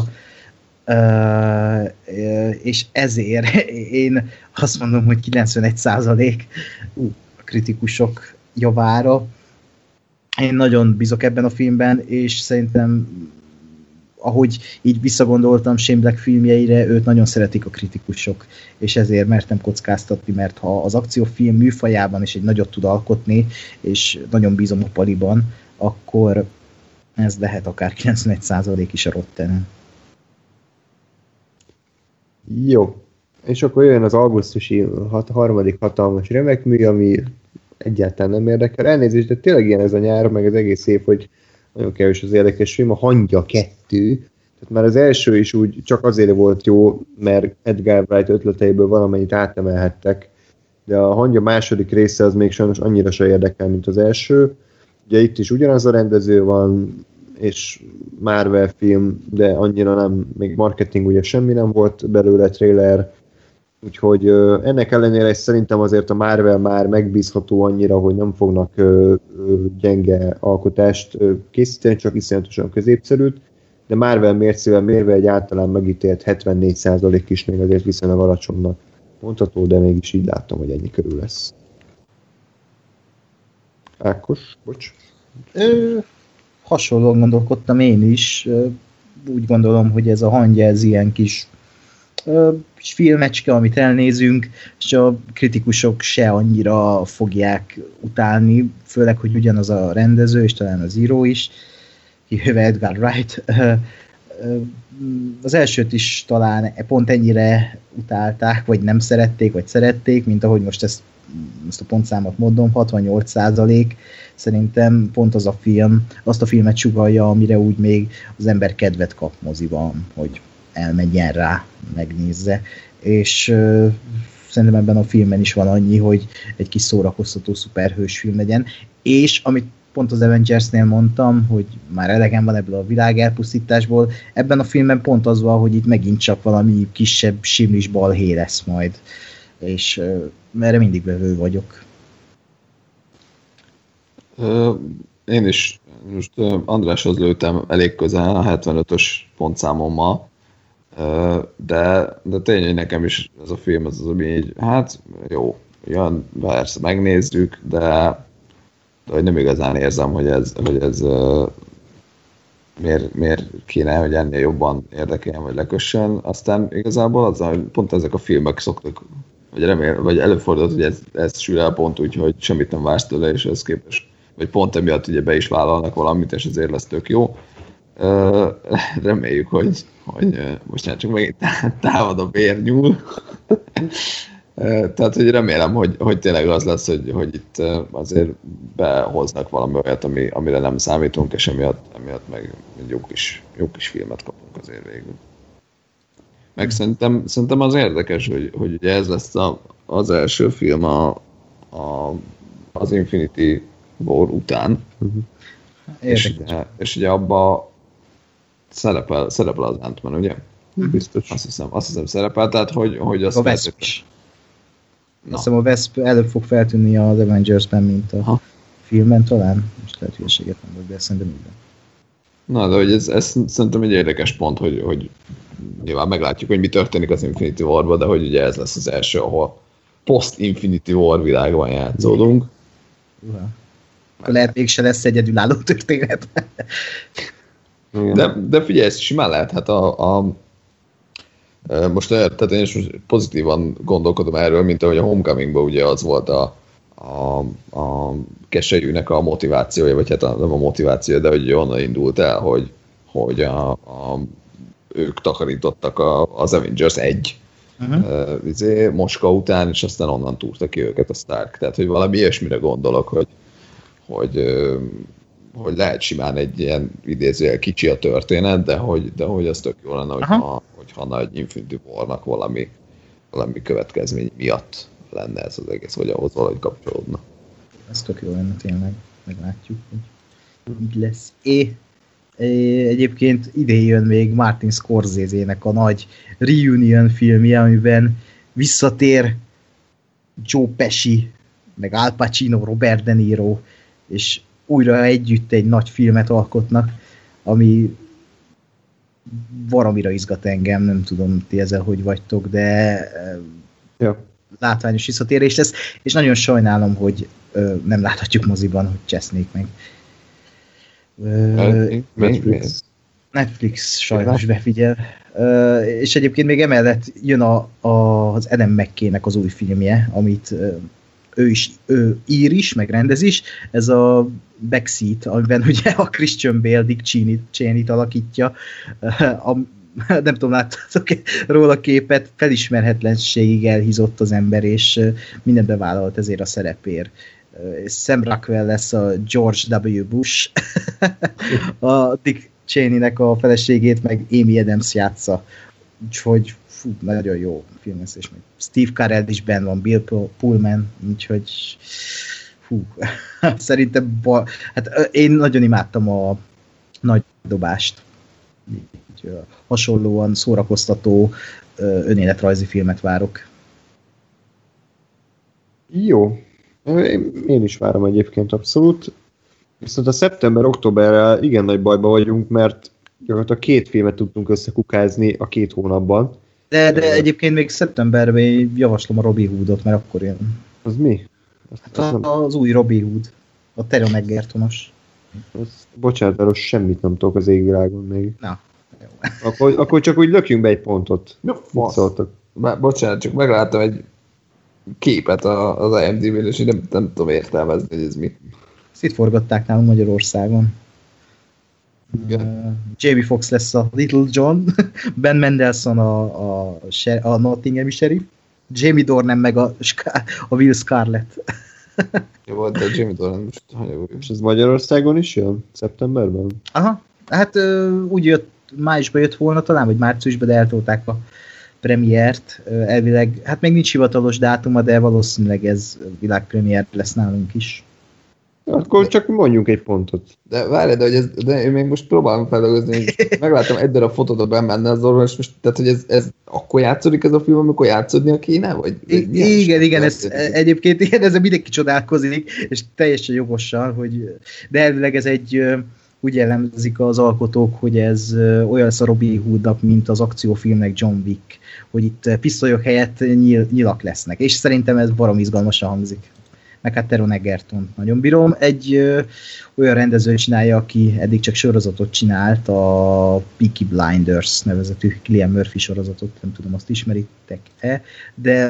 És ezért én azt mondom, hogy 91% a kritikusok javára. Én nagyon bízok ebben a filmben, és szerintem ahogy így visszagondoltam Shane Black filmjeire, őt nagyon szeretik a kritikusok, és ezért mertem kockáztatni, mert ha az akciófilm műfajában is egy nagyot tud alkotni, és nagyon bízom a paliban, akkor ez lehet akár 91% is a Rotten. Jó. És akkor jön az augusztusi harmadik hatalmas remekmű, ami egyáltalán nem érdekel. Elnézést, de tényleg ilyen ez a nyár, meg az egész év, hogy nagyon kevés az érdekes film, a Hangya 2. Tehát már az első is úgy csak azért volt jó, mert Edgar Wright ötleteiből valamennyit átemelhettek, de a Hangya második része az még sajnos annyira se érdekel, mint az első. Ugye itt is ugyanaz a rendező van, és Marvel film, de annyira nem, még marketing ugye semmi nem volt belőle, trailer, úgyhogy ennek ellenére is szerintem azért a Marvel már megbízható annyira, hogy nem fognak gyenge alkotást készíteni, csak iszonyatosan középszerűt, de Marvel mércével mérve egy általán megítélt 74% is még azért viszonylag alacsonynak mondható, de mégis így láttam, hogy ennyi körül lesz. Ákos, bocs. Hasonlóan gondolkodtam én is. Úgy gondolom, hogy ez a Hangya, ez ilyen kis filmecske, amit elnézünk, és a kritikusok se annyira fogják utálni, főleg, hogy ugyanaz a rendező, és talán az író is, kivéve Edgar Wright. Az elsőt is talán pont ennyire utálták, vagy nem szerették, vagy szerették, mint ahogy most ezt a pontszámot mondom, 68%. Szerintem pont az a film, azt a filmet sugallja, amire úgy még az ember kedvet kap moziban, hogy elmenjen rá, megnézze. És szerintem ebben a filmben is van annyi, hogy egy kis szórakoztató szuperhős film legyen. És amit pont az Avengersnél mondtam, hogy már elegem van ebből a világ elpusztításból, ebben a filmben pont az van, hogy itt megint csak valami kisebb simlis balhé lesz majd. És erre mindig vevő vagyok. Én is most Andráshoz lőttem elég közel a 75-ös pontszámommal, de tényleg nekem is ez a film az ami így, hát jó, jön, persze megnézzük, de hogy nem igazán érzem, hogy ez miért kéne, hogy ennél jobban érdekeljen, vagy lekössen. Aztán igazából az, hogy pont ezek a filmek szoktak, vagy előfordult, hogy ez sül el pont úgy, hogy semmit nem vársz tőle, és ez képes, vagy pont emiatt ugye be is vállalnak valamit, és ezért lesz tök jó. Reméljük, hogy most már csak megint támad a bérnyúl. Tehát, hogy remélem, hogy tényleg az lesz, hogy itt azért behoznak valami olyat, amire nem számítunk, és emiatt meg jó kis filmet kapunk azért végül. Meg szerintem az érdekes, hogy ugye ez lesz az első film az Infinity War után. És ugye abban szerepel az Ant-Man, ugye? Biztos. Azt hiszem szerepel, tehát hogy azt A Vesp is. Azt hiszem a Vesp előbb fog feltűnni az Avengers-ben, mint a filmben talán. Most lehet hülyeséget nem vagy, de szerintem minden. Na, de hogy ez szerintem egy érdekes pont, hogy nyilván meglátjuk, hogy mi történik az Infinity War-ban, de hogy ugye ez lesz az első, ahol post-Infinity War világban játszódunk. Lehet mégse lesz egyedülálló történet. De figyelj, ez simán lehet, hát most tehát én is pozitívan gondolkodom erről, mint ahogy a Homecomingban ugye az volt a Keselyűnek a motivációja, vagy hát nem a motivációja, de hogy onnan indult el, hogy ők takarítottak az Avengers 1 Moska után, és aztán onnan túrta ki őket a Stark. Tehát, hogy valami ilyesmire gondolok, hogy lehet simán egy ilyen idézőjel kicsi a történet, de hogy az tök jó lenne, hogyha nagy Infinity War-nak valami következmény miatt lenne ez az egész, vagy ahhoz valahogy kapcsolódna. Ez tök jó lenne tényleg, meglátjuk, hogy így lesz. Egyébként idén jön még Martin Scorsese-nek a nagy reunion filmje, amiben visszatér Joe Pesci, meg Al Pacino, Robert De Niro, és újra együtt egy nagy filmet alkotnak, ami valamira izgat engem, nem tudom, ti ezzel hogy vagytok, de látványos visszatérés lesz, és nagyon sajnálom, hogy nem láthatjuk moziban, hogy csesznék meg. Netflix sajnos befigyel. És egyébként még emellett jön az Adam McKay-nek az új filmje, amit ő ír is, meg rendez is, ez a Backseat, amiben ugye a Christian Bale Dick Cheney-t alakítja. Nem tudom, láttatok róla képet, felismerhetlenségig elhízott az ember, és mindent bevállalt ezért a szerepért. Sam Rockwell lesz a George W. Bush, a Dick Cheney-nek a feleségét, meg Amy Adams játsza. Úgyhogy nagyon jó film lesz, és Steve Carell is benn van, Bill Pullman, úgyhogy szerintem hát én nagyon imádtam a Nagy dobást. Hasonlóan szórakoztató önéletrajzi filmet várok. Jó. Én is várom egyébként abszolút. Viszont a szeptember-októberrel igen nagy bajba vagyunk, mert gyakorlatilag 2 filmet tudtunk összekukázni a 2 hónapban. De egyébként még szeptemberben javaslom a Robin Hoodot, mert akkor jön. Az mi? Az új Robin Hood. A Taron Egertonos. Bocsánat, arról semmit nem tudok az égvilágon még. Na. Akkor csak úgy lökjünk be egy pontot. Bocsánat, csak megláttam egy képet az IMDb-n, és nem tudom értelmezni, hogy ez mi. Ezt itt forgatták nálunk Magyarországon. Jamie Foxx lesz a Little John, Ben Mendelsohn a Nottinghami sheriff, Jamie Dornan meg a Will Scarlett. Jó volt, de Jamie Dornan most hanyagoljuk. És ez Magyarországon is jön? Szeptemberben? Aha, hát úgy jött, májusban jött volna talán, vagy márciusban, de eltolták a premiért. Elvileg, hát még nincs hivatalos dátuma, de valószínűleg ez világpremiér lesz nálunk is. Akkor csak mondjunk egy pontot. De várj, de én még most próbálom feldolgozni, hogy meglátom egy darab fotót a Ben Mendelsohnról, és most, tehát, hogy ez akkor játszódik ez a film, amikor játszódnia kéne? Vagy igen, egyébként igen, ezzel mindenki csodálkozik, és teljesen jogosan, de elvileg ez úgy jellemzik az alkotók, hogy ez olyan lesz a Robin Hoodnak, mint az akciófilmnek John Wick, hogy itt pisztolyok helyett nyilak lesznek, és szerintem ez barom izgalmasan hangzik. Meg hát Taron Egerton nagyon bírom. Egy olyan rendező csinálja, aki eddig csak sorozatot csinált, a Peaky Blinders nevezetű Cillian Murphy sorozatot, nem tudom, azt ismeritek-e, de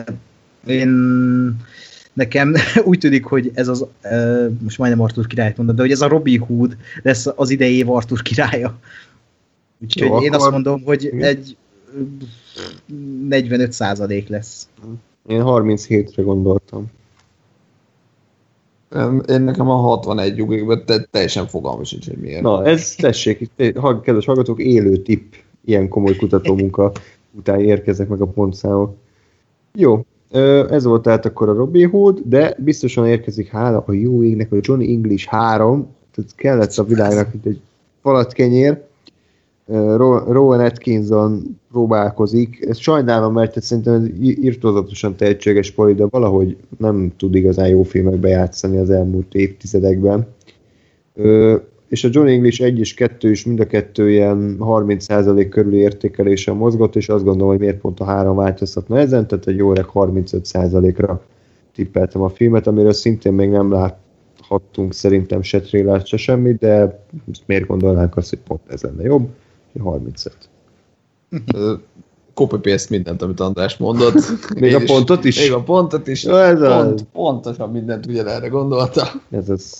nekem úgy tűnik, hogy ez az, most majdnem Arthur királyt mondom, de hogy ez a Robin Hood lesz az idei év Arthur királya. Úgyhogy jó, én azt mondom, hogy egy 45% lesz. Én 37-re gondoltam. Én nekem a 61 ugrik, de teljesen fogalmam sincs, hogy miért. Na, ez tessék, kedves hallgatók, élő tipp, ilyen komoly kutatómunka után érkeznek meg a pontszámok. Jó, ez volt tehát akkor a Robin Hood, de biztosan érkezik, hála a jó égnek, a Johnny English 3, tehát kellett a világnak, mint egy falatkenyér. Rowan Atkinson próbálkozik. Ezt sajnálom, mert szerintem irtózatosan tehetséges pali, de valahogy nem tud igazán jó filmekbe játszani az elmúlt évtizedekben. És a Johnny English 1 és 2 is mind a kettő ilyen 30% körüli értékelésen mozgott, és azt gondolom, hogy miért pont a 3 változtatna ezen, tehát egy jó öreg 35%-ra tippeltem a filmet, amiről szintén még nem láthattunk szerintem se trailert, se semmit, de miért gondolnánk azt, hogy pont ez lenne jobb, 35. Copy-paste mindent, amit András mondott. Még a pontot is? Még a pontot is. Pontosan mindent ugyanerre gondolta. Ez az.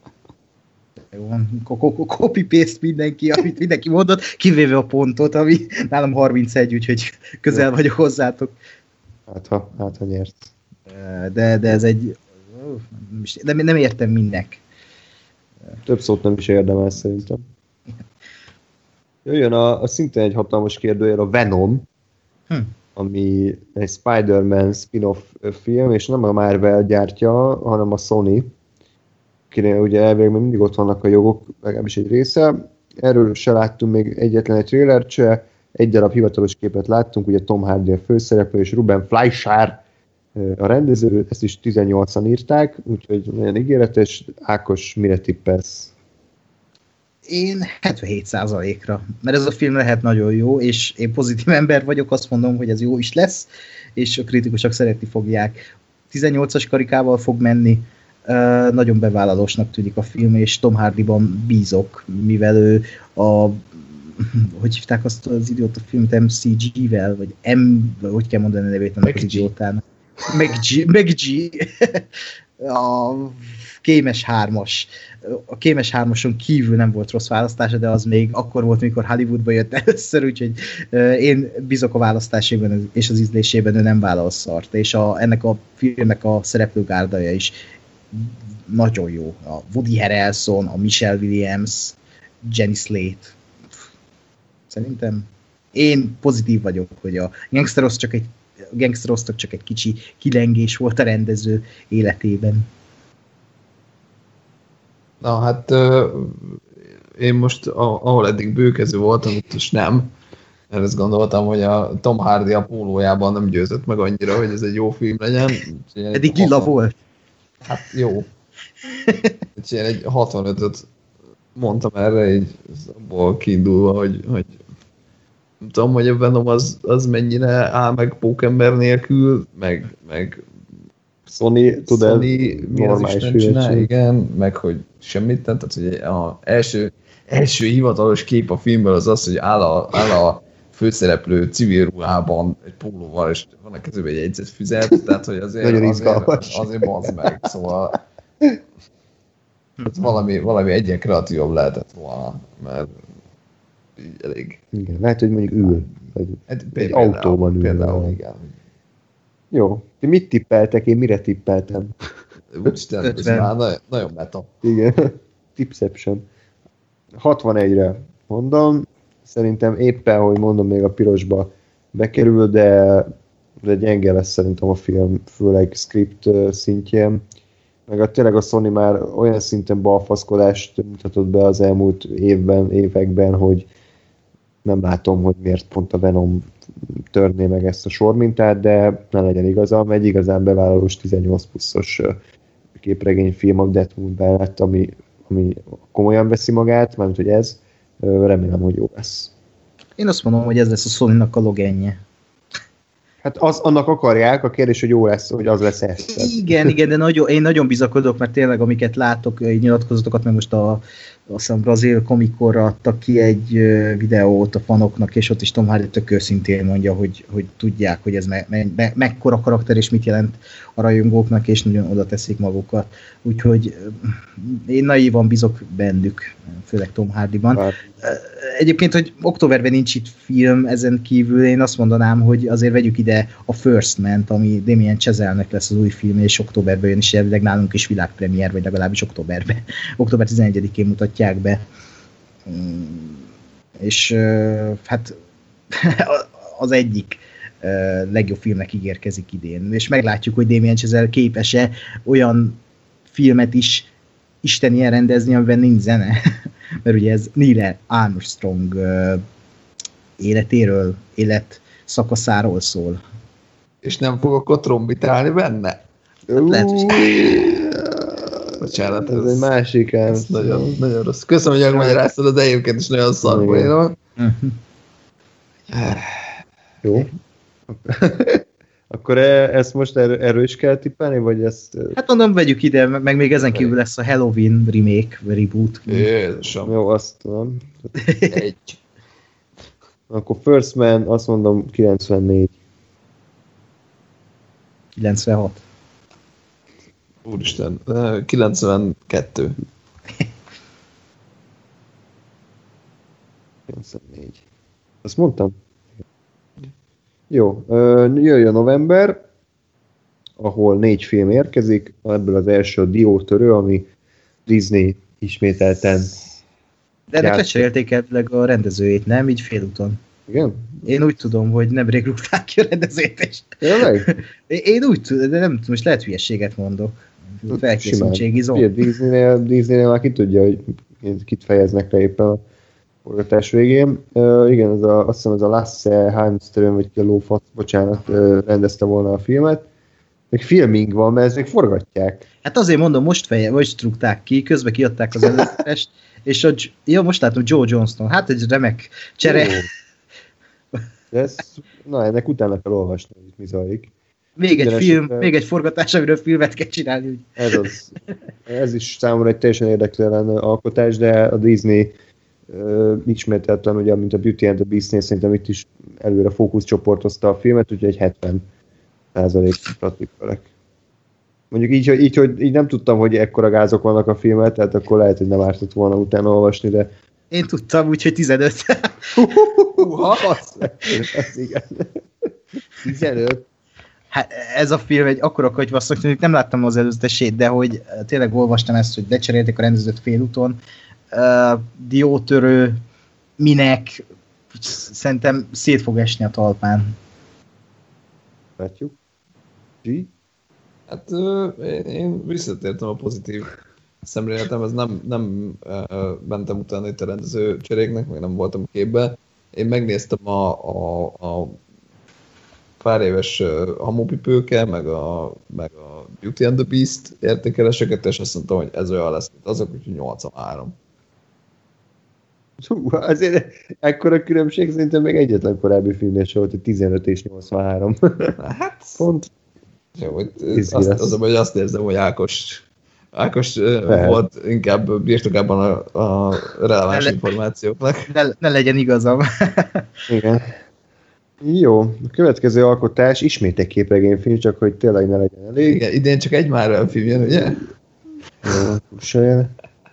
Copy-paste mindenki, amit mindenki mondott, kivéve a pontot, ami nálam 31, úgyhogy közel vagyok hozzátok. Hát ha nyert. De ez egy... De nem értem minek. Több szót nem is érdemel szerintem. Jöjjön a szintén egy hatalmas kérdőjel, a Venom, ami egy Spider-Man spin-off film, és nem a Marvel gyártja, hanem a Sony. Kinél ugye elvileg még mindig ott vannak a jogok, legalábbis egy része. Erről se láttunk még egyetlen egy trailert se, egy darab hivatalos képet láttunk, ugye Tom Hardy a főszereplő, és Ruben Fleischer a rendező, ezt is 18-an írták, úgyhogy nagyon ígéretes. Ákos, mire tippelsz? Én 77%-ra, mert ez a film lehet nagyon jó, és én pozitív ember vagyok, azt mondom, hogy ez jó is lesz, és a kritikusok szeretni fogják. 18-as karikával fog menni, nagyon bevállalósnak tűnik a film, és Tom Hardyban bízok, mivel ő hogy hívták azt az idióta filmet, MCG-vel, vagy hogy kell mondani a nevét annak az idiótának? McG. A Kémes 3-as. A Kémes 3-ason kívül nem volt rossz választása, de az még akkor volt, mikor Hollywoodba jött először, úgyhogy én bízok a választásében és az ízlésében, ő nem vállal szart. És ennek a filmnek a szereplőgárdaja is nagyon jó. A Woody Harrelson, a Michelle Williams, Jenny Slate. Szerintem én pozitív vagyok, hogy a Gangsterosztok csak egy kicsi kilengés volt a rendező életében. Na hát én most, ahol eddig bőkező voltam, itt most nem. Mert azt gondoltam, hogy a Tom Hardy a pólójában nem győzött meg annyira, hogy ez egy jó film legyen. Eddig lila volt. Hát jó. Úgyhogy én egy 65-öt mondtam erre, így abból kiindulva, hogy nem tudom, hogy a Venom az mennyire áll meg pókember nélkül, meg Sony tud normális csinál, igen, meg hogy semmit, tehát hogy az első hivatalos kép a filmből az, hogy áll a főszereplő civil ruhában egy pólóval, és van a kezében egy jegyzett füzet, tehát hogy azért bazd meg, szóval valami egyen kreatívabb lehetett volna, mert így elég. Igen, lehet, hogy mondjuk ül. Egy autóban ül. Például, igen. Jó. Ti mit tippeltek? Én mire tippeltem? Úristen, ez már nagyon meta. Igen. Tipception. 61-re mondom. Szerintem éppen, hogy mondom, még a pirosba bekerül, de gyenge lesz szerintem a film, főleg script szintjén. Meg tényleg a Sony már olyan szinten balfaszkodást mutatott be az elmúlt években, hogy nem látom, hogy miért pont a Venom törné meg ezt a sormintát, de ne legyen igazam, egy igazán bevállalós 18 pluszos képregényfilm a Deathwood mellett, ami komolyan veszi magát, mármint hogy ez, remélem, hogy jó lesz. Én azt mondom, hogy ez lesz a Sony-nak a logenje. Hát annak akarják, a kérdés, hogy jó lesz, hogy az lesz ezt. Igen, de én nagyon bizakodok, mert tényleg amiket látok, nyilatkozatokat, mert most azt hiszem brazil Comic-Conra adtak ki egy videót a fanoknak, és ott is Tom Hardy tök őszintén mondja, hogy tudják, hogy ez mekkora karakter, és mit jelent a rajongóknak, és nagyon oda teszik magukat. Úgyhogy én naívan bízok bennük, főleg Tom Hardyban. Egyébként, hogy októberben nincs itt film, ezen kívül én azt mondanám, hogy azért vegyük ide a First Man-t, ami Damien Chazellenek lesz az új film, és októberben jön, és elvileg nálunk is világpremiér, vagy legalábbis októberben. Október 11-én mutatják be. És hát az egyik legjobb filmnek ígérkezik idén. És meglátjuk, hogy Damien Chazelle képes-e olyan filmet is istenien rendezni, amiben nincs zene. Mert ugye ez Neil Armstrong életéről, élet szakaszáról szól. És nem fogok ott trombitálni benne? Lehet, hogy... Bocsánat, Ez egy másik ám. ez nagyon, nagyon rossz. Köszönöm, hogy megmagyaráztad, de egyébként is nagyon szarpoén. Jó. Akkor ezt most erről is kell tippelni, vagy ezt... Hát mondom, vegyük ide, meg még ezen kívül lesz a Halloween remake, reboot. Jézusom. Jó, azt tudom. Egy. Akkor First Man, azt mondom 94. 96. Úristen, 92. 94. Azt mondtam? Jó, jöjjön november, ahol 4 film érkezik, ebből az első a Diótörő, ami Disney ismételten... De ennek lecserélték elvileg a rendezőjét, nem? Így félúton. Igen? Én úgy tudom, hogy nemrég rúgták ki a rendezőjét is. Tényleg? Én úgy tudom, de nem tudom, most lehet hülyeséget mondok. Felkészültségizom. Disneynél már ki tudja, hogy kit fejeznek le éppen a forgatás végén. Igen, azt hiszem ez a Lasse Hallström, vagy ki a lófasz, bocsánat, rendezte volna a filmet. Még filming van, mert ezt még forgatják. Hát azért mondom, most rúgták ki, közben kiadták az előzetest, és most látom Joe Johnston. Hát egy remek csere. Ennek utána kell olvasni, hogy mi zajlik. Még egy film, még egy forgatás, amiről filmet kell csinálni. Úgy. Ez is számomra egy teljesen érdektelen alkotás, de a Disney ismételten, ugye, mint a Beauty and the Beast-nél, szerintem itt is előre fókuszcsoportozta a filmet, úgyhogy egy 70%-ra tippelek. Mondjuk így nem tudtam, hogy ekkora gázok vannak a filmet, tehát akkor lehet, hogy nem ártott volna utána olvasni, de... Én tudtam, úgyhogy 15. Ez igen. 15. Hát ez a film egy akkora katyvasszok, hogy nem láttam az előzetesét, de hogy tényleg olvastam ezt, hogy lecserélték a rendezőt félúton. Diótörő, minek, szerintem szét fog esni a talpán. Látjuk. G? Hát én visszatértem a pozitív szemléletem, ez nem mentem utána itt a rendező cseréknek, meg nem voltam képben. Én megnéztem a pár éves Hamupipőke, meg a Beauty and the Beast értékeléseket, és azt mondtam, hogy ez olyan lesz, mint azok, úgyhogy 83. Azért ekkora különbség szerintem még egyetlen korábbi filmnél sem volt, hogy 15 és 83. Hát, pont. Jó, hogy azt érzem, hogy Ákos volt inkább birtokában a releváns információknak. Ne legyen igazam. Igen. Jó, a következő alkotás ismét egy képregényfilm, csak hogy tényleg ne legyen elég. Igen, idén csak egy Marvel film jön, ugye? Jó, kussoljon.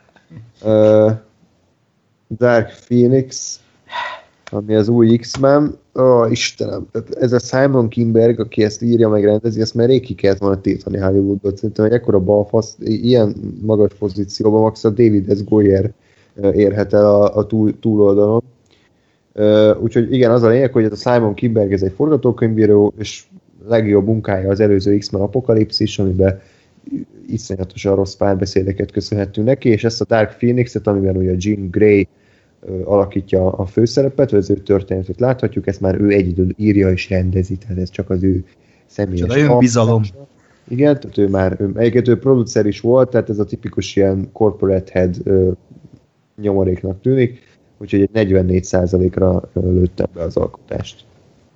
Dark Phoenix, ami az új X-Men. Istenem, ez a Simon Kinberg, aki ezt írja, meg rendezi, ezt már rég ki kellett volna tiltani Hollywoodot. Szerintem egy ekkora balfasz, ilyen magas pozícióban max a David S. Goyer érhet el a túloldalon. Úgyhogy igen, az a lényeg, hogy ez a Simon Kinberg, ez egy forgatókönyvíró, és legjobb munkája az előző X-Men Apokalipszis, amiben iszonyatosan rossz párbeszédeket köszönhetünk neki, és ezt a Dark Phoenix-et, amiben ugye Jean Grey alakítja a főszerepet, vagy az ő történetét láthatjuk, ezt már ő egyedül írja és rendezi, tehát ez csak az ő személyes önbizalom. Igen, tehát ő producer is volt, tehát ez a tipikus ilyen corporate head nyomoréknak tűnik, úgyhogy egy 44%-ra lőttem be az alkotást.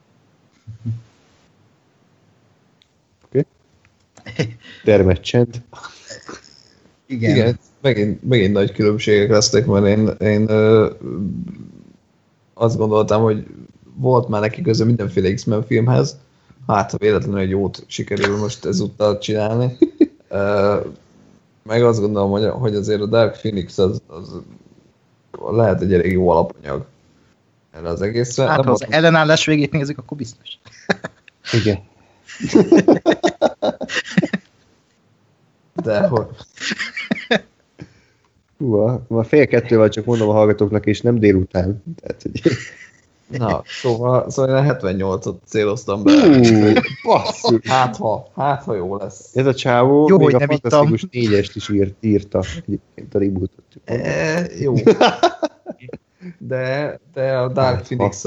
Oké? Termet csend. Igen. Megint nagy különbségek lesznek, mert én azt gondoltam, hogy volt már neki köze mindenféle X-Men filmhez, hát ha véletlenül egy jót sikerül most ezúttal csinálni. Meg azt gondolom, hogy azért a Dark Phoenix az lehet egy elég jó alapanyag erre az egészre. Hát ha az ellenállás végét nézzük, akkor biztos. Igen. De hogy... Ma fél kettővel csak mondom a hallgatóknak, és nem délután. Tehát, hogy Na, szóval én a 78-ot céloztam be. Basszus! Hát ha jó lesz. Ez a csávó Jó, még hogy a nem Fantasztikus 4-est is írta egyébként a rebootot. Jó. De a Dark Phoenix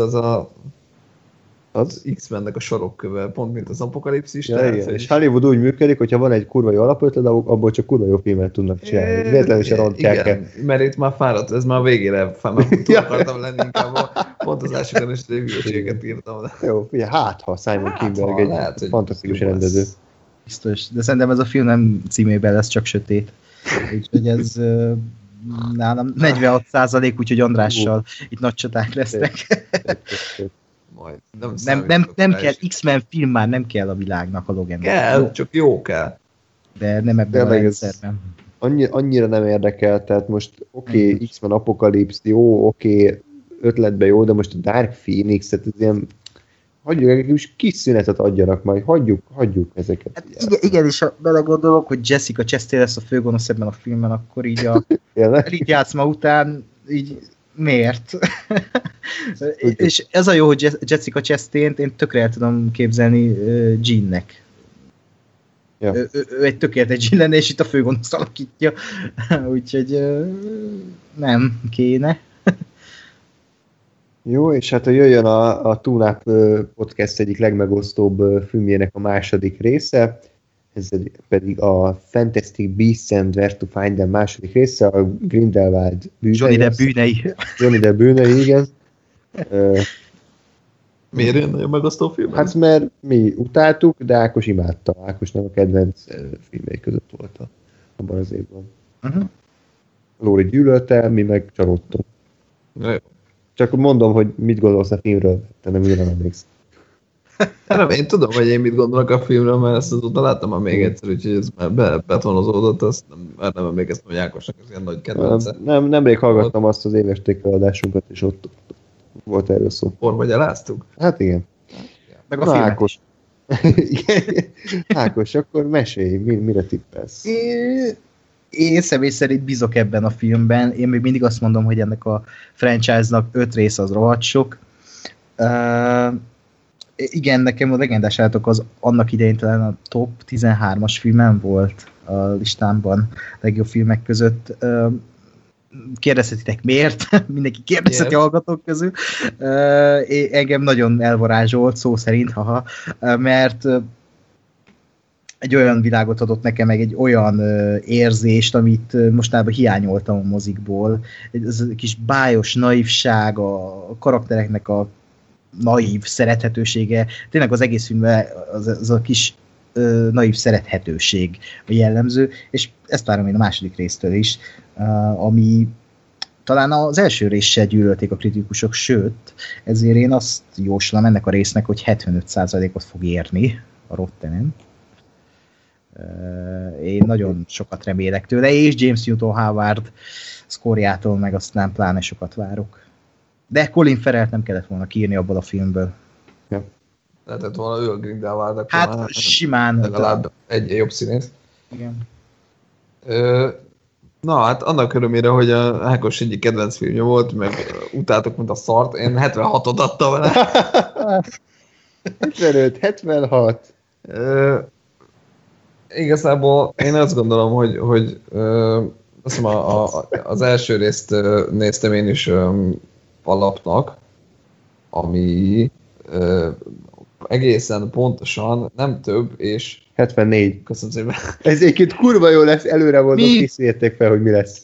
az X-Mennek a sarokköve, pont mint az Apokalipszis. Ja, igen. És Hollywood úgy működik, hogyha van egy kurva jó alapötlet, abból csak kurva jó filmet tudnak csinálni. Véletlenül se rontják el. Mert itt már fáradt, ez már végére túl akartam lenni inkább. Pont az elsőben is hülyeséget írtam. Jó, figyelj, ha Simon Kinberg egy fantasztikus rendező. Biztos, de szerintem ez a film nem címében lesz csak sötét. Úgyhogy ez nálam 46%, úgyhogy Andrással itt nagy csaták lesznek. Majd. Nem kell, X-Men film már nem kell a világnak a Logan. Kell, jó. Csak jó kell. De nem ebben a rendszerben. Annyira nem érdekel, tehát most X-Men Apokalipsz, jó, ötletben jó, de most a Dark Phoenix, tehát ez ilyen hagyjuk, kis szünetet adjanak majd, hagyjuk ezeket. Hát igen, és ha belegondolok, hogy Jessica Chastain lesz a főgonosz ebben a filmben, akkor így a elit-játszma után így miért? És ez a jó, hogy Jessica Chastaint én tökre el tudom képzelni Jeannek. Ja. Ő egy tökéletes Jean lenne, és itt a főgonosz alakítja. Úgyhogy nem kéne. Jó, és hát jöjjön a Tune-Up Podcast egyik legmegosztóbb filmjének a második része, ez pedig a Fantastic Beasts and Where to Find Them második része, a Grindelwald bűnei. Johnny Depp bűnei, igen. Miért ilyen nagyon megosztó film? Hát mert mi utáltuk, de Ákos imádta. Ákosnak a kedvenc filmjei között volt abban az évben. Lóri gyűlölte, mi meg csalódtunk. Csak mondom, hogy mit gondolsz a filmről, te nem újra emlékszel. Nem, én tudom, hogy én mit gondolok a filmről, mert ezt azóta láttam már még egyszer, úgyhogy ez már betonozódott, azt nem emlékeztem, hogy Ákosnak ez ilyen nagy kedvence. Nemrég hallgattam azt az éves tékeladásunkat, és ott volt erről szó. Orba gyaláztuk? Hát igen. Meg a filmet Ákos. Ákos, akkor mesélj, mire tippelsz? Én személy szerint bízok ebben a filmben. Én még mindig azt mondom, hogy ennek a franchise-nak 5 rész az rohadt sok. Igen, nekem a Legendás állatok az annak idején talán a top 13-as filmem volt a listámban legjobb filmek között. Kérdezhetitek miért? Mindenki kérdezheti hallgatók közül. Engem nagyon elvarázsolt, szó szerint, mert egy olyan világot adott nekem, meg egy olyan érzést, amit mostanában hiányoltam a mozikból. Ez a kis bájos naivság, a karaktereknek a naív szerethetősége, tényleg az egész filmben az a kis naív szerethetőség a jellemző, és ezt várom én a második résztől is, ami talán az első rész se gyűlölték a kritikusok, sőt, ezért én azt jóslom ennek a résznek, hogy 75%-ot fog érni a Rottenen. Én nagyon sokat remélek tőle, és James Newton Howard szkórjától meg aztán pláne sokat várok. De Colin Farrellt nem kellett volna kiírni abból a filmből. Ja. Lehetett volna ő a Grindelwald, hát simán. Legalább egy jobb színész. Igen. Na hát annak örömére, hogy a Ákos egyik kedvenc filmje volt, meg utáltok, mint a szart, én 76-ot adtam vele. 75, 76. Igazából én azt gondolom, hogy azt hiszem az első részt néztem én is alapnak, ami egészen pontosan nem több, és 74. Köszönöm szépen. Ez egyébként kurva jó lesz, előre voltak, készüljetek fel, hogy mi lesz.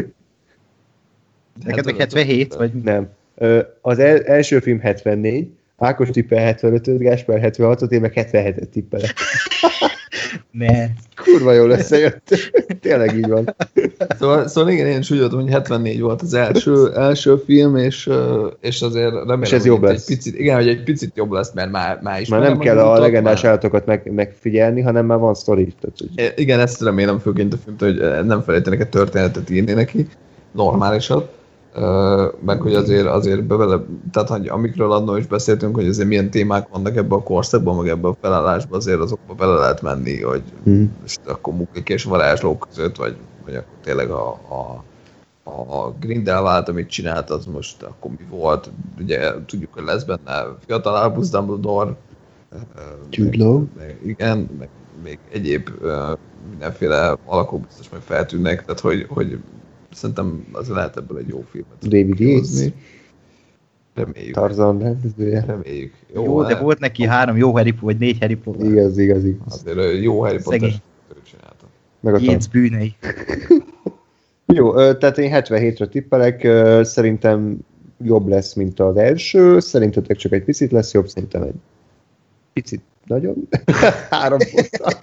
Neked meg 77, vagy? Nem. Az első film 74, Ákos tippel 75-öt, Gáspár 76-ot, én meg 77-et tippelek. Ne. Kurva jól összejött. Tényleg így van. Szóval igen, én is úgy voltam, hogy 74 volt az első film, és azért remélem, és ez jobb lesz. Hogy egy picit jobb lesz, mert már is. Már nem kell a legendás állatokat megfigyelni, hanem már van sztori. Igen, ezt remélem főként a filmtől, hogy nem felejtenek egy történetet írni neki, normálisat. Meg hogy azért bevele, tehát hogy amikről annól is beszéltünk, hogy azért milyen témák vannak ebben a korszakban, meg ebben a felállásban, azért azokba bele lehet menni, hogy most akkor muklik és varázslók között, vagy akkor tényleg a Grindelwald, amit csinált, az most akkor mi volt? Ugye tudjuk, hogy lesz benne fiatal Albus Dumbledore. Jude Law. Igen, meg még egyéb mindenféle alakok biztos majd feltűnnek, tehát hogy szerintem az lehet ebből egy jó filmet. David Yates. Reméljük. Tarzan rendezője. Reméljük. Jó, de volt neki 3 jó Harry vagy 4 Harry Potter. Igaz. Azért jó Harry Potter csinálta. Meg a Yates bűnei. Jó, tehát én 77-re tippelek, szerintem jobb lesz, mint az első, szerintetek csak egy picit lesz jobb, szerintem egy picit nagyon, 3 ponttal.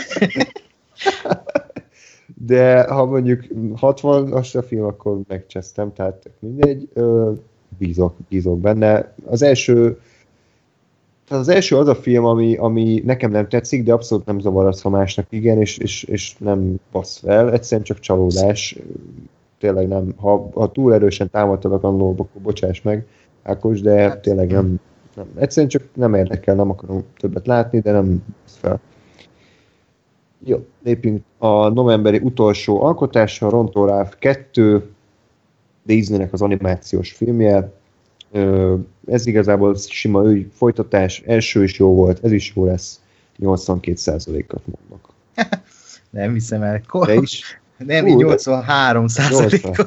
De ha mondjuk 60-as a film, akkor megcsesztem, tehát mindegy, bízok benne. Az első az a film, ami nekem nem tetszik, de abszolút nem zavar az, ha másnak igen, és nem passz fel, egyszerűen csak csalódás. Tényleg nem, ha túl erősen támadtalak annól, akkor bocsáss meg, Ákos, de tényleg nem. Egyszerűen csak nem érdekel, nem akarom többet látni, de nem passz fel. Jó, lépjünk a novemberi utolsó alkotásra, Ronto Ralph 2, Disneynek az animációs filmje. Ez igazából sima ő folytatás, első is jó volt, ez is jó lesz, 82%-at mondok. Nem hiszem el. De is? Nem, 83%-ot.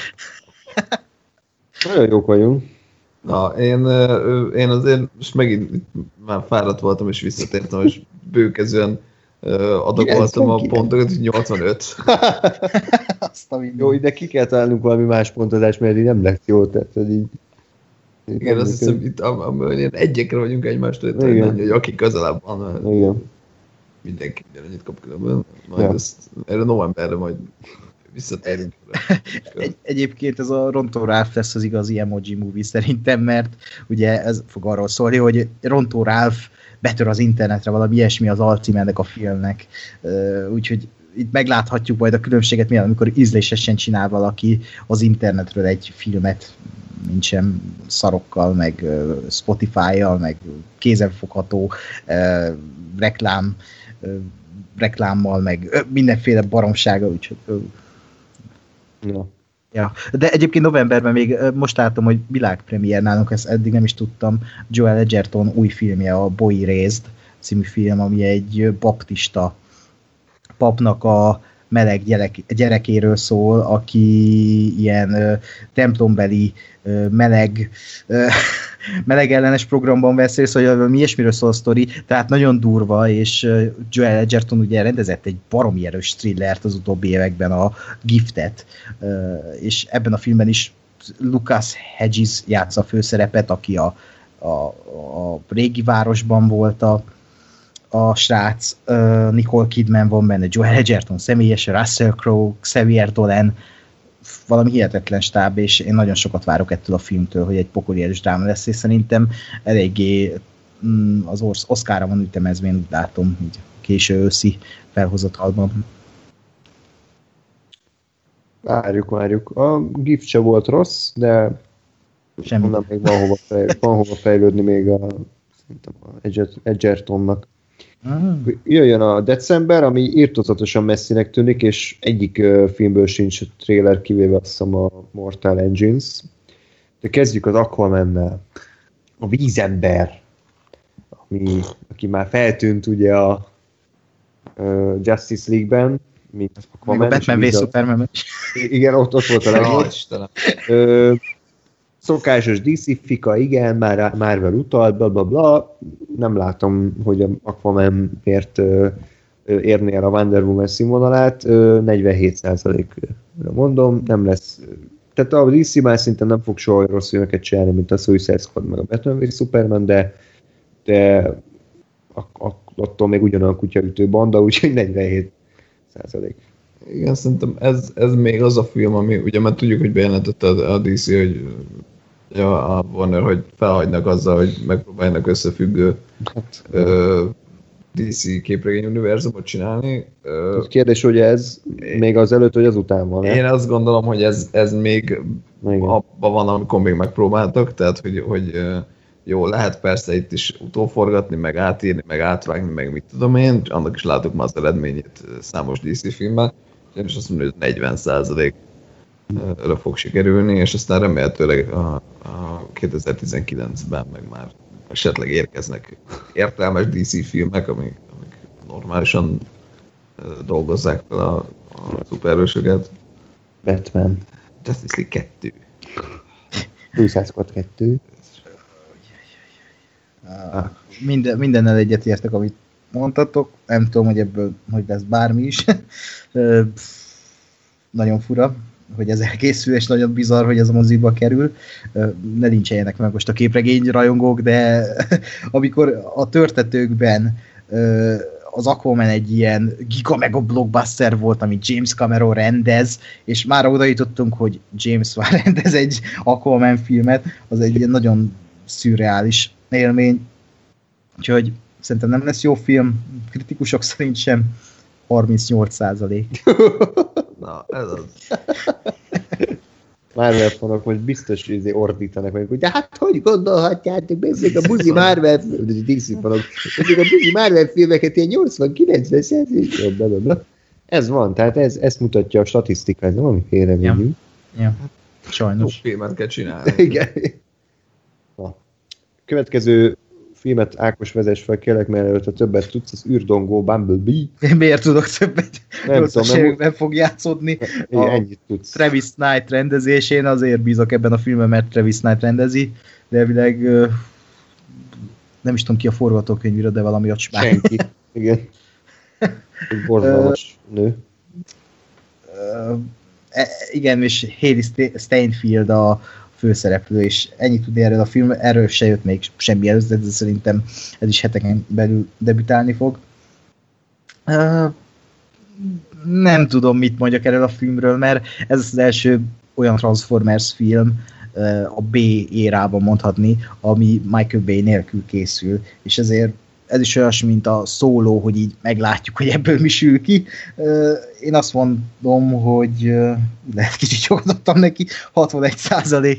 Nagyon jók vagyunk. Na, én azért most megint már fáradt voltam, és visszatértem, és bőkezően adagoltam a pontokat, hogy 85. Azt a Jó, de ki kell találnunk valami más pontozást, mert így nem lesz jó, tehát hogy így... Igen, azt hiszem, itt ilyen egyekre vagyunk egymástól, hogy aki közelebb van, igen. Mindenki ugyanannyit kap különben. Majd erre novemberre majd visszatérünk. Egyébként ez a Ronto Ralph lesz az igazi emoji movie szerintem, mert ugye ez fog arról szólni, hogy Ronto Ralph betör az internetre, valami ilyesmi az alcím ennek a filmnek. Úgyhogy itt megláthatjuk majd a különbséget, milyen, amikor ízlésesen csinál valaki az internetről egy filmet, nincsen szarokkal, meg Spotify-jal, meg kézenfogható reklámmal, meg mindenféle baromsággal, úgyhogy... Ja. De egyébként novemberben még most láttam, hogy világpremiér nálunk, ezt eddig nem is tudtam, Joel Edgerton új filmje, a Boy Raised című film, ami egy baptista papnak a meleg gyerekéről szól, aki ilyen templombeli meleg ellenes programban vesz részt, hogy mi ilyesmiről szól a sztori, tehát nagyon durva, és Joel Edgerton ugye rendezett egy baromi erős thrillert az utóbbi években, a Giftet, és ebben a filmben is Lucas Hedges játsza a főszerepet, aki a régi városban volt a srác, Nicole Kidman van benne, Joel Edgerton személyes, Russell Crowe, Xavier Dolan, valami hihetetlen stáb, és én nagyon sokat várok ettől a filmtől, hogy egy pokoli erős dráma lesz, és szerintem eléggé az Oscarra van ütemezve, én úgy látom, így késő őszi felhozatalban. Várjuk. A Gift se volt rossz, de onnan még van hova fejlődni még szerintem a Edgertonnak. Jöjjön a december, ami írtózatosan messzinek tűnik, és egyik filmből sincs trailer, kivéve azt hiszem a Mortal Engines. De kezdjük az Aquamannel. A vízember, aki már feltűnt ugye a Justice League-ben, mint Aquaman. Még a Batman v Superman. Igen, ott volt a legjobb. Szokásos DC fika, igen, Marvel utalt, blablabla. Nem látom, hogy a Aquaman miért érné el a Wonder Woman színvonalát. 47%-ra mondom, nem lesz. Tehát a DC már szinte nem fog soha rossz filmeket csinálni, mint a Suicide Squad meg a Batman v Superman, de attól még ugyanolyan kutyaütő banda, úgyhogy 47%. Igen, szerintem ez még az a film, ami, ugye már tudjuk, hogy bejelentette a DC, hogy a Warner, hogy felhagynak azzal, hogy megpróbáljanak összefüggő DC képregény univerzumot csinálni. Kérdés, hogy ez még az előtt, vagy az után van? Én azt gondolom, hogy ez még abban van, amikor még megpróbáltak, tehát hogy jó, lehet persze itt is utóforgatni, meg átírni, meg átvágni, meg mit tudom én, annak is látok már az eredményét számos DC filmben, és azt mondom, hogy 40%. fog sikerülni, és aztán remélhetőleg a 2019-ben meg már esetleg érkeznek értelmes DC filmek, amik normálisan dolgozzák fel a szuperhősöket. Batman. Justice League 2. Suicide Squad 2. Mindennel egyetértek, amit mondtatok. Nem tudom, hogy ebből hogy lesz bármi is. Nagyon fura, hogy ez elkészül, és nagyon bizarr, hogy ez a moziba kerül. Ne lincseljenek meg most a képregény rajongók, de amikor a törtetőkben az Aquaman egy ilyen giga-mega blockbuster volt, amit James Cameron rendez, és már oda jutottunk, hogy James már rendez egy Aquaman filmet, az egy ilyen nagyon szürreális élmény. Úgyhogy szerintem nem lesz jó film, kritikusok szerint sem, 38%. Na, ez az. Marvel fanok most biztos, hogy ordítanak meg, hogy de hát hogy gondolhatjátok, beszéljük a buzi Marvel DC fanok, beszéljük a buzi Marvel filmeket ilyen 80-90%. Ez van, tehát ezt mutatja a statisztika, ez valami félrevédjük. Ja. Sajnos. Jó filmet kell csinálni. Igen. Na. Következő filmet Ákos vezess fel, kérlek, mert előtt a többet tudsz, az űrdongó Bumblebee. Miért tudok többet? Nem tudom, nem fog játszódni. Ennyit tudsz. Travis Knight rendezésén, azért bízok ebben a filmben, mert Travis Knight rendezi, de elvileg nem is tudom ki a forgatókönyvíró, de valami ocsmán. Senki. Igen. Egy borzalmas nő. Igen, és Hailee Steinfeld a főszereplő, és ennyit tudni erről a filmről, erről se jött még semmi előző, de szerintem ez is heteken belül debütálni fog. Nem tudom, mit mondjak erről a filmről, mert ez az első olyan Transformers film a B érában mondhatni, ami Michael Bay nélkül készül, és ezért ez is olyas, mint a Solo, hogy így meglátjuk, hogy ebből mi sül ki. Én azt mondom, hogy lehet kicsit jogadottam neki, 61%.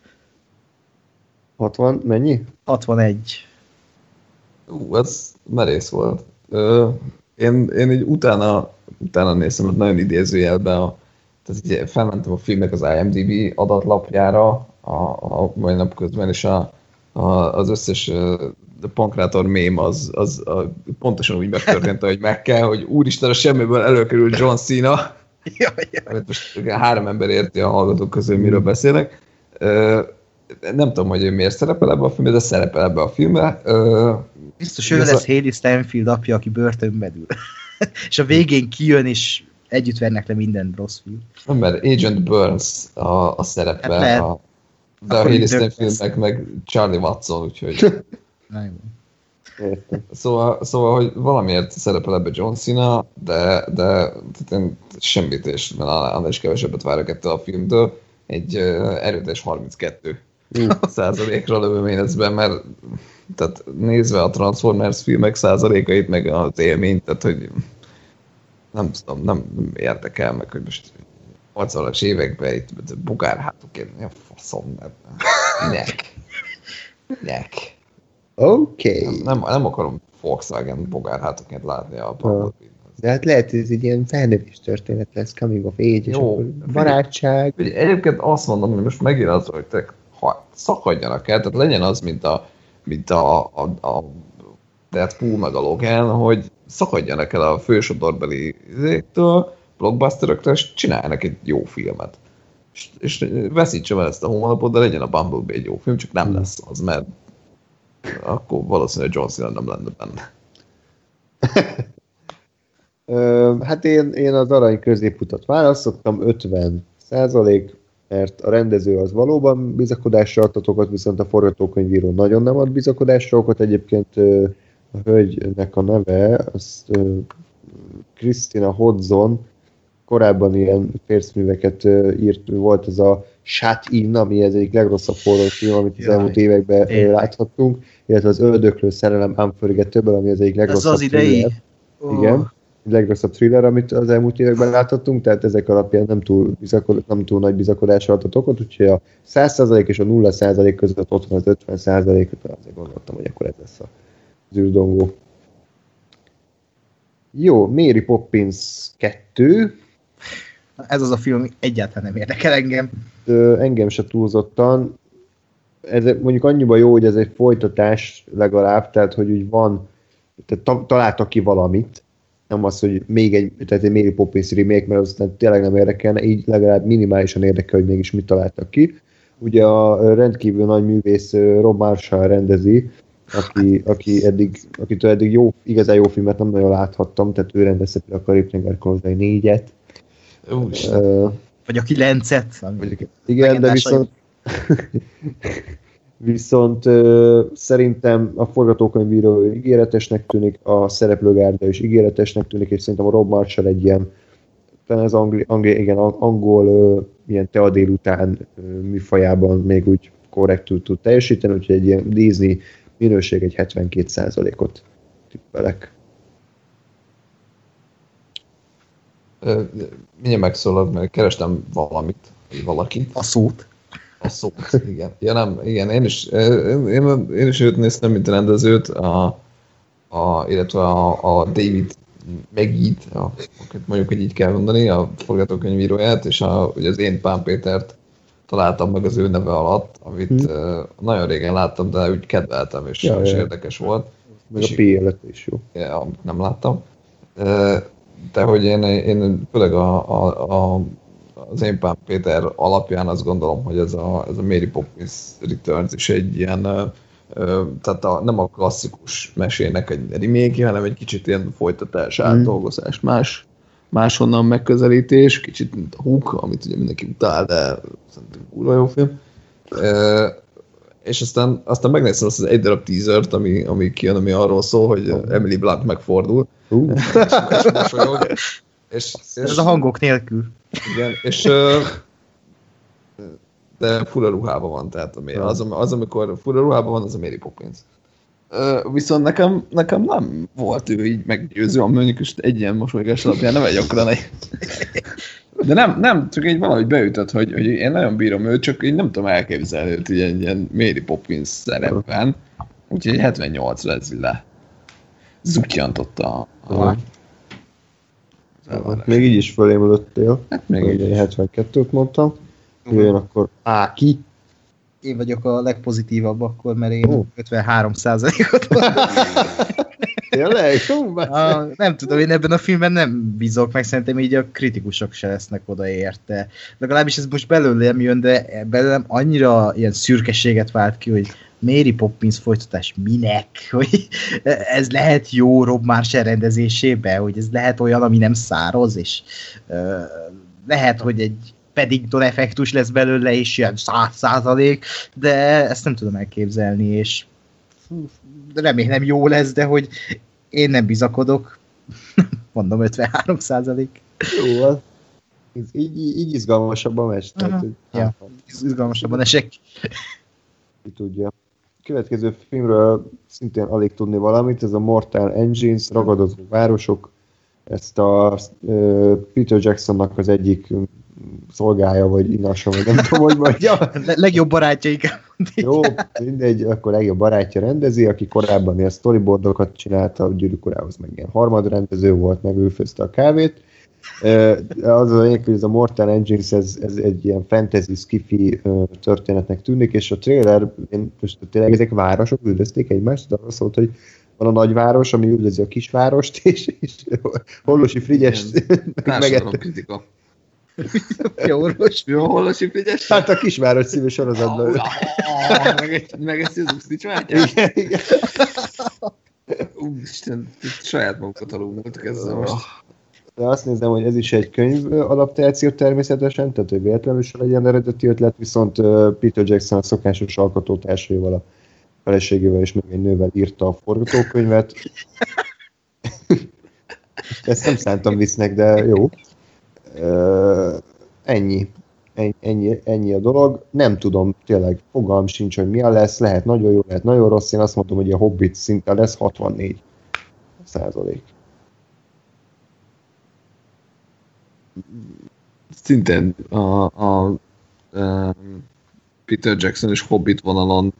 60, mennyi? 61. Ez merész volt. Én így utána néztem, hogy nagyon idézőjelben, tehát így felmentem a filmnek az IMDb adatlapjára a mai nap közben, és az összes pankrátor mém az pontosan úgy megtörtént, ahogy meg kell, hogy úristen, a semmiből előkerült John Cena. Most 3 ember érti a hallgatók közül, miről beszélek. Nem tudom, hogy ő miért szerepel ebbe a filmbe, de szerepel ebbe a filmbe. Biztos ő lesz Hailee Steinfeld apja, aki börtönbe ül. És a végén kijön, és együtt vernek le minden rossz film. Nem, mert Agent Burns a szerepe, hát de a Hailee Steinfeld meg Charlie Watson, úgyhogy... Szóval, hogy valamiért szerepel ebbe John Cena, de én semmit, és annál is kevesebbet várok ettől a filmtől. Egy erőteljes 32%-ra lövöm én ezben, mert tehát nézve a Transformers filmek százalékait, meg az élményt, tehát hogy nem tudom, nem érdekel meg, hogy most 80-as években itt bugárhátukért, mi a faszom, nek. Oké. Nem akarom Volkswagen bogárhátoként látni a Bumblebee-t. De hát lehet, hogy ez egy ilyen felnövés történet lesz, coming of age, és akkor barátság. Egyébként azt mondom, hogy most megint az, hogy szakadjanak el, tehát legyen az, mint a Deadpool meg a Logan, hogy szakadjanak el a fősodorbeli izéktől, blockbusteröktől, és csináljanak egy jó filmet. És veszítsem el ezt a hónapot, de legyen a Bumblebee egy jó film, csak nem lesz az, mert akkor valószínűleg John Cena nem lenne benne. Hát én az arany középutat választottam, 50%, mert a rendező az valóban bizakodásra adott okot, viszont a forgatókönyvíró nagyon nem ad bizakodásra okot. Egyébként a hölgynek a neve, az Christina Hodson, korábban ilyen fércműveket írt, volt ez a Shut In, ami ez egyik legrosszabb horrorfilm, amit az elmúlt években láthattunk, illetve az Ördöklő szerelem Unforgettable, ami az egyik legrosszabb az idei. Igen, legrosszabb thriller, amit az elmúlt években láthattunk, tehát ezek alapján nem túl nagy bizakodásra adott okot, úgyhogy a 100% és a 0% között ott van az 50%-ot, azért gondoltam, hogy akkor ez lesz az űrdongó. Jó, Mary Poppins 2. Ez az a film egyáltalán nem érdekel engem. Engem se túlzottan. Ez mondjuk annyiban jó, hogy ez egy folytatás legalább, tehát hogy úgy van, tehát találtak ki valamit, nem az, hogy még egy Mary Poppins remake, mert aztán tényleg nem érdekelne, így legalább minimálisan érdekel, hogy mégis mit találtak ki. Ugye a rendkívül nagy művész Rob Marshall rendezi, akitől eddig igazán jó filmet nem nagyon láthattam, tehát ő rendezte a Karib-tenger kalandjai 4-et. Vagy a 9-et. Igen, de viszont szerintem a forgatókönyvíró ígéretesnek tűnik, a szereplőgárda is ígéretesnek tűnik, és szerintem a Rob Marshall egy ilyen, talán az angol ilyen tea délután műfajában még úgy korrektül tud teljesíteni, úgyhogy egy ilyen Disney minőség egy 72%-ot tippelek. Mindjárt megszólod, mert kerestem valakit. A szót. A szót, igen. Ja nem, igen, én is őt néztem, mint rendezőt, illetve a David Megid, mondjuk, hogy így kell mondani, a forgatókönyvíróját, és ugye az én Pán Pétert találtam meg az ő neve alatt, amit nagyon régen láttam, de úgy kedveltem, és érdekes volt. Meg a P is jó. Ja, amit nem láttam. De hogy én főleg az én Pán Péter alapján azt gondolom, hogy ez a Mary Poppins Returns is egy ilyen, tehát nem a klasszikus mesének egy remake, hanem egy kicsit ilyen folytatás, átdolgozás, máshonnan megközelítés, kicsit mint a Hook, amit ugye mindenki utál, de szerintem kurva jó film. És aztán megnéztem azt az egy darab teasert, ami kijön, ami arról szól, hogy Emily Blunt megfordul, és mosolyog. És ez a hangok nélkül. Igen, és de fura ruhában van, tehát az, amikor fura ruhában van, az a Mary Poppins. Viszont nekem nem volt ő így meggyőző, mondjuk is egy ilyen mosolygás alapján nem egy akkora nagy. De nem, csak így valahogy beütött, hogy én nagyon bírom őt, csak így nem tudom elképzelni őt ilyen Mary Poppins szerepben. Úgyhogy 78-ra ez le zuttyantotta a még így is fölémülöttél. Hát még így. 72-t mondtam. Jöjjön akkor Áki. Én vagyok a legpozitívabb akkor, mert én 53%-ot mondtam. Tényleg? Nem tudom, én ebben a filmben nem bízok, meg szerintem így a kritikusok se lesznek odaérte. Legalábbis ez most belőlem jön, de belőlem annyira ilyen szürkeséget vált ki, hogy Mary Poppins folytatás minek? Hogy ez lehet jó Rob Marshall rendezésébe, hogy ez lehet olyan, ami nem száraz, és lehet, hogy egy Paddington effektus lesz belőle, és ilyen 100%, de ezt nem tudom elképzelni, és remélem jó lesz, de hogy én nem bizakodok. Mondom 53%. Jó, így izgalmasabb a meccs. Izgalmasabban esek. Ki tudja. Következő filmről szintén alig tudni valamit, ez a Mortal Engines, ragadozó városok. Ezt a Peter Jacksonnak az egyik szolgája, vagy inasa, vagy nem tudom, hogy mondja. Legjobb barátja, igen. Jó, mindegy, akkor legjobb barátja rendezi, aki korábban ilyen storyboardokat csinálta, a Gyűrűk Urához meg ilyen harmadrendező volt, meg ő főzte a kávét. Az a lényeg, hogy ez a Mortal Engines, ez egy ilyen fantasy, skifi történetnek tűnik, és a trailer, most tényleg ezek városok üldözték egymást, de arra szólt, hogy van a nagyváros, ami üldözi a kisvárost, és Hollósi Frigyes társadalom kritika. Jó orvos. Jó Hollósi Frigyes? Hát a kisváros című sorozatban. Meg ezt az Uszti csinálják? Igen. Isten, saját magukat alulmúltak ezzel most. De azt nézem, hogy ez is egy könyv adaptáció természetesen, tehát hogy véletlenül sem legyen eredeti ötlet, viszont Peter Jackson a szokásos alkotótársaival, a feleségével és még egy nővel írta a forgatókönyvet. Ezt nem szántam visznek, de jó. Ennyi a dolog. Nem tudom, tényleg fogalm sincs, hogy mi lesz, lehet nagyon jó, lehet nagyon rossz. Én azt mondom, hogy a Hobbit szinte lesz 64%. Szintén a Peter Jackson és Hobbit vonalon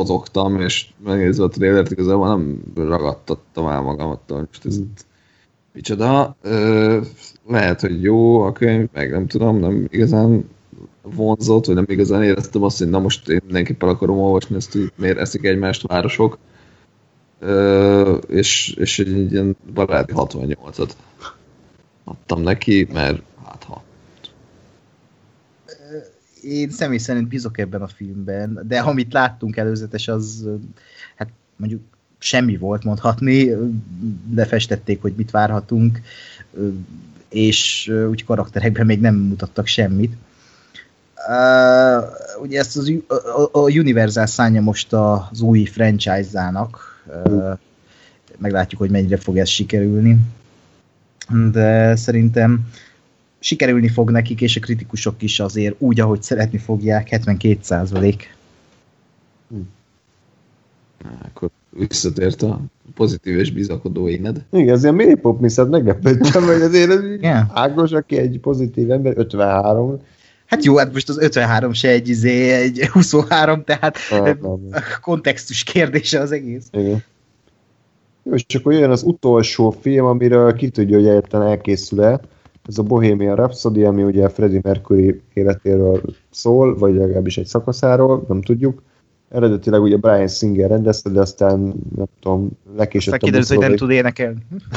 mozogtam, és megnézve a trailert, igazából nem ragadtattam el magamat, most ez Micsoda, lehet, hogy jó a könyv, meg nem tudom, nem igazán vonzott, vagy nem igazán éreztem azt, hogy na most én mindenképpen akarom olvasni ezt, hogy miért eszik egymást városok, és egy ilyen baráti 68-at adtam neki, mert hát ha. Én személy szerint bízok ebben a filmben, de amit láttunk előzetes, az hát mondjuk semmi volt mondhatni, lefestették, hogy mit várhatunk, és úgy karakterekben még nem mutattak semmit. Ugye ezt a Universal szánja most az új franchise-ának, meglátjuk, hogy mennyire fog ez sikerülni, de szerintem sikerülni fog nekik, és a kritikusok is azért úgy, ahogy szeretni fogják, 72%. Akkor visszatért a pozitív és bizakodó éned. Igen, ez ilyen mini-pop miszát meglepődtem, hogy azért Yeah. Ágos, aki egy pozitív ember, 53. Hát jó, hát most az 53 se egy 23, tehát Nem. kontextus kérdése az egész. Igen. Jó, és akkor jön az utolsó film, amiről ki tudja, hogy egyáltalán elkészül-e. Ez a Bohemian Rhapsody, ami ugye Freddie Mercury életéről szól, vagy legalábbis egy szakaszáról, nem tudjuk. Eredetileg ugye Bryan Singer rendezte, de aztán nem tudom, lekésett Aztán kiderült, hogy nem tud énekelni.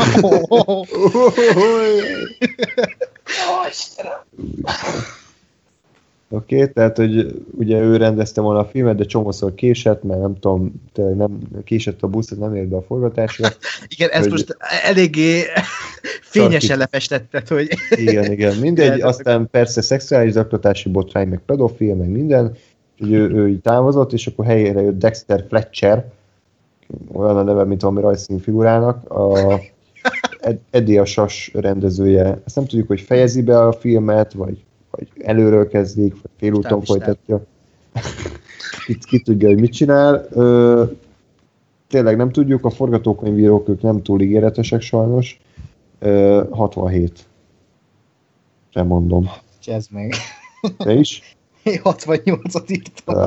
Oké, tehát, hogy ugye ő rendezte volna a filmet, de csomószor késett, mert nem tudom, tényleg nem késett a busz, nem ért be a forgatásra. Igen, ezt Hogy- most eléggé fényesen lefestetted, hogy... Igen, mindegy, aztán persze szexuális zaklatási botrány, meg pedofil, meg minden, úgyhogy ő így távozott, és akkor helyére jött Dexter Fletcher, olyan a neve, mint valami rajzszínfigurának, a Eddie a Sas rendezője. Ezt nem tudjuk, hogy fejezi be a filmet, vagy előről kezdik, vagy félúton Stáb. folytatja. Ki tudja, hogy mit csinál. Tényleg nem tudjuk, a forgatókönyvírók ők nem túl ígéretesek sajnos. 67. Sem mondom. Csezd meg. Te is? Én 68-at írtam.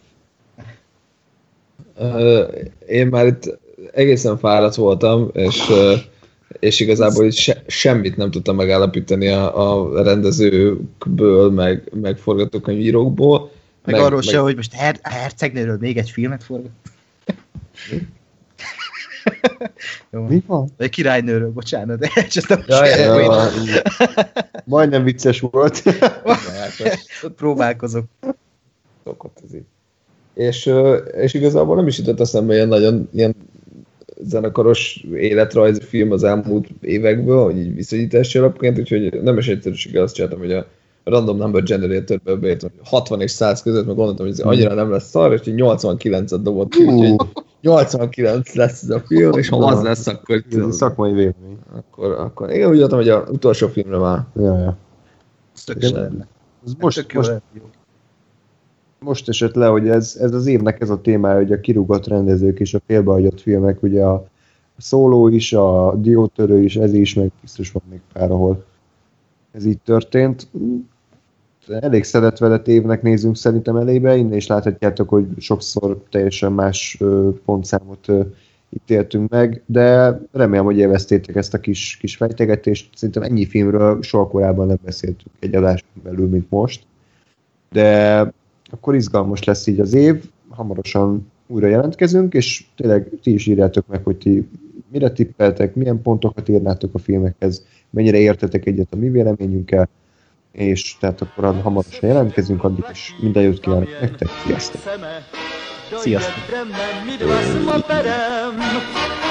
Én már itt egészen fáradt voltam, és igazából itt semmit nem tudtam megállapítani a rendezőkből, meg forgatókönyvírókból. Meg arról se, hogy most a hercegnőről még egy filmet forgat. Jó. Mi van? Vagy királynőről, bocsánat, de elcsesztem. Majdnem vicces volt. Próbálkozok. Szokott ez így. És igazából nem is jutott eszembe ilyen nagyon ilyen zenekaros életrajzi film az elmúlt évekből, hogy így viszonyítási alapként, úgyhogy nem is egyszerűséggel azt csináltam, hogy a Random Number Generatorbe beírtam, hogy 60 és 100 között, meg gondoltam, hogy ez annyira nem lesz szar, és 89-et dobott ki, úgyhogy 89 lesz ez a film, és ha az lesz, akkor... Ez a szakmai vélemény. Akkor igen, úgy voltam, hogy az utolsó filmre már. Ja. Ez tök is lenne. Ez most esett le, hogy ez az évnek ez a témája, hogy a kirúgott rendezők és a félbehagyott filmek, ugye a Szóló is, a Diótörő is, ez is, meg biztos van még pár, ahol ez így történt. Elég szedett évnek nézünk szerintem elébe, innen is láthatjátok, hogy sokszor teljesen más pontszámot ítéltünk meg, de remélem, hogy élveztétek ezt a kis fejtegetést. Szerintem ennyi filmről soha korábban nem beszéltünk egy adáson belül, mint most. De akkor izgalmas lesz így az év, hamarosan újra jelentkezünk, és tényleg ti is írjátok meg, hogy ti mire tippeltek, milyen pontokat írnátok a filmekhez, mennyire értetek egyet a mi véleményünkkel, és tehát akkor hamarosan jelentkezünk, addig is minden jót kívánok nektek, sziasztok! Sziasztok! Dojde dremem, my dva s maperem,